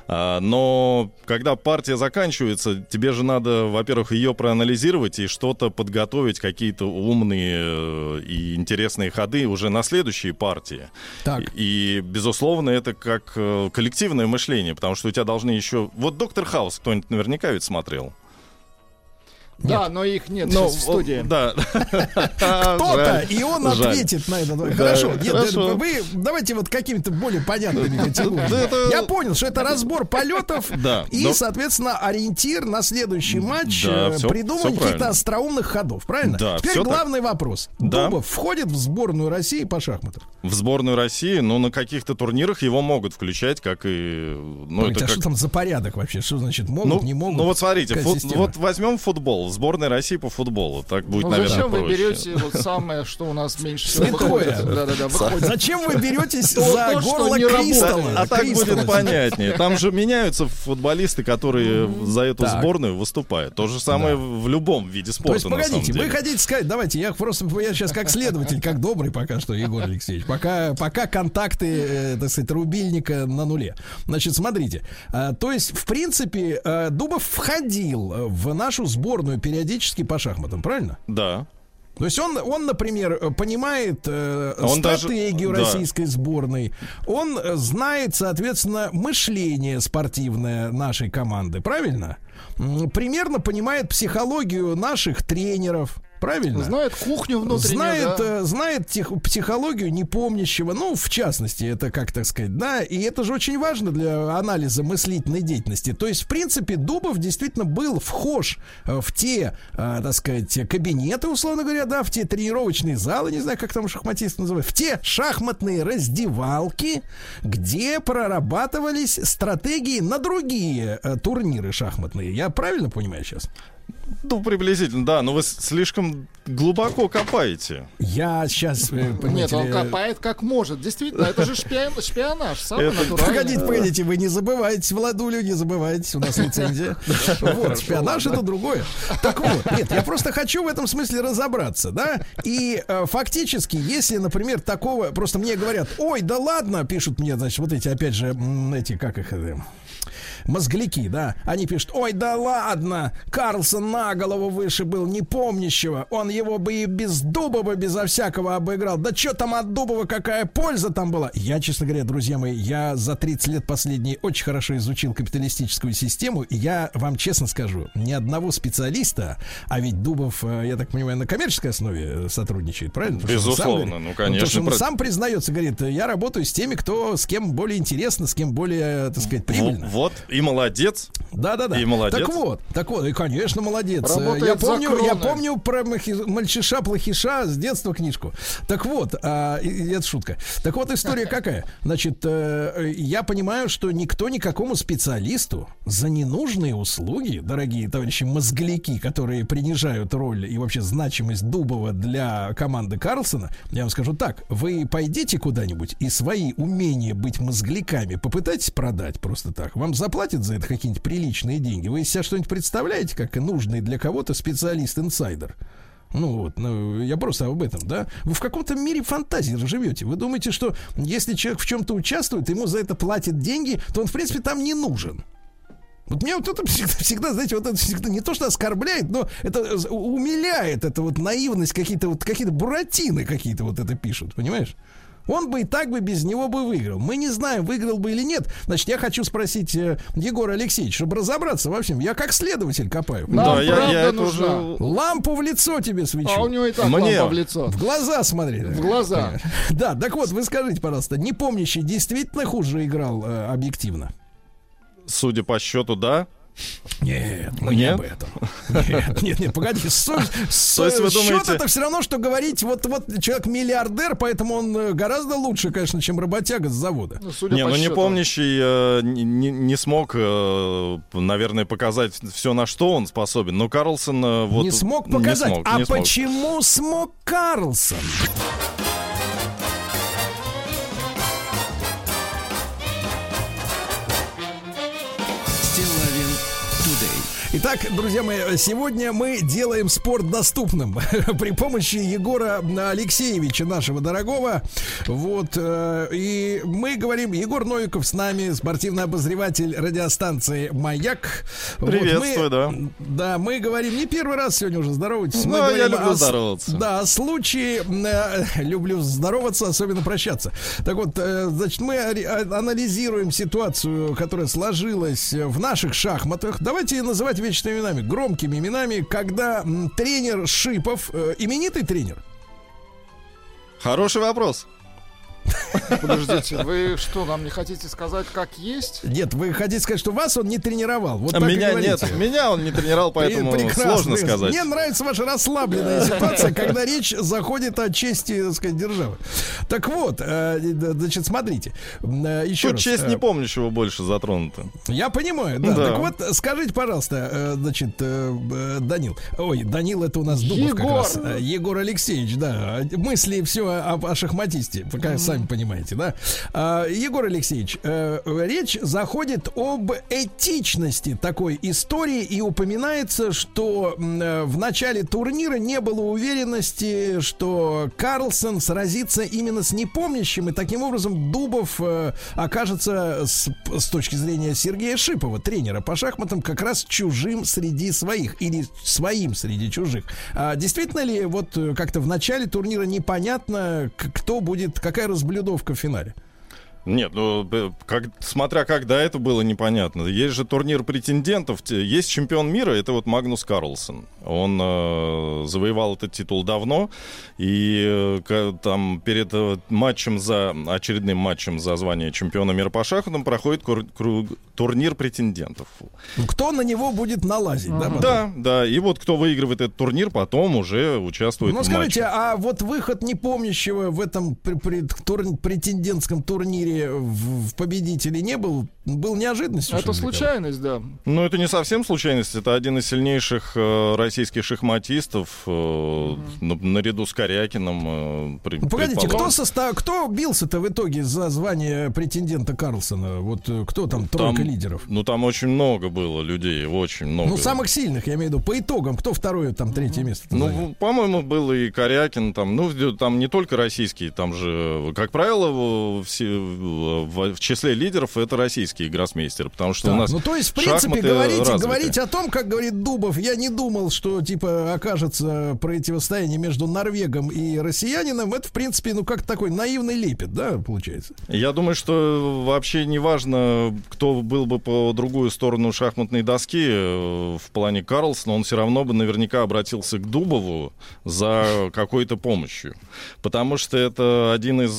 Но когда партия заканчивается, тебе же надо, во-первых, ее проанализировать и что-то подготовить, готовить какие-то умные и интересные ходы уже на следующие партии. Так. И, безусловно, это как коллективное мышление, потому что у тебя должны еще... Вот «Доктор Хаус» кто-нибудь наверняка ведь смотрел. Нет. Да, но их нет но, сейчас в студии. Да. Кто-то, и он ответит на это. Хорошо, нет, вы давайте вот какими-то более понятными категориями. Я понял, что это разбор полетов и, соответственно, ориентир на следующий матч, придумывание каких-то остроумных ходов, правильно? Теперь главный вопрос. Дубов входит в сборную России по шахматам? В сборную России, ну, на каких-то турнирах его могут включать, как и... А что там за порядок вообще? Что значит могут, не могут? Ну вот смотрите, вот возьмем футбол. футбол. Сборная России по футболу. Так будет, ну, наверное, зачем проще. вы берете вот самое, что у нас меньше всего Святое. выходит? Да-да-да, выходит. Зачем вы беретесь То- за то, что горло не работает. Кристалла? А так Кристалла. будет понятнее. Там же меняются футболисты, которые за эту Так. сборную выступают. То же самое в любом виде То спорта, есть, на погодите, самом вы деле. хотите сказать, давайте, я просто, я сейчас как следователь, как добрый пока что, Егор Алексеевич, пока, пока контакты, э, так сказать, рубильника на нуле. Значит, смотрите, э, то есть, в принципе, э, Дубов входил в нашу сборную периодически по шахматам, правильно? Да. То есть он, он, например, понимает э, Он стратегию даже- да. российской сборной, он э, знает, соответственно, мышление спортивное нашей команды, правильно? М, Примерно понимает психологию наших тренеров. Правильно? Знает кухню внутреннюю, Знает, да. э, знает тех- психологию непомнящего, ну, в частности, это как так сказать, да, и это же очень важно для анализа мыслительной деятельности. То есть, в принципе, Дубов действительно был вхож э, в те, э, так сказать, кабинеты, условно говоря, да, в те тренировочные залы, не знаю, как там шахматисты называют, в те шахматные раздевалки, где прорабатывались стратегии на другие э, турниры шахматные. Я правильно понимаю сейчас? Ну, приблизительно, да, но вы с- слишком глубоко копаете. Я сейчас... Нет, он копает как может. Действительно, это же шпион, шпионаж, самый Это- натуральный. Погодите, погодите, вы не забывайте, Владулю, не забывайте, у нас лицензия. Вот, шпионаж это другое. Так вот, нет, я просто хочу в этом смысле разобраться, да, и э, фактически, если, например, такого, просто мне говорят, ой, да ладно, пишут мне, значит, вот эти, опять же, м, эти, как их, э, мозгляки, да, они пишут, ой, да ладно, Карлсон на голову выше был, непомнящего, он его бы и без Дубова, безо всякого обыграл, да что там от Дубова, какая польза там была. Я, честно говоря, друзья мои, я за тридцать лет последние очень хорошо изучил капиталистическую систему, и я вам честно скажу, ни одного специалиста, а ведь Дубов, э, я так понимаю, на коммерческой основе сотрудничает, правильно? Потому что он сам Безусловно, говорит- ну, конечно, Потому что он про- сам признается, говорит, я работаю с теми, кто, с кем более интересно, с кем более, так сказать, В- прибыльно. вот, и молодец. Да-да-да. И молодец. Так вот, так вот, и, конечно, молодец. Работает Я за помню, кроны. я помню про махи- мальчиша плохиша с детства книжку. Так вот, а, и- и это шутка. Так вот, история какая? Значит, э, я понимаю, что никто никакому специалисту за ненужные услуги, дорогие товарищи мозгляки, которые принижают роль и вообще значимость Дубова для команды Карлсона, я вам скажу так: вы пойдите куда-нибудь и свои умения быть мозгляками попытайтесь продать просто так. Вам заплатят за это какие-нибудь приличные деньги. Вы из себя что-нибудь представляете, как нужный для кого-то специалист-инсайдер? Ну вот, ну, я просто об этом, да? Вы в каком-то мире фантазии живете. Вы думаете, что если человек в чем-то участвует, ему за это платят деньги, то он, в принципе, там не нужен. Вот меня вот это всегда, всегда, знаете, вот это всегда не то, что оскорбляет, но это умиляет, это вот наивность, какие-то вот какие-то буратины какие-то вот это пишут, понимаешь? Он бы и так бы без него бы выиграл. Мы не знаем, выиграл бы или нет. Значит, я хочу спросить э, Егора Алексеевича, чтобы разобраться во всем. Я как следователь копаю. Нам Да, я, правда я это нужна. уже... Лампу в лицо тебе свечу. А у него и так Мне. лампа в лицо. В глаза смотри. В глаза. Да, так вот, вы скажите, пожалуйста, непомнящий действительно хуже играл э, объективно? Судя по счету, да. Нет, мы не Нет? об этом. Нет, нет, нет, погоди. Со- со- То есть вы счет думаете- это все равно, что говорить, вот, вот человек миллиардер, поэтому он э, гораздо лучше, конечно, чем работяга с завода. Ну, судя Не, по ну счету. непомнящий э, не, не- не смог, э, наверное, показать все, на что он способен. Но Карлсон э, вот... Не смог не показать. смог, а не смог. почему смог Карлсон? Стилавин Тудей. Итак, друзья мои, сегодня мы делаем спорт доступным при помощи Егора Алексеевича, нашего дорогого. Вот, э, и мы говорим, Егор Новиков с нами, спортивный обозреватель радиостанции «Маяк». Приветствую, вот мы, да. Да, мы говорим, не первый раз сегодня уже здоровайтесь. Мы Ну, я говорим люблю о с- здороваться. Да, о случае, э, люблю здороваться, особенно прощаться. Так вот, э, значит, мы ори- а- анализируем ситуацию, которая сложилась в наших шахматах. Давайте называть вечными именами, громкими именами, когда м, тренер Шипов, э, именитый тренер, Хороший вопрос. Подождите, вы что, нам не хотите сказать, как есть? Нет, вы хотите сказать, что вас он не тренировал. Вот а так меня нет, меня он не тренировал, поэтому прекрасно, сложно сказать. Мне нравится ваша расслабленная ситуация, когда речь заходит о чести, так сказать, державы. Так вот, значит, смотрите. Еще Тут раз. честь не помнящего больше затронута. Я понимаю, да. да. Так вот, скажите, пожалуйста, значит, Данил. Ой, Данил, это у нас Дубов как раз. Егор Алексеевич, да. Мысли все о, о шахматисте, пока mm-hmm. сами понимаете, да. А, Егор Алексеевич, э, речь заходит об этичности такой истории, и упоминается, что э, в начале турнира не было уверенности, что Карлсон сразится именно с непомнящим, и таким образом Дубов э, окажется с, с точки зрения Сергея Шипова, тренера по шахматам, как раз чужим среди своих или своим среди чужих. А действительно ли вот как-то в начале турнира непонятно, кто будет, какая разблюдовка в финале? Нет, ну, как, смотря когда это было, непонятно. Есть же турнир претендентов, есть чемпион мира, это вот Магнус Карлсон. Он э, завоевал этот титул давно, и э, там перед э, матчем за, очередным матчем за звание чемпиона мира по шахматам проходит кур, круг, турнир претендентов. Кто на него будет налазить, да? Потом? Да, да, и вот кто выигрывает этот турнир, потом уже участвует ну, в матче. Ну, скажите, а вот выход непомнящего в этом претендентском турнире в, в победителе не был, был неожиданностью. Это случайность, да. Ну, это не совсем случайность. Это один из сильнейших э, российских шахматистов, э, mm-hmm. на, наряду с Корякиным. Э, при, ну, погодите, кто, состав, кто бился-то в итоге за звание претендента Карлсона? Вот кто там, тройка там, лидеров? Ну, там очень много было людей, очень много. Ну, самых сильных, я имею в виду, по итогам. Кто второе, там, третье mm-hmm. место? Ну, занял? По-моему, был и Корякин, там, ну, там не только российские, там же, как правило, все... В числе лидеров это российские гроссмейстеры, потому что да, у нас ну, то есть, в принципе, говорить, говорить о том, как говорит Дубов, я не думал, что, типа, окажется противостояние между норвегом и россиянином, это, в принципе, ну, как такой наивный лепет, да, получается? Я думаю, что вообще не важно, кто был бы по другую сторону шахматной доски в плане Карлсона, он все равно бы наверняка обратился к Дубову за какой-то помощью, потому что это один из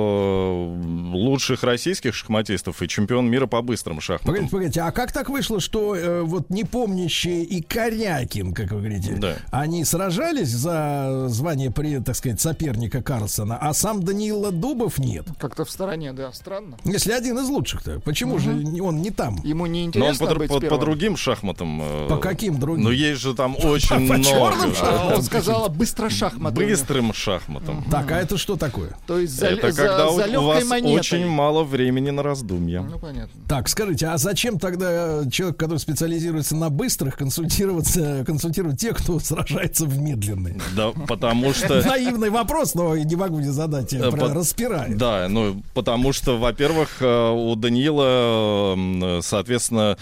лучших российских шахматистов и чемпион мира по быстрым шахматам. Погодите, погодите, а как так вышло, что э, вот непомнящие и Корякин, как вы говорите, да. они сражались за звание, при, так сказать, соперника Карлсона, а сам Даниил Дубов нет? Как-то в стороне, да, странно. Если один из лучших-то, почему угу. же он не там? Ему не интересно Но он быть по, первым. по другим шахматам. По каким другим? Ну, есть же там очень много. Он сказал быстрошахматом. Быстрым шахматом. Так, а это что такое? То есть за, это за, когда за у вас монетой. Очень мало времени на раздумья. Ну, понятно. Так, скажите, а зачем тогда человек, который специализируется на быстрых, консультироваться, консультировать тех, кто сражается в медленной? Да, потому что... Наивный вопрос, но не могу не задать, распирает. Да, ну, потому что, во-первых, у Даниила, соответственно...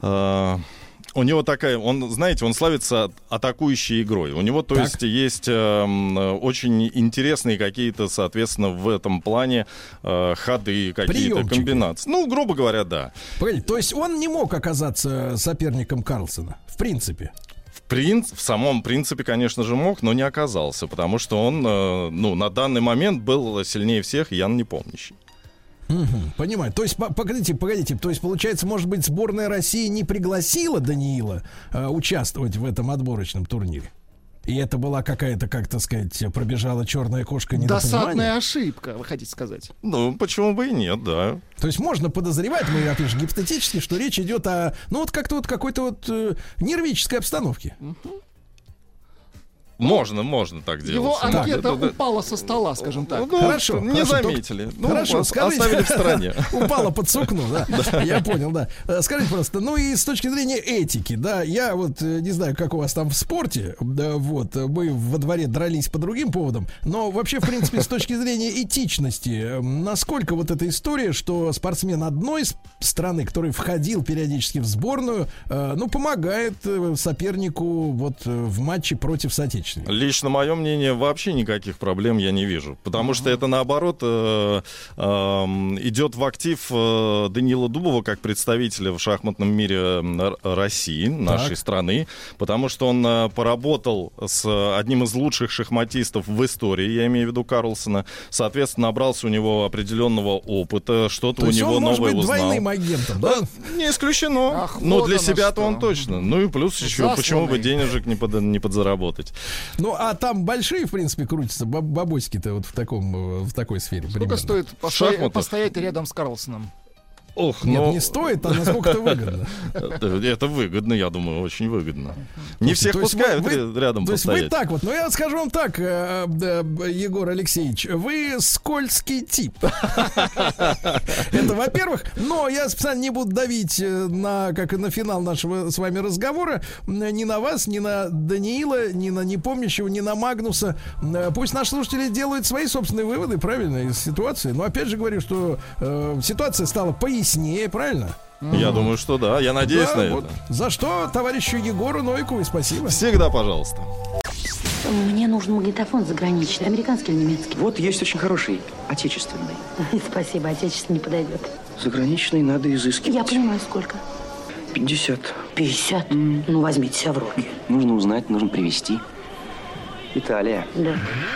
У него такая, он, знаете, он славится атакующей игрой. У него, то так. есть, есть э, очень интересные какие-то, соответственно, в этом плане э, ходы, какие-то приемчики. Комбинации. Ну, грубо говоря, да. Погоди, то есть он не мог оказаться соперником Карлсона, в принципе? В, принц, в самом принципе, конечно же, мог, но не оказался, потому что он, э, ну, на данный момент был сильнее всех, Ян Непомнящий. Угу, понимаю. То есть, погодите, погодите. То есть, получается, может быть, сборная России не пригласила Даниила э, участвовать в этом отборочном турнире? И это была какая-то, как так сказать, пробежала черная кошка недопонимания? Досадная ошибка, вы хотите сказать? Ну, почему бы и нет, да. То есть можно подозревать, мы, опять же, гипотетически, что речь идет о, ну, вот как-то вот какой-то вот э, нервической обстановке. Угу. Можно, можно так делать. Его анкета так, упала со стола, скажем так. Ну, хорошо. Не хорошо, заметили. Ну, хорошо, скажите. Оставили в стороне. Упала под сукно, да. Я понял, да. Скажите просто, ну и с точки зрения этики, да, я вот не знаю, как у вас там в спорте, да, вот, мы во дворе дрались по другим поводам, но вообще, в принципе, с точки зрения этичности, насколько вот эта история, что спортсмен одной страны, который входил периодически в сборную, ну, помогает сопернику вот в матче против соотечественника? отличный. Лично мое мнение, вообще никаких проблем я не вижу. Потому uh-huh. что это, наоборот, э, э, идет в актив э, Даниила Дубова как представителя в шахматном мире России, нашей так. страны. Потому что он э, поработал с одним из лучших шахматистов в истории, я имею в виду Карлсона. Соответственно, набрался у него определенного опыта, что-то То у него новое узнал. То есть он может быть двойным агентом, да? Не исключено. Ах, Но вот для себя-то что. он точно. Ну и плюс еще, Засланный. почему бы денежек не, под, не подзаработать. Ну, а там большие, в принципе, крутятся баб- бабосики-то вот в, таком, в такой сфере. Сколько примерно. стоит постоять, постоять рядом с Карлсоном? Ох, Нет, но... не стоит, а насколько это выгодно. Это, это выгодно, я думаю, очень выгодно. Не всех то пускают вы, рядом то есть постоять. вы так вот, но я скажу вам так, э, э, Егор Алексеевич, вы скользкий тип. Это во-первых, но я специально не буду давить на, как и на финал нашего с вами разговора, ни на вас, ни на Даниила, ни на непомнящего, ни на Магнуса. Пусть наши слушатели делают свои собственные выводы, правильно, из ситуации. Но опять же говорю, что э, ситуация стала пояснее. Правильно? Я думаю, что да. Я надеюсь да, на вот. это. За что товарищу Егору Новикову спасибо. Всегда пожалуйста. Мне нужен магнитофон заграничный, американский или немецкий? Вот есть очень хороший, отечественный. Спасибо, отечественный не подойдет. Заграничный надо изыскивать. Я понимаю, сколько? Пятьдесят. Пятьдесят? Mm. Ну, возьмите себя в руки. Нужно узнать, нужно привезти. Италия. Да.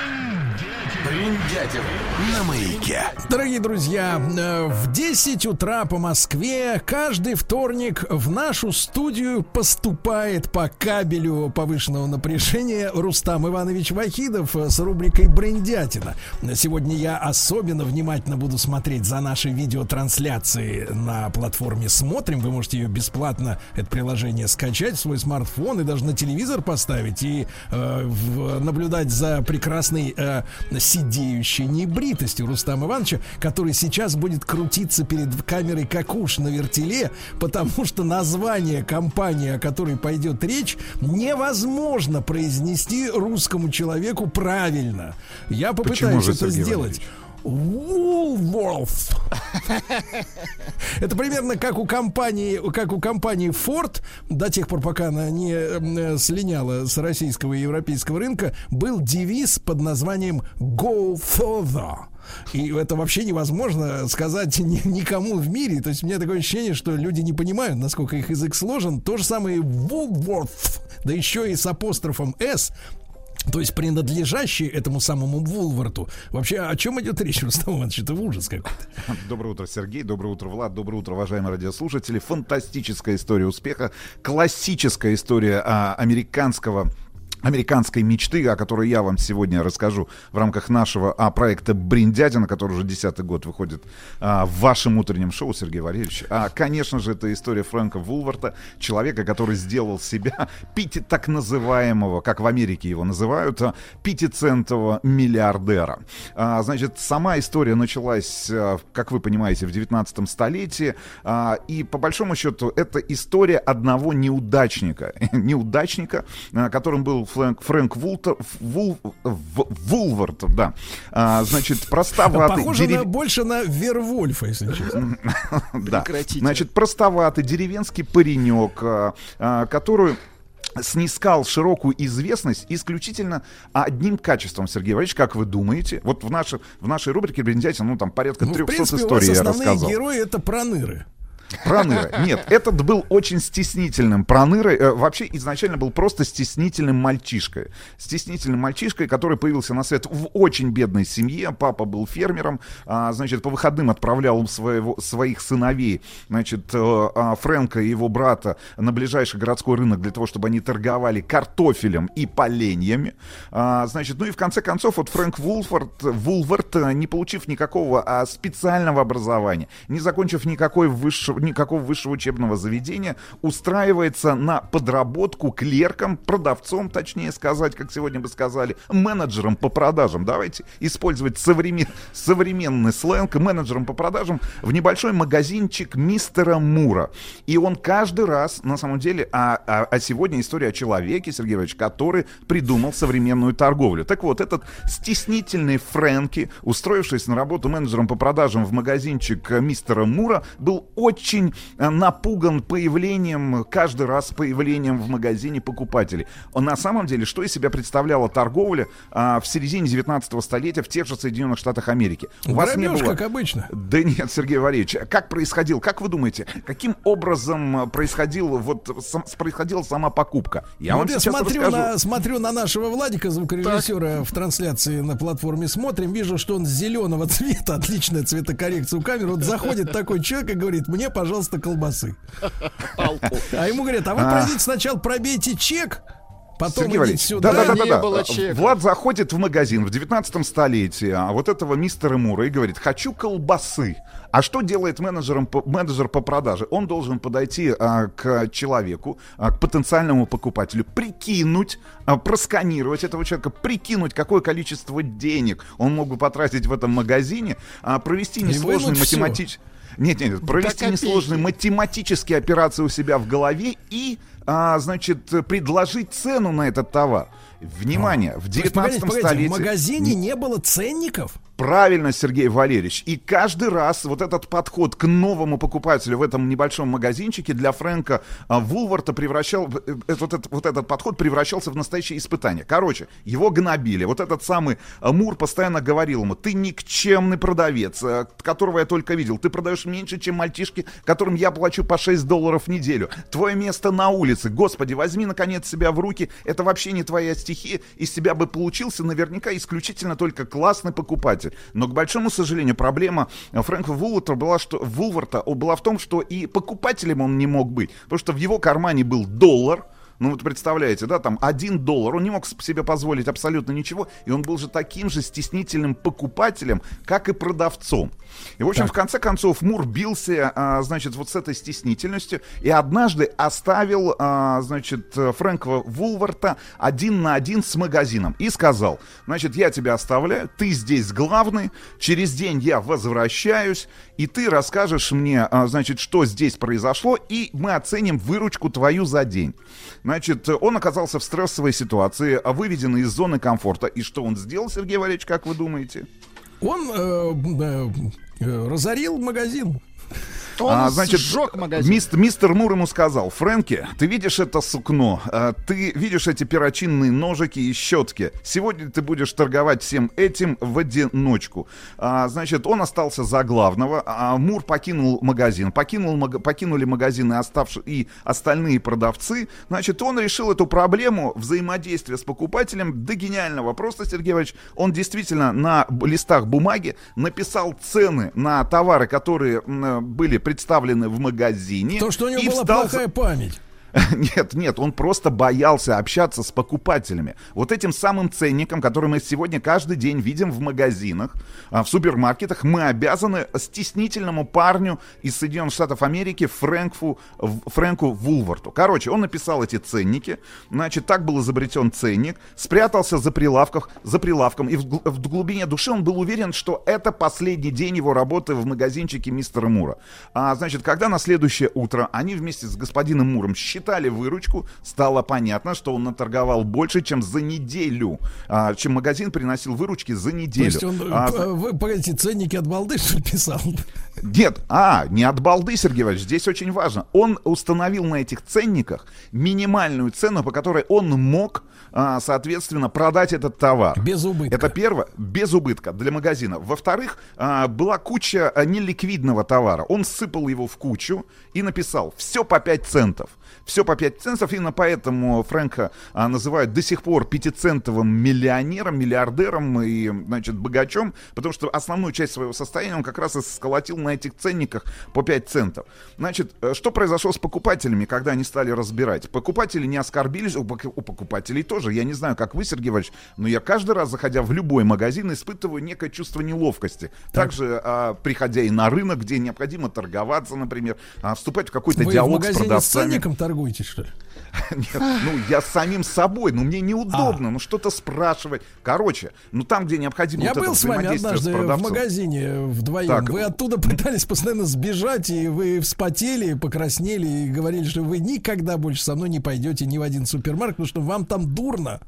Бриндятин на маяке. Дорогие друзья, в десять утра по Москве каждый вторник в нашу студию поступает по кабелю повышенного напряжения Рустам Иванович Вахидов с рубрикой «Бриндятина». Сегодня я особенно внимательно буду смотреть за нашей видеотрансляцией на платформе «Смотрим». Вы можете ее бесплатно, это приложение, скачать в свой смартфон и даже на телевизор поставить и э, в, наблюдать за прекрасной э, сидеющей небритостью Рустама Ивановича, который сейчас будет крутиться перед камерой как уж на вертеле, потому что название компании, о которой пойдет речь, невозможно произнести русскому человеку правильно. Я попытаюсь это сделать. Woolworth. Это примерно как у компании, как у компании Ford, до тех пор, пока она не э, слиняла с российского и европейского рынка, был девиз под названием Go Further. И это вообще невозможно сказать ни, никому в мире. То есть у меня такое ощущение, что люди не понимают, насколько их язык сложен. То же самое Woolworth, да еще и с апострофом S. То есть принадлежащий этому самому Вулварту. Вообще, о чем идет речь, Рустам Иванович? Это ужас какой-то. Доброе утро, Сергей. Доброе утро, Влад. Доброе утро, уважаемые радиослушатели. Фантастическая история успеха. Классическая история а, американского... американской мечты, о которой я вам сегодня расскажу в рамках нашего а, проекта «Бриндятина», который уже десятый год выходит а, в вашем утреннем шоу, Сергей Валерьевич. А, конечно же, это история Фрэнка Вулварта, человека, который сделал себя пяти, так называемого, как в Америке его называют, пятицентового миллиардера. А, значит, сама история началась, а, как вы понимаете, в девятнадцатом столетии, а, и по большому счету это история одного неудачника, неудачника, а, которым был Фрэнк, Фрэнк Вултер, Вул, Вулвард, да. А, значит, простоватый... Похоже дерев... на, больше на Вервольфа, если честно. Да. Значит, простоватый деревенский паренек, который снискал широкую известность исключительно одним качеством, Сергей Валерьевич, как вы думаете? Вот в нашей, в нашей рубрике «Бриндятин», ну, там порядка ну, трехсот историй я рассказал. Основные герои — это проныры. Проныры. Нет, этот был очень стеснительным пронырой. Э, вообще изначально был просто стеснительным мальчишкой. Стеснительным мальчишкой, который появился на свет в очень бедной семье. Папа был фермером. А, значит, по выходным отправлял своего, своих сыновей, значит, э, э, Фрэнка и его брата на ближайший городской рынок для того, чтобы они торговали картофелем и поленьями. А, значит, ну и в конце концов, вот Фрэнк Вулвард, Вулвард, не получив никакого а, специального образования, не закончив никакой высшего никакого высшего учебного заведения, устраивается на подработку клерком, продавцом, точнее сказать, как сегодня бы сказали, менеджером по продажам. Давайте использовать современ... современный сленг. Менеджером по продажам в небольшой магазинчик мистера Мура. И он каждый раз, на самом деле, а, а, а сегодня история о человеке, Сергей Иванович, который придумал современную торговлю. Так вот, этот стеснительный Фрэнки, устроившись на работу менеджером по продажам в магазинчик мистера Мура, был очень очень напуган появлением, каждый раз появлением в магазине покупателей. На самом деле, что из себя представляла торговля а, в середине девятнадцатого столетия в тех же Соединенных Штатах Америки? У вас не было... как обычно. Да нет, Сергей Валерьевич, как происходил, как вы думаете, каким образом происходил, вот, сам, происходила сама покупка? Я ну, вам я сейчас смотрю расскажу. на, смотрю на нашего Владика, звукорежиссера, так. в трансляции на платформе смотрим, вижу, что он зеленого цвета, отличная цветокоррекция у камеры. Вот заходит такой человек и говорит: мне, пожалуйста, колбасы. А ему говорят: а вы пройдите сначала, пробейте чек, потом идите сюда. Да, да, да, да, да. Влад заходит в магазин в девятнадцатом столетии, а вот этого мистера Мура, и говорит: хочу колбасы. А что делает менеджером, менеджер по продаже? Он должен подойти а, к человеку, а, к потенциальному покупателю, прикинуть, а, просканировать этого человека, прикинуть, какое количество денег он мог бы потратить в этом магазине, а, провести несложный математический... Нет, нет, провести несложные математические операции у себя в голове и, а, значит, предложить цену на этот товар. Внимание, в девятнадцатом столетии... В магазине не было ценников? Правильно, Сергей Валерьевич. И каждый раз вот этот подход к новому покупателю в этом небольшом магазинчике для Фрэнка а, Вулварта превращал... э, вот, этот, вот этот подход превращался в настоящее испытание. Короче, его гнобили. Вот этот самый а, Мур постоянно говорил ему: ты никчемный продавец, а, которого я только видел. Ты продаешь меньше, чем мальчишки, которым я плачу по шесть долларов в неделю. Твое место на улице. Господи, возьми, наконец, себя в руки. Это вообще не твоя стихия. Из себя бы получился наверняка исключительно только классный покупатель. Но, к большому сожалению, проблема Фрэнка Вулварта была, что, Вулварта была в том, что и покупателем он не мог быть. Потому что в его кармане был доллар. Ну вот представляете, да, там один доллар. Он не мог себе позволить абсолютно ничего. И он был же таким же стеснительным покупателем, как и продавцом. И, в общем, так. в конце концов, Мур бился, а, значит, вот с этой стеснительностью. И однажды оставил, а, значит, Фрэнка Вулварта один на один с магазином. И сказал: значит, я тебя оставляю, ты здесь главный. Через день я возвращаюсь. И ты расскажешь мне, а, значит, что здесь произошло. И мы оценим выручку твою за день. Значит, он оказался в стрессовой ситуации, выведен из зоны комфорта. И что он сделал, Сергей Валерьевич, как вы думаете? Он э, э, разорил магазин. Он а, значит, сжег магазин. Мистер, мистер Мур ему сказал: Фрэнки, ты видишь это сукно, а, ты видишь эти перочинные ножики и щетки. Сегодня ты будешь торговать всем этим в одиночку. А, значит, он остался за главного, а Мур покинул магазин. Покинул, маг, покинули магазины оставшие, и остальные продавцы. Значит, он решил эту проблему взаимодействия с покупателем до гениального. Просто, Сергей Иванович, он действительно на листах бумаги написал цены на товары, которые м, были представлены в магазине. То, что у него была встал... плохая память. Нет, нет, он просто боялся общаться с покупателями. Вот этим самым ценником, который мы сегодня каждый день видим в магазинах, в супермаркетах, мы обязаны стеснительному парню из Соединенных Штатов Америки Фрэнку, Фрэнку Вулварту. Короче, он написал эти ценники, значит, так был изобретен ценник, спрятался за, прилавках, за прилавком, и в, в глубине души он был уверен, что это последний день его работы в магазинчике мистера Мура. А, значит, когда на следующее утро они вместе с господином Муром считали Считали выручку, стало понятно, что он наторговал больше, чем за неделю, а, чем магазин приносил выручки за неделю. То есть он, а, вы, погодите, ценники от балды, что ли, писал? Нет, а, не от балды, Сергей Иванович, здесь очень важно. Он установил на этих ценниках минимальную цену, по которой он мог, а, соответственно, продать этот товар. Без убытка. Это первое, без убытка для магазина. Во-вторых, а, была куча неликвидного товара. Он сыпал его в кучу и написал: все по пять центов. Все по пять центов, именно поэтому Фрэнка а, называют до сих пор пятицентовым миллионером, миллиардером и, значит, богачом, потому что основную часть своего состояния он как раз и сколотил на этих ценниках по пять центов. Значит, что произошло с покупателями, когда они стали разбирать? Покупатели не оскорбились, у покупателей тоже. Я не знаю, как вы, Сергей Иванович, но я каждый раз, заходя в любой магазин, испытываю некое чувство неловкости. Так. Также, а, приходя и на рынок, где необходимо торговаться, например, а, вступать в какой-то вы диалог в магазине с продавцами. С ценником торгуете, что ли? Нет, ну я с самим собой, ну мне неудобно, а. ну что-то спрашивать. Короче, ну там, где необходимо я вот был это с вами однажды с в магазине вдвоем. Так. Вы оттуда пытались постоянно сбежать, и вы вспотели, покраснели и говорили, что вы никогда больше со мной не пойдете ни в один супермаркет, потому что вам там дурно.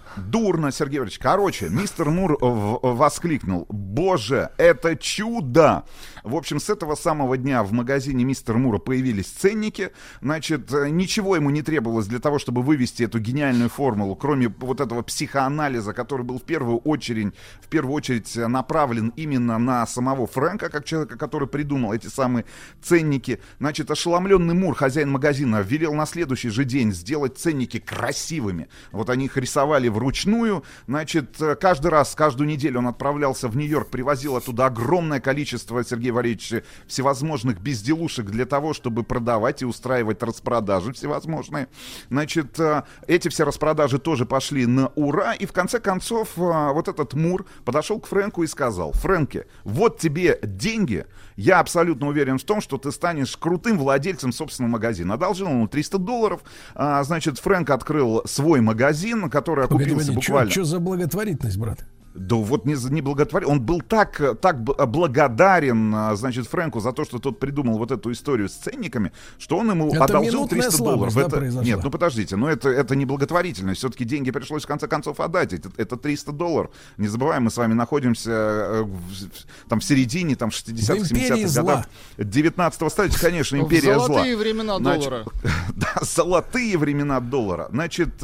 Дурно, Сергей Валерьевич. Короче, мистер Мур в- воскликнул: боже, это чудо! В общем, с этого самого дня в магазине мистера Мура появились ценники. Значит, ничего ему не требовалось для того, чтобы вывести эту гениальную формулу, кроме вот этого психоанализа, который был в первую очередь, в первую очередь направлен именно на самого Фрэнка, как человека, который придумал эти самые ценники. Значит, ошеломленный Мур, хозяин магазина, велел на следующий же день сделать ценники красивыми. Вот они их рисовали вручную. Значит, каждый раз, каждую неделю он отправлялся в Нью-Йорк, привозил оттуда огромное количество, Сергей Валерьевич, всевозможных безделушек для того, чтобы продавать и устраивать распродажи всевозможные. Значит, эти все распродажи тоже пошли на ура, и в конце концов вот этот Мур подошел к Фрэнку и сказал: Фрэнки, вот тебе деньги, я абсолютно уверен в том, что ты станешь крутым владельцем собственного магазина. Одолжил ему триста долларов, а, значит, Фрэнк открыл свой магазин, который окупился буквально... Что за благотворительность, брат? Да вот не, не благотворительный. Он был так, так благодарен, значит, Фрэнку за то, что тот придумал вот эту историю с ценниками, что он ему это одолжил триста долларов. Да, это, нет, ну подождите, но это, это не благотворительность. Все-таки деньги пришлось в конце концов отдать. Это, это триста долларов. Не забываем, мы с вами находимся в, там в середине, там в шестидесятых, семидесятых годах девятнадцатого столетия. Конечно, империя зла. Золотые времена доллара. Да, золотые времена доллара. Значит...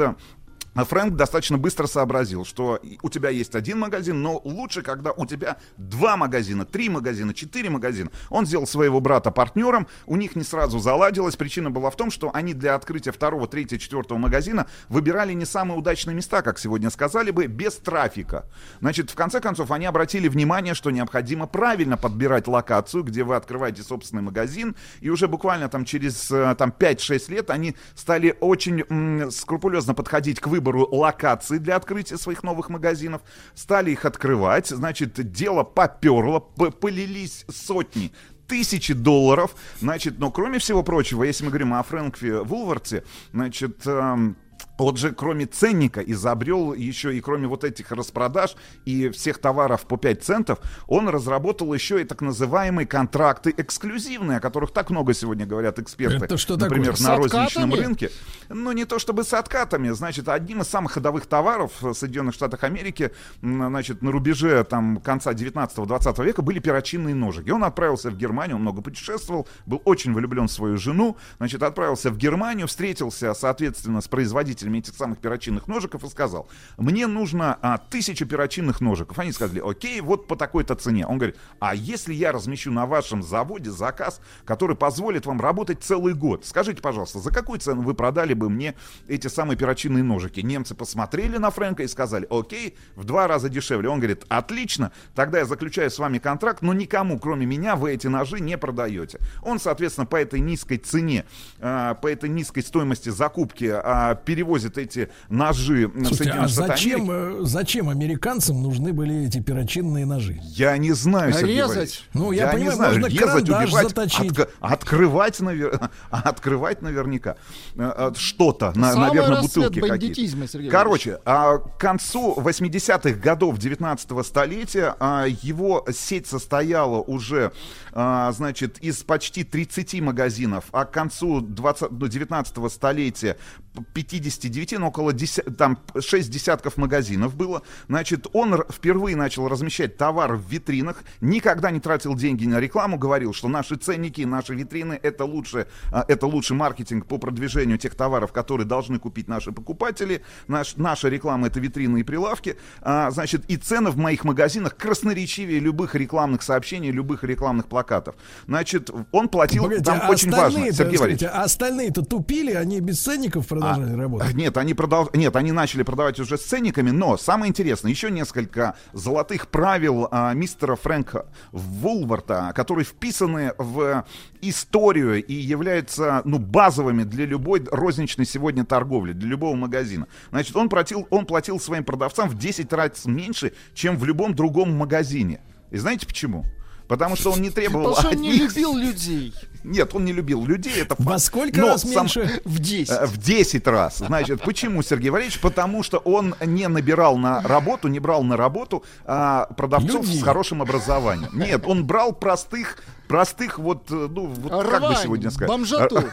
Фрэнк достаточно быстро сообразил, что у тебя есть один магазин, но лучше, когда у тебя два магазина, три магазина, четыре магазина. Он сделал своего брата партнером, у них не сразу заладилось. Причина была в том, что они для открытия второго, третьего, четвертого магазина выбирали не самые удачные места, как сегодня сказали бы, без трафика. Значит, в конце концов, они обратили внимание, что необходимо правильно подбирать локацию, где вы открываете собственный магазин, и уже буквально там через там, пять-шесть лет они стали очень м- скрупулезно подходить к выбору локаций для открытия своих новых магазинов, стали их открывать, значит, дело поперло, полились сотни, тысячи долларов, значит, но кроме всего прочего, если мы говорим о Фрэнке Вулварте, значит, эм, он же кроме ценника изобрел еще и кроме вот этих распродаж и всех товаров по пять центов, он разработал еще и так называемые контракты эксклюзивные, о которых так много сегодня говорят эксперты. Это что например, такое? на розничном рынке. Ну, не то чтобы с откатами, значит, одним из самых ходовых товаров в Соединенных Штатах Америки, значит, на рубеже там конца девятнадцатого-двадцатого века были перочинные ножики. Он отправился в Германию, он много путешествовал, был очень влюблен в свою жену, значит, отправился в Германию, встретился, соответственно, с производителем этих самых перочинных ножиков и сказал: мне нужно а, тысячу перочинных ножиков. Они сказали: окей, вот по такой-то цене. Он говорит: а если я размещу на вашем заводе заказ, который позволит вам работать целый год, скажите, пожалуйста, за какую цену вы продали бы мне эти самые перочинные ножики? Немцы посмотрели на Фрэнка и сказали: окей, в два раза дешевле. Он говорит: отлично, тогда я заключаю с вами контракт, но никому, кроме меня, вы эти ножи не продаете. Он, соответственно, по этой низкой цене, а, по этой низкой стоимости закупки а, перевозит эти ножи в Соединенные Штаты зачем, Америки. Зачем американцам нужны были эти перочинные ножи? Я не знаю, Сергей Резать? Валерьевич. Ну, я, я понимаю, не знаю, можно резать, убивать, заточить. Отк- открывать, навер... открывать наверняка что-то, на, Самый наверное, расцвет бутылки бандитизма, какие-то. Сергей Короче, а, к концу восьмидесятых годов девятнадцатого столетия а, его сеть состояла уже, а, значит, из почти тридцати магазинов, а к концу двадцатого, девятнадцатого столетия пятидесяти девяти, ну, около десять, там шесть десятков магазинов было. Значит, он впервые начал размещать товар в витринах, никогда не тратил деньги на рекламу, говорил, что наши ценники, наши витрины — это лучше, это лучший маркетинг по продвижению тех товаров, которые должны купить наши покупатели. Наш, наша реклама — это витрины и прилавки. А, значит, и цены в моих магазинах красноречивее любых рекламных сообщений, любых рекламных плакатов. Значит, он платил, Погодите, там а очень важно, Сергей Валерьевич. А остальные-то тупили, они без ценников продолжали а, работать? Нет, они продолж... нет, они начали продавать уже с ценниками, но самое интересное, еще несколько золотых правил а, мистера Фрэнка Вулварта, которые вписаны в историю и являются, ну, базовыми для любой розничной сегодня торговли, для любого магазина. Значит, он платил, он платил своим продавцам в десять раз меньше, чем в любом другом магазине. И знаете почему? Потому что он не требовал... Потому что он не них... любил людей. Нет, он не любил людей, это факт. Во сколько Но раз сам... меньше? В десять. В десять раз. Значит, почему, Сергей Валерьевич? Потому что он не набирал на работу, не брал на работу а, продавцов Людей. с хорошим образованием. Нет, он брал простых, простых вот, ну, вот как бы сегодня сказать? Бомжату.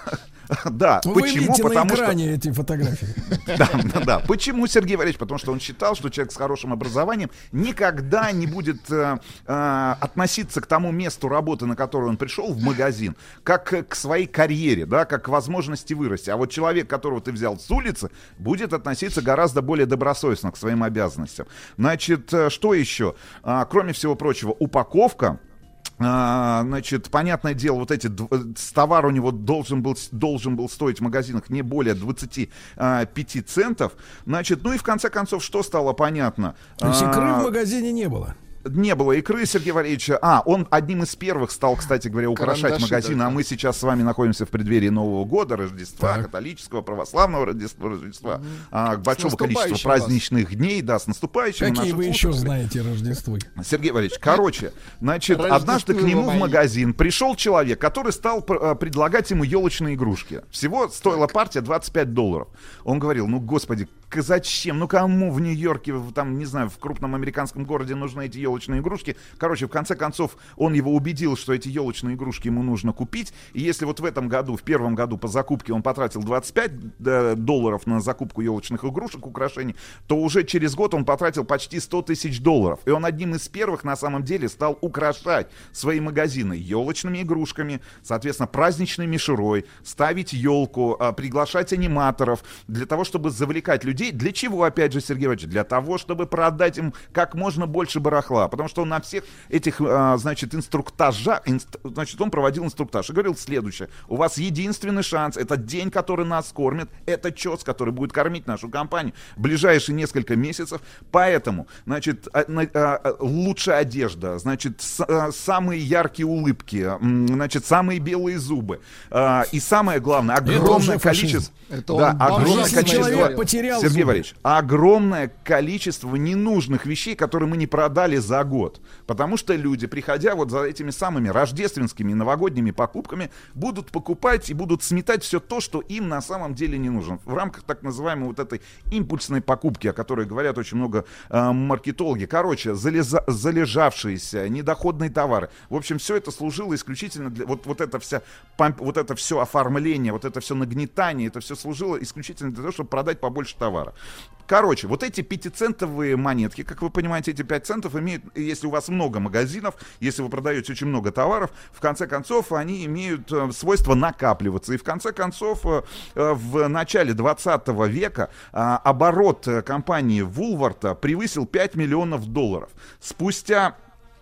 Да, Вы почему? видите Потому на экране что... эти фотографии. Да, да, да. Почему, Сергей Валерьевич? Потому что он считал, что человек с хорошим образованием никогда не будет э, э, относиться к тому месту работы, на которое он пришел, в магазин, как к своей карьере, да, как к возможности вырасти. А вот человек, которого ты взял с улицы, будет относиться гораздо более добросовестно к своим обязанностям. Значит, что еще? А, кроме всего прочего, упаковка. А, значит, понятное дело, вот эти товар у него должен был, должен был стоить в магазинах не более двадцать пять центов. Значит, ну и в конце концов, что стало понятно? То есть икры А, в магазине не было? Не было икры, Сергей Валерьевич. А, он одним из первых стал, кстати говоря, украшать магазины. А мы сейчас с вами находимся в преддверии Нового года, Рождества, так. католического, православного Рождества, Рождества угу. а, большого количества праздничных вас. дней. Да, с наступающим. Какие вы еще знаете Рождества? Сергей Валерьевич, короче, значит, однажды к нему в магазин пришел человек, который стал предлагать ему елочные игрушки. Всего стоила партия двадцать пять долларов. Он говорил, ну, господи, зачем? Ну, кому в Нью-Йорке, там, не знаю, в крупном американском городе нужны эти елочные игрушки? Короче, в конце концов, он его убедил, что эти елочные игрушки ему нужно купить. И если вот в этом году, в первом году по закупке он потратил двадцать пять долларов на закупку елочных игрушек, украшений, то уже через год он потратил почти сто тысяч долларов. И он одним из первых, на самом деле, стал украшать свои магазины елочными игрушками, соответственно, праздничной мишурой, ставить елку, приглашать аниматоров для того, чтобы завлекать людей. Для чего, опять же, Сергей Иванович? Для того, чтобы продать им как можно больше барахла. Потому что он на всех этих, а, значит, инструктажах, инст, значит, он проводил инструктаж и говорил следующее. У вас единственный шанс, это день, который нас кормит, это ЧОС, который будет кормить нашу компанию в ближайшие несколько месяцев. Поэтому, значит, а, а, лучшая одежда, значит, с, а, самые яркие улыбки, значит, самые белые зубы. А, и самое главное, огромное количество... Это да, он, огромное количество... Человек потерял Сергей зубы. Валерьевич, огромное количество ненужных вещей, которые мы не продали за год. Потому что люди, приходя вот за этими самыми рождественскими и новогодними покупками, будут покупать и будут сметать все то, что им на самом деле не нужно. В рамках так называемой вот этой импульсной покупки, о которой говорят очень много э, маркетологи. Короче, залеза- залежавшиеся, недоходные товары. В общем, все это служило исключительно для... Вот, вот, это вся, памп, вот это все оформление, вот это все нагнетание, это все служило исключительно для того, чтобы продать побольше товара. Короче, вот эти пятицентовые монетки, как вы понимаете, эти пять центов имеют, если у вас много магазинов, если вы продаете очень много товаров, в конце концов, они имеют э, свойство накапливаться. И в конце концов, э, э, в начале двадцатого века э, оборот э, компании Вулварта превысил пять миллионов долларов. Спустя...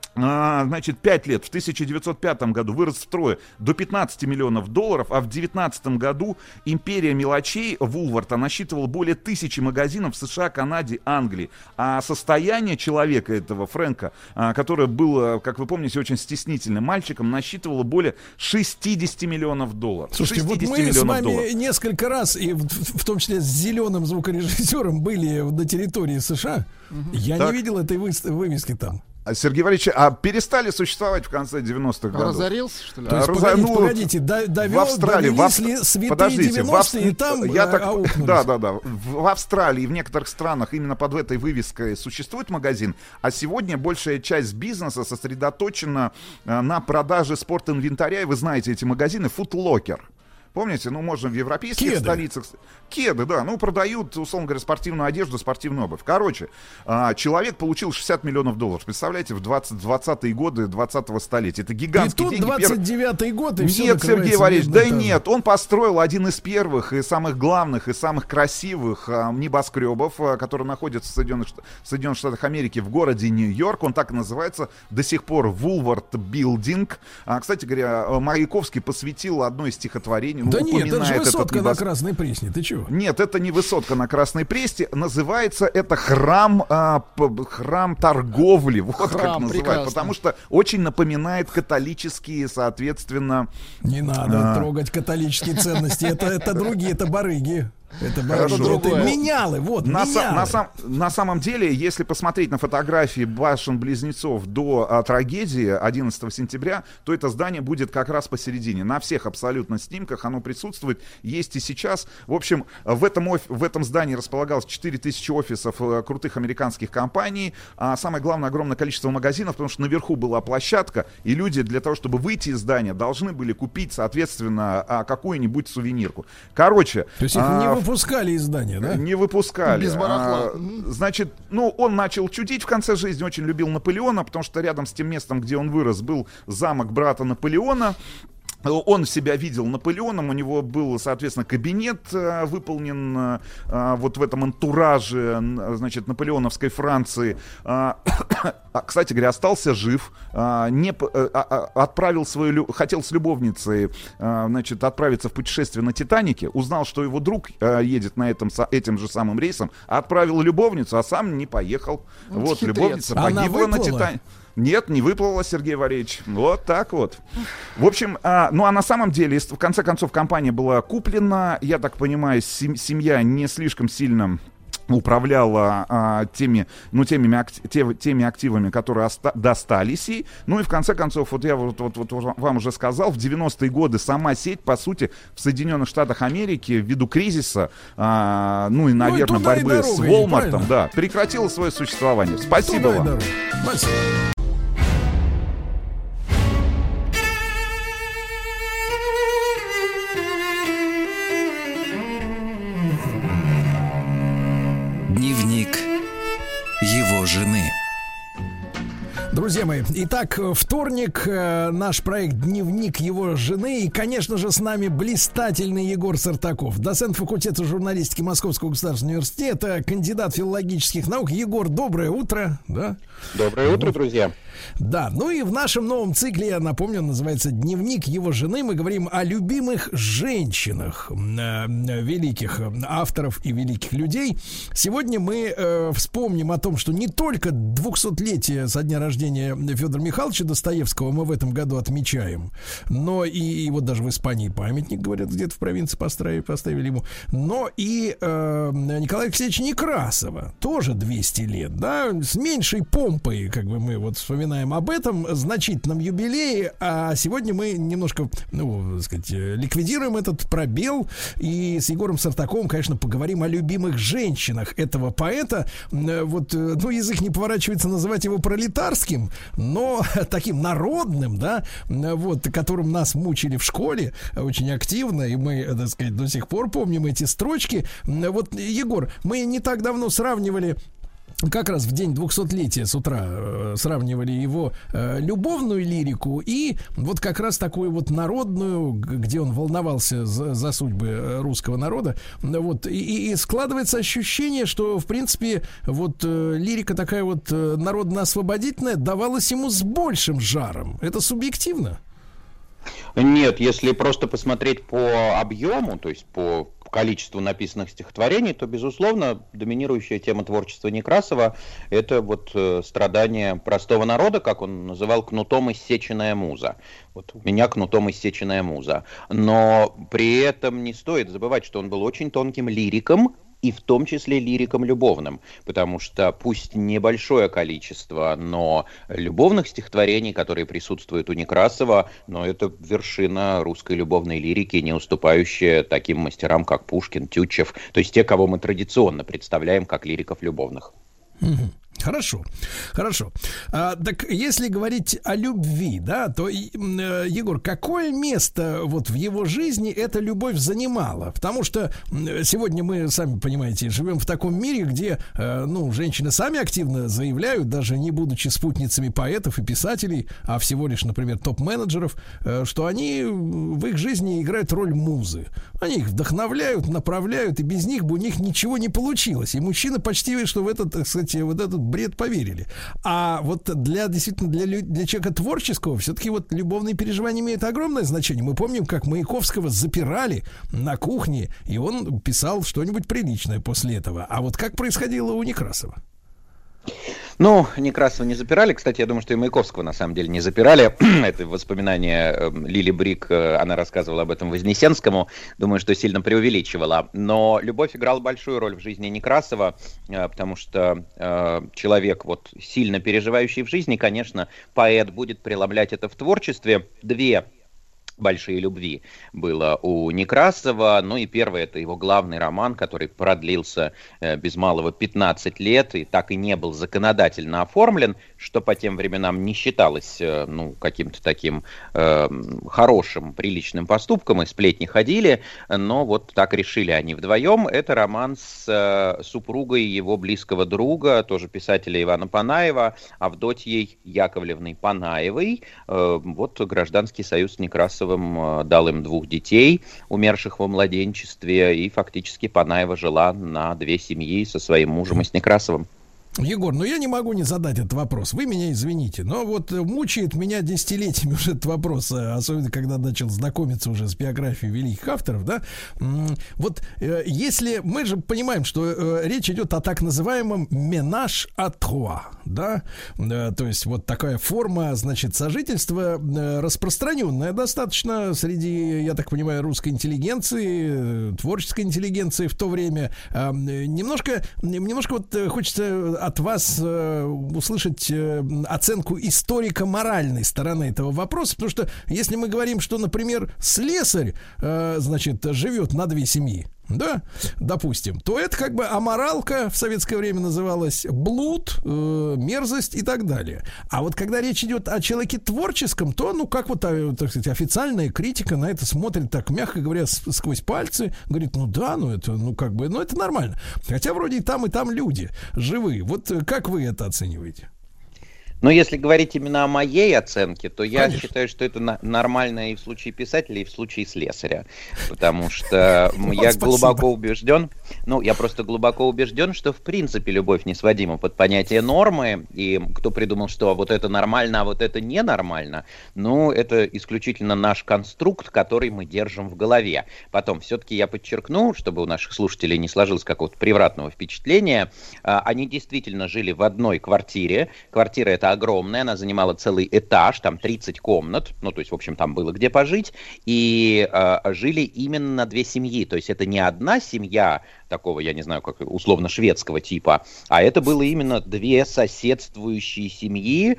А, значит, пять лет, в тысяча девятьсот пятом году вырос втрое до пятнадцати миллионов долларов, а в девятнадцатом году империя мелочей Вулварта насчитывала более тысячи магазинов в США, Канаде, Англии. А состояние человека этого, Фрэнка, а, который был, как вы помните, очень стеснительным мальчиком, насчитывало более шестидесяти миллионов долларов. Слушайте, вот мы с вами долларов. несколько раз, и в, в том числе с зеленым звукорежиссером, были на территории США. Угу. Я так. не видел этой вы, вывески там. Сергей Валерьевич, а перестали существовать в конце девяностых годов? Разорился, что ли? То есть, Разор... погодите, ну, погодите, довел, в Австралии, в Ав... святые Подождите, девяностые, в Ав... и там я так... аукнулись. Да, да, да. В Австралии и в некоторых странах именно под этой вывеской существует магазин, а сегодня большая часть бизнеса сосредоточена на продаже спортинвентаря, и вы знаете эти магазины, Foot Locker. Помните, ну, можно в европейских Кеды. столицах... Кеды, да, ну, продают, условно говоря, спортивную одежду, спортивную обувь. Короче, а, человек получил шестьдесят миллионов долларов. Представляете, в двадцатые годы двадцатого столетия. Это гигантские деньги. И тут двадцать девятый год, и все Нет, Сергей Валерьевич, да там. нет. Он построил один из первых и самых главных, и самых красивых а, небоскребов, а, которые находятся в Соединенных, в Соединенных Штатах Америки в городе Нью-Йорк. Он так и называется до сих пор Woolworth Building. А, кстати говоря, Маяковский посвятил одно из стихотворений. Да ну, нет, это же высотка небос... на Красной Пресне, ты чего? Нет, это не высотка на Красной Пресне. Называется это храм, а, п- храм торговли. Вот храм, как называют. Прекрасно. Потому что очень напоминает католические, соответственно... Не надо а... трогать католические ценности. Это, это другие, это барыги. Это, Хорошо. это менялы, вот, на, менялы. Са, на, сам, на самом деле, если посмотреть на фотографии башен-близнецов до а, трагедии одиннадцатого сентября, то это здание будет как раз посередине. На всех абсолютно снимках оно присутствует, есть и сейчас. В общем, в этом, оф, в этом здании располагалось четыре тысячи офисов а, крутых американских компаний, а самое главное, огромное количество магазинов, потому что наверху была площадка, и люди для того, чтобы выйти из здания, должны были купить, соответственно, а, какую-нибудь сувенирку. Короче... То есть их а, не выпускали из здания, да? Не выпускали. Без барахла. А, значит, ну, он начал чудить в конце жизни, очень любил Наполеона, потому что рядом с тем местом, где он вырос, был замок брата Наполеона. Он себя видел Наполеоном, у него был, соответственно, кабинет э, выполнен э, вот в этом антураже, значит, наполеоновской Франции. Э, кстати говоря, остался жив, э, не, э, э, отправил свою, хотел с любовницей, э, значит, отправиться в путешествие на Титанике, узнал, что его друг э, едет на этом, этим же самым рейсом, отправил любовницу, а сам не поехал. Вот, вот любовница погибла на Титанике. Нет, не выплыла, Сергей Валерьевич. Вот так вот. В общем, а, ну а на самом деле, в конце концов, компания была куплена. Я так понимаю, сем- семья не слишком сильно управляла а, теми, ну, теми, акти- те, теми активами, которые оста- достались ей. Ну и в конце концов, вот я вот, вот, вот вам уже сказал, в девяностые годы сама сеть, по сути, в Соединенных Штатах Америки ввиду кризиса, а, ну и, наверное, ну, и борьбы дорога, с Walmart, да, прекратила свое существование. Спасибо вам. Спасибо. Дневник его жены. Друзья мои, итак, вторник, наш проект «Дневник его жены». И, конечно же, с нами блистательный Егор Сартаков, доцент факультета журналистики Московского государственного университета, кандидат филологических наук. Егор, доброе утро. Да? Доброе утро, друзья. Да, ну и в нашем новом цикле, я напомню, называется «Дневник его жены». Мы говорим о любимых женщинах, э, великих авторов и великих людей. Сегодня мы э, вспомним о том, что не только двухсотлетие со дня рождения Федора Михайловича Достоевского мы в этом году отмечаем, но и, и вот даже в Испании памятник, говорят, где-то в провинции поставили, поставили ему, но и э, Николая Алексеевича Некрасова тоже двести лет, да, с меньшей помпой, как бы мы вот вспоминаем об этом значительном юбилее, а сегодня мы немножко, ну, так сказать, ликвидируем этот пробел и с Егором Сартаковым, конечно, поговорим о любимых женщинах этого поэта. Вот, ну, язык не поворачивается называть его пролетарским, но таким народным, да, вот, которым нас мучили в школе очень активно, и мы, так сказать, до сих пор помним эти строчки. Вот, Егор, мы не так давно сравнивали, как раз в день двухсотлетия с утра э, сравнивали его э, любовную лирику и вот как раз такую вот народную, где он волновался за, за судьбы русского народа. Вот, и, и складывается ощущение, что, в принципе, вот э, лирика такая вот э, народно-освободительная давалась ему с большим жаром. Это субъективно? Нет, если просто посмотреть по объему, то есть по количеству написанных стихотворений, то, безусловно, доминирующая тема творчества Некрасова — это вот э, страдание простого народа, как он называл, кнутом иссеченная муза. Вот у меня кнутом иссеченная муза. Но при этом не стоит забывать, что он был очень тонким лириком, и в том числе лириком любовным, потому что пусть небольшое количество, но любовных стихотворений, которые присутствуют у Некрасова, но это вершина русской любовной лирики, не уступающая таким мастерам, как Пушкин, Тютчев, то есть те, кого мы традиционно представляем как лириков любовных. Хорошо, хорошо. А, так если говорить о любви, да, то, э, Егор, какое место вот в его жизни эта любовь занимала? Потому что сегодня мы, сами понимаете, живем в таком мире, где, э, ну, женщины сами активно заявляют, даже не будучи спутницами поэтов и писателей, а всего лишь, например, топ-менеджеров, э, что они в их жизни играют роль музы. Они их вдохновляют, направляют, и без них бы у них ничего не получилось. И мужчины почти, что в этот, так сказать, вот этот бред поверили. А вот для, действительно, для, для человека творческого все-таки вот любовные переживания имеют огромное значение. Мы помним, как Маяковского запирали на кухне, и он писал что-нибудь приличное после этого. А вот как происходило у Некрасова? Ну, Некрасова не запирали. Кстати, я думаю, что и Маяковского на самом деле не запирали. Это воспоминание Лили Брик, она рассказывала об этом Вознесенскому. Думаю, что сильно преувеличивала. Но любовь играла большую роль в жизни Некрасова, потому что э, человек, вот, сильно переживающий в жизни, конечно, поэт будет преломлять это в творчестве. Две большие любви было у Некрасова. Ну и первый — это его главный роман, который продлился э, без малого пятнадцать лет и так и не был законодательно оформлен, что по тем временам не считалось э, ну, каким-то таким э, хорошим, приличным поступком, и сплетни ходили, но вот так решили они вдвоем. Это роман с э, супругой его близкого друга, тоже писателя Ивана Панаева, Авдотьей Яковлевной Панаевой. Э, вот гражданский союз с Некрасовым дал им двух детей, умерших во младенчестве, и фактически Панаева жила на две семьи со своим мужем и с Некрасовым. Егор, ну я не могу не задать этот вопрос. Вы меня извините, но вот мучает меня десятилетиями уже этот вопрос, особенно когда начал знакомиться уже с биографией великих авторов, да. Вот если мы же понимаем, что речь идет о так называемом ménage à trois, да, то есть вот такая форма, значит, сожительства распространенная достаточно среди, я так понимаю, русской интеллигенции, творческой интеллигенции в то время. Немножко, немножко вот хочется от вас э, услышать э, оценку историко-моральной стороны этого вопроса, потому что если мы говорим, что, например, слесарь, э, значит, живет на две семьи, да, допустим, то это как бы аморалка, в советское время называлась блуд, э, мерзость и так далее. А вот когда речь идет о человеке творческом, то, ну, как вот, так сказать, официальная критика на это смотрит так, мягко говоря, сквозь пальцы, говорит, ну да, ну это, ну как бы, ну это нормально. Хотя вроде и там, и там люди живые. Вот как вы это оцениваете? Но если говорить именно о моей оценке, то я Конечно. считаю, что это на- нормально и в случае писателя, и в случае слесаря. Потому что я глубоко убежден, ну, я просто глубоко убежден, что в принципе любовь не сводима под понятие нормы. И кто придумал, что вот это нормально, а вот это ненормально, ну, это исключительно наш конструкт, который мы держим в голове. Потом, все-таки я подчеркну, чтобы у наших слушателей не сложилось какого-то превратного впечатления, они действительно жили в одной квартире. Квартира эта огромная, она занимала целый этаж, там тридцать комнат, ну, то есть, в общем, там было где пожить, и э, жили именно на две семьи, то есть это не одна семья такого, я не знаю, как условно-шведского типа, а это было именно две соседствующие семьи,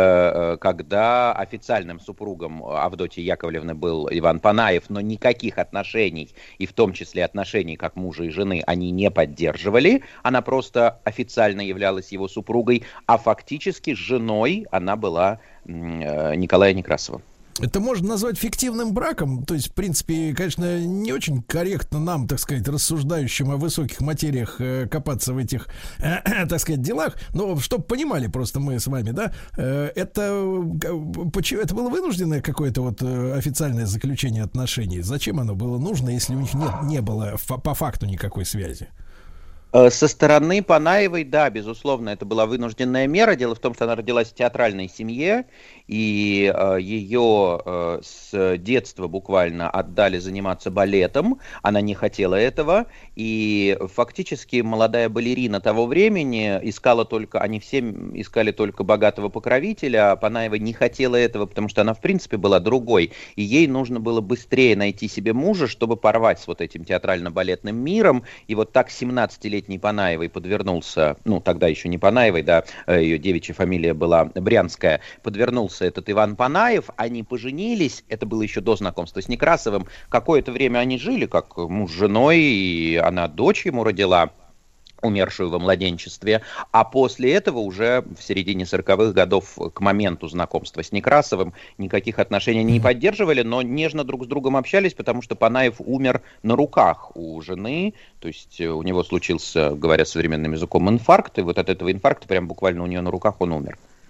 э, когда официальным супругом Авдотьи Яковлевны был Иван Панаев, но никаких отношений, и в том числе отношений как мужа и жены, они не поддерживали, она просто официально являлась его супругой, а фактически женой она была э, Николая Некрасова. Это можно назвать фиктивным браком. То есть, в принципе, конечно, не очень корректно нам, так сказать, рассуждающим о высоких материях, э, копаться в этих, э, так сказать, делах. Но чтобы понимали просто мы с вами, да, э, это, почему, это было вынужденное какое-то вот э, официальное заключение отношений. Зачем оно было нужно, если у них не, не было фа- по факту никакой связи? Со стороны Панаевой, да, безусловно, это была вынужденная мера. Дело в том, что она родилась в театральной семье, и э, ее э, с детства буквально отдали заниматься балетом. Она не хотела этого, и фактически молодая балерина того времени искала только, они все искали только богатого покровителя, а Панаева не хотела этого, потому что она, в принципе, была другой, и ей нужно было быстрее найти себе мужа, чтобы порвать с вот этим театрально-балетным миром, и вот так семнадцатилетний Панаевой подвернулся, ну, тогда еще не Панаевой, да, ее девичья фамилия была Брянская, подвернулся этот Иван Панаев, они поженились, это было еще до знакомства с Некрасовым, какое-то время они жили как муж с женой, и она дочь ему родила, умершую во младенчестве, а после этого уже в середине сороковых годов к моменту знакомства с Некрасовым никаких отношений не поддерживали, но нежно друг с другом общались, потому что Панаев умер на руках у жены, то есть у него случился, говоря современным языком, инфаркт, и вот от этого инфаркта прям буквально у нее на руках он умер.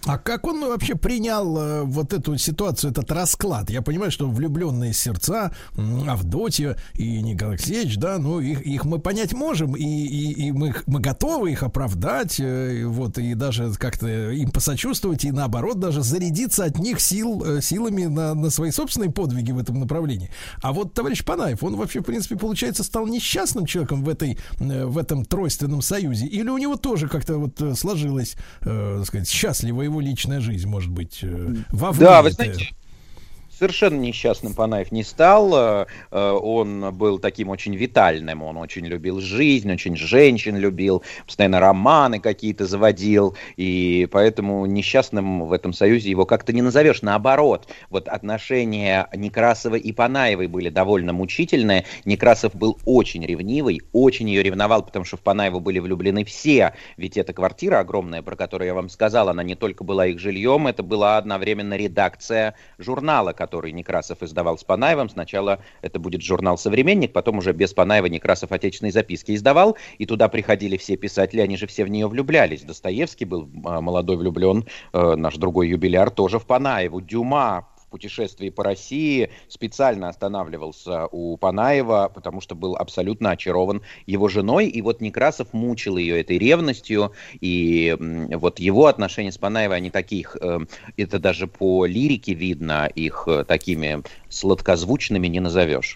А как он вообще принял э, вот эту ситуацию, этот расклад? Я понимаю, что влюбленные сердца, Авдотья и Николай Алексеевич, да, ну их, их мы понять можем, и, и, и мы, мы готовы их оправдать, э, вот, и даже как-то им посочувствовать, и наоборот даже зарядиться от них сил, э, силами на, на свои собственные подвиги в этом направлении. А вот товарищ Панаев, он вообще, в принципе, получается, стал несчастным человеком в, этой, э, в этом тройственном союзе? Или у него тоже как-то вот сложилось, э, так сказать, счастливо его личная жизнь, может быть, э, вовне? Да, вы знаете, совершенно несчастным Панаев не стал. Он был таким очень витальным. Он очень любил жизнь, очень женщин любил, постоянно романы какие-то заводил. И поэтому несчастным в этом союзе его как-то не назовешь. Наоборот, вот отношения Некрасова и Панаевой были довольно мучительные. Некрасов был очень ревнивый, очень ее ревновал, потому что в Панаеву были влюблены все. Ведь эта квартира огромная, про которую я вам сказал, она не только была их жильем, это была одновременно редакция журнала, который Некрасов издавал с Панаевым. Сначала это будет журнал «Современник», потом уже без Панаева Некрасов «Отечественные записки» издавал, и туда приходили все писатели, они же все в нее влюблялись. Достоевский был молодой влюблен, наш другой юбиляр тоже в Панаеву, Дюма в «Путешествии по России» специально останавливался у Панаева, потому что был абсолютно очарован его женой, и вот Некрасов мучил ее этой ревностью, и вот его отношения с Панаевой, они таких, это даже по лирике видно, их такими сладкозвучными не назовешь.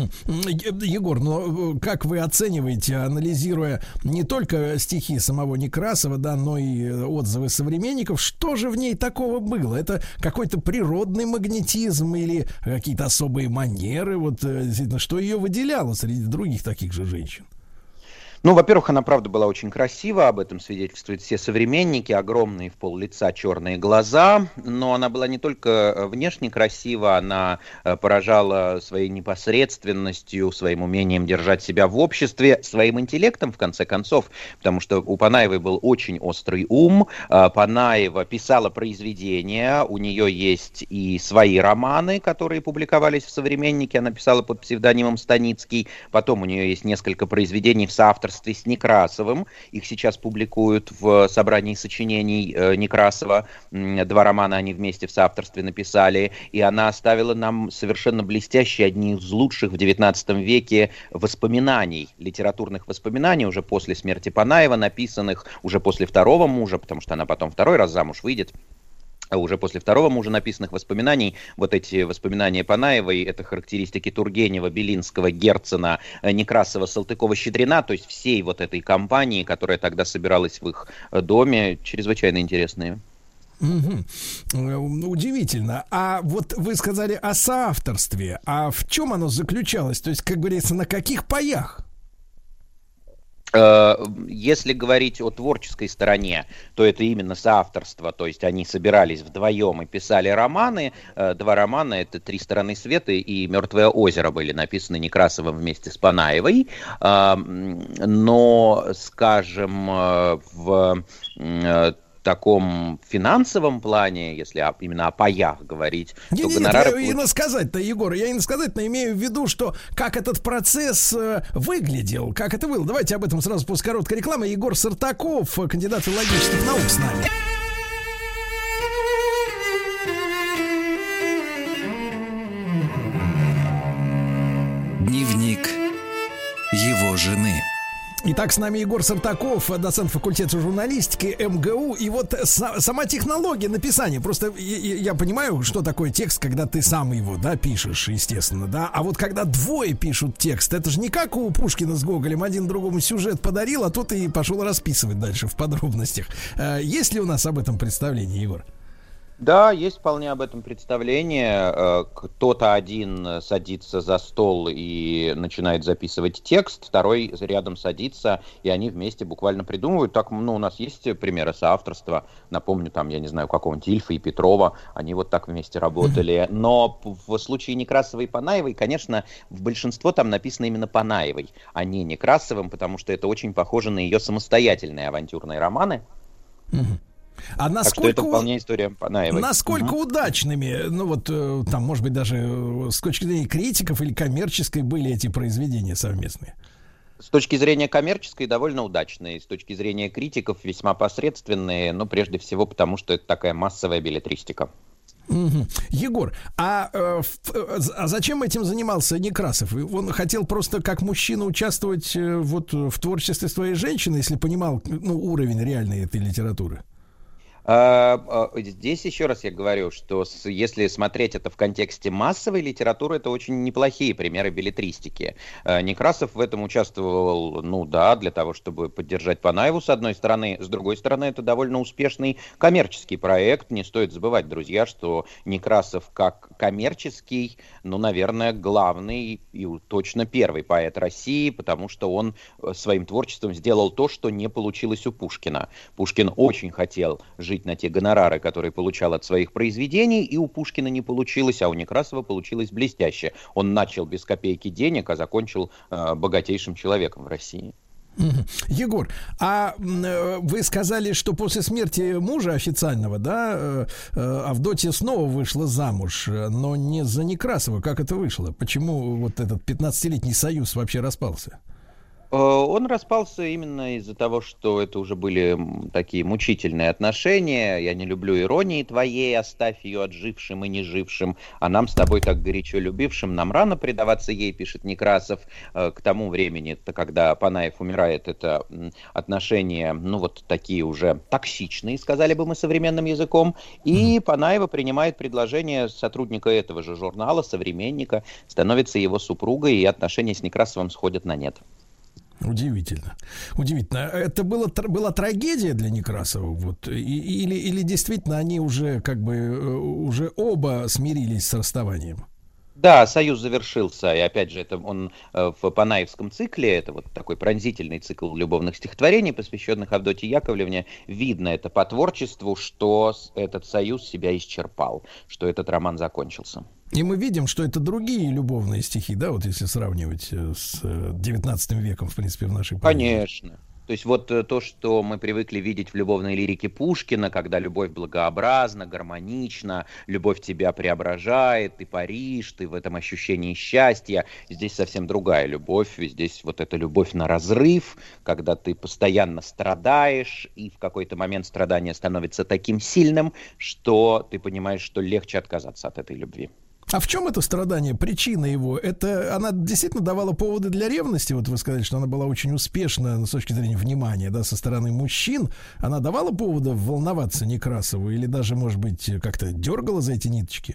Егор, ну как вы оцениваете, анализируя не только стихи самого Некрасова, да, но и отзывы современников, что же в ней такого было? Это какой-то природный магнетизм или какие-то особые манеры? Вот действительно, что ее выделяло среди других таких же женщин? Ну, во-первых, она, правда, была очень красива, об этом свидетельствуют все современники, огромные в пол лица черные глаза, но она была не только внешне красива, она поражала своей непосредственностью, своим умением держать себя в обществе, своим интеллектом, в конце концов, потому что у Панаевой был очень острый ум, Панаева писала произведения, у нее есть и свои романы, которые публиковались в «Современнике», она писала под псевдонимом Станицкий, потом у нее есть несколько произведений в соавторстве с Некрасовым. Их сейчас публикуют в собрании сочинений э, Некрасова. Два романа они вместе в соавторстве написали. И она оставила нам совершенно блестящие, одни из лучших в девятнадцатом веке воспоминаний, литературных воспоминаний, уже после смерти Панаева, написанных уже после второго мужа, потому что она потом второй раз замуж выйдет. А уже после второго мужа написанных воспоминаний, вот эти воспоминания Панаевой, это характеристики Тургенева, Белинского, Герцена, Некрасова, Салтыкова-Щедрина, то есть всей вот этой компании, которая тогда собиралась в их доме, чрезвычайно интересные. Угу. Удивительно. А вот вы сказали о соавторстве, а в чем оно заключалось? То есть, как говорится, на каких паях? Если говорить о творческой стороне, то это именно соавторство, то есть они собирались вдвоем и писали романы. Два романа — это «Три стороны света» и «Мертвое озеро» были написаны Некрасовым вместе с Панаевой. Но, скажем, в таком финансовом плане, если именно о паях говорить, не, то не, гонорары... Нет, я именно сказать-то, Егор, я именно сказать-то имею в виду, что как этот процесс э, выглядел, как это было. Давайте об этом сразу после короткой рекламы. Егор Сартаков, кандидат филологических наук, с нами. Дневник его жены. Итак, с нами Егор Сартаков, доцент факультета журналистики эм гэ у. И вот с- сама технология написания. Просто я, я понимаю, что такое текст, когда ты сам его, да, пишешь, естественно, да. А вот когда двое пишут текст, это же не как у Пушкина с Гоголем. Один другому сюжет подарил, а тот и пошел расписывать дальше в подробностях. Есть ли у нас об этом представление, Егор? Да, есть вполне об этом представление. Кто-то один садится за стол и начинает записывать текст, второй рядом садится, и они вместе буквально придумывают. Так, ну, у нас есть примеры соавторства. Напомню, там, я не знаю, какого-нибудь Ильфа и Петрова. Они вот так вместе работали. Но в случае Некрасовой и Панаевой, конечно, в большинство там написано именно Панаевой, а не Некрасовым, потому что это очень похоже на ее самостоятельные авантюрные романы. А насколько, так что это вполне история Панаевой. Насколько угу. удачными, ну вот там, может быть, даже с точки зрения критиков или коммерческой были эти произведения совместные? С точки зрения коммерческой довольно удачные, с точки зрения критиков весьма посредственные, но прежде всего потому, что это такая массовая беллетристика. Угу. Егор, а, э, а зачем этим занимался Некрасов? Он хотел просто как мужчина участвовать э, вот, в творчестве своей женщины, если понимал, ну, уровень реальной этой литературы? Здесь еще раз я говорю, что с, если смотреть это в контексте массовой литературы, это очень неплохие примеры беллетристики. Некрасов в этом участвовал, ну да, для того, чтобы поддержать Панаеву с одной стороны, с другой стороны, это довольно успешный коммерческий проект. Не стоит забывать, друзья, что Некрасов как коммерческий, ну, наверное, главный и точно первый поэт России, потому что он своим творчеством сделал то, что не получилось у Пушкина. Пушкин очень хотел жить на те гонорары, которые получал от своих произведений, и у Пушкина не получилось, а у Некрасова получилось блестяще. Он начал без копейки денег, а закончил э, богатейшим человеком в России. Егор, а вы сказали, что после смерти мужа официального, да, Авдотья снова вышла замуж, но не за Некрасова. Как это вышло? Почему вот этот пятнадцатилетний союз вообще распался? Он распался именно из-за того, что это уже были такие мучительные отношения. Я не люблю иронии твоей, оставь ее отжившим и нежившим. А нам с тобой так горячо любившим, нам рано предаваться ей, пишет Некрасов. К тому времени, когда Панаев умирает, это отношения, ну вот такие уже токсичные, сказали бы мы современным языком. И Панаева принимает предложение сотрудника этого же журнала, современника, становится его супругой, и отношения с Некрасовым сходят на нет. Удивительно. Удивительно. Это было, была трагедия для Некрасова? Вот, и, или, или действительно они уже как бы уже оба смирились с расставанием? Да, союз завершился, и опять же, это он э, в Панаевском цикле, это вот такой пронзительный цикл любовных стихотворений, посвященных Авдотье Яковлевне. Видно это по творчеству, что этот союз себя исчерпал, что этот роман закончился. И мы видим, что это другие любовные стихи, да, вот если сравнивать с девятнадцатым веком, в принципе, в нашей поэзии. Конечно. То есть вот то, что мы привыкли видеть в любовной лирике Пушкина, когда любовь благообразна, гармонична, любовь тебя преображает, ты паришь, ты в этом ощущении счастья. Здесь совсем другая любовь, здесь вот эта любовь на разрыв, когда ты постоянно страдаешь, и в какой-то момент страдание становится таким сильным, что ты понимаешь, что легче отказаться от этой любви. А в чем это страдание, причина его? Это она действительно давала поводы для ревности? Вот вы сказали, что она была очень успешна с точки зрения внимания, да, со стороны мужчин. Она давала повода волноваться Некрасову или даже, может быть, как-то дергала за эти ниточки?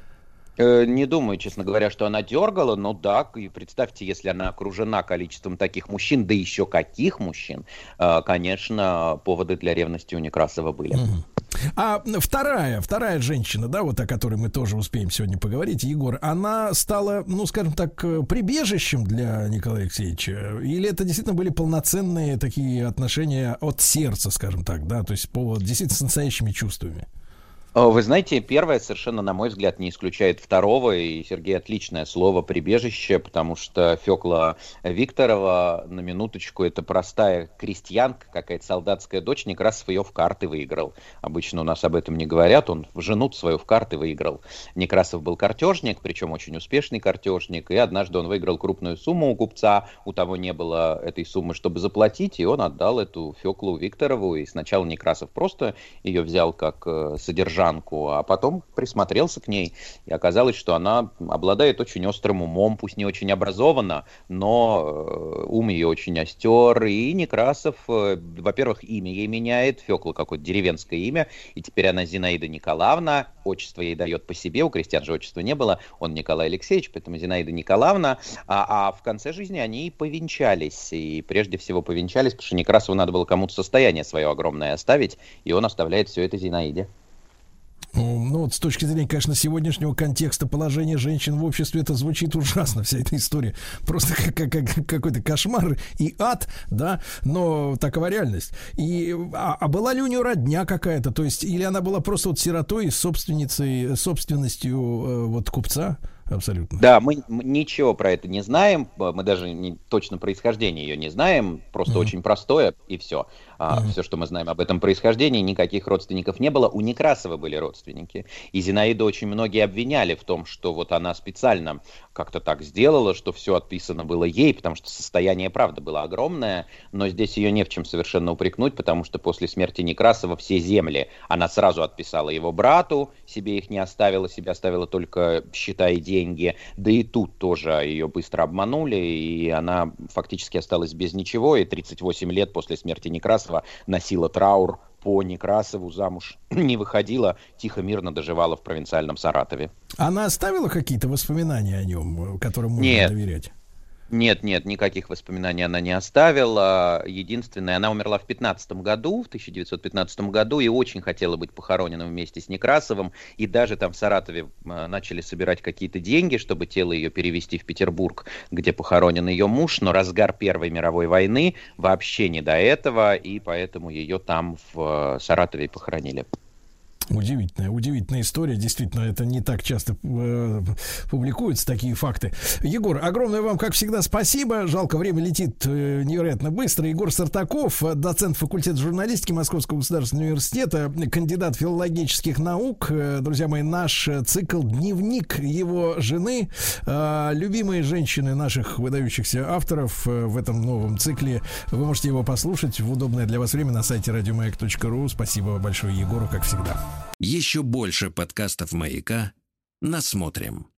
Не думаю, честно говоря, что она дергала, но да, и представьте, если она окружена количеством таких мужчин, да еще каких мужчин, конечно, поводы для ревности у Некрасова были. А вторая, вторая женщина, да, вот о которой мы тоже успеем сегодня поговорить, Егор, она стала, ну, скажем так, прибежищем для Николая Алексеевича? Или это действительно были полноценные такие отношения от сердца, скажем так, да, то есть по действительно с настоящими чувствами? Вы знаете, первое совершенно, на мой взгляд, не исключает второго, и, Сергей, отличное слово «прибежище», потому что Фёкла Викторова, на минуточку, это простая крестьянка, какая-то солдатская дочь, Некрасов ее в карты выиграл. Обычно у нас об этом не говорят, он жену свою в карты выиграл. Некрасов был картежник, причем очень успешный картежник, и однажды он выиграл крупную сумму у купца, у того не было этой суммы, чтобы заплатить, и он отдал эту Фёклу Викторову, и сначала Некрасов просто ее взял как содержанку, а потом присмотрелся к ней, и оказалось, что она обладает очень острым умом, пусть не очень образованно, но ум ее очень остер, и Некрасов, во-первых, имя ей меняет, Фёкла какое-то деревенское имя, и теперь она Зинаида Николаевна, отчество ей дает по себе, у крестьян же отчества не было, он Николай Алексеевич, поэтому Зинаида Николаевна, а, а в конце жизни они повенчались, и прежде всего повенчались, потому что Некрасову надо было кому-то состояние свое огромное оставить, и он оставляет все это Зинаиде. Ну, вот с точки зрения, конечно, сегодняшнего контекста положения женщин в обществе, это звучит ужасно, вся эта история. Просто как, как, какой-то кошмар и ад, да, но такова реальность. И, а, а была ли у нее родня какая-то, то есть, или она была просто вот сиротой, собственницей, собственностью э, вот купца? Абсолютно. Да, мы, мы ничего про это не знаем, мы даже не, точно происхождение ее не знаем, просто mm-hmm. очень простое, и все. А, mm. Все, что мы знаем об этом происхождении, никаких родственников не было. У Некрасова были родственники. И Зинаиду очень многие обвиняли в том, что вот она специально как-то так сделала, что все отписано было ей, потому что состояние, правда, было огромное. Но здесь ее не в чем совершенно упрекнуть, потому что после смерти Некрасова все земли она сразу отписала его брату, себе их не оставила, себе оставила только счета и деньги. Да и тут тоже ее быстро обманули, и она фактически осталась без ничего. И тридцать восемь лет после смерти Некрасова носила траур по Некрасову, замуж не выходила, тихо, мирно доживала в провинциальном Саратове. Она оставила какие-то воспоминания о нем, которым можно Нет. доверять? Нет, нет, никаких воспоминаний она не оставила. Единственное, она умерла в пятнадцатом году, в тысяча девятьсот пятнадцатом году, и очень хотела быть похоронена вместе с Некрасовым. И даже там в Саратове начали собирать какие-то деньги, чтобы тело ее перевезти в Петербург, где похоронен ее муж. Но разгар Первой мировой войны вообще не до этого, и поэтому ее там в Саратове похоронили. Удивительная, удивительная история. Действительно, это не так часто э, публикуются такие факты. Егор, огромное вам, как всегда, спасибо. Жалко, время летит э, невероятно быстро. Егор Сартаков, доцент факультета журналистики Московского государственного университета, кандидат филологических наук. Э, друзья мои, наш цикл «Дневник его жены». Э, любимые женщины наших выдающихся авторов э, в этом новом цикле. Вы можете его послушать в удобное для вас время на сайте радиомаяк точка ру. Спасибо большое Егору, как всегда. Еще больше подкастов «Маяка» насмотрим.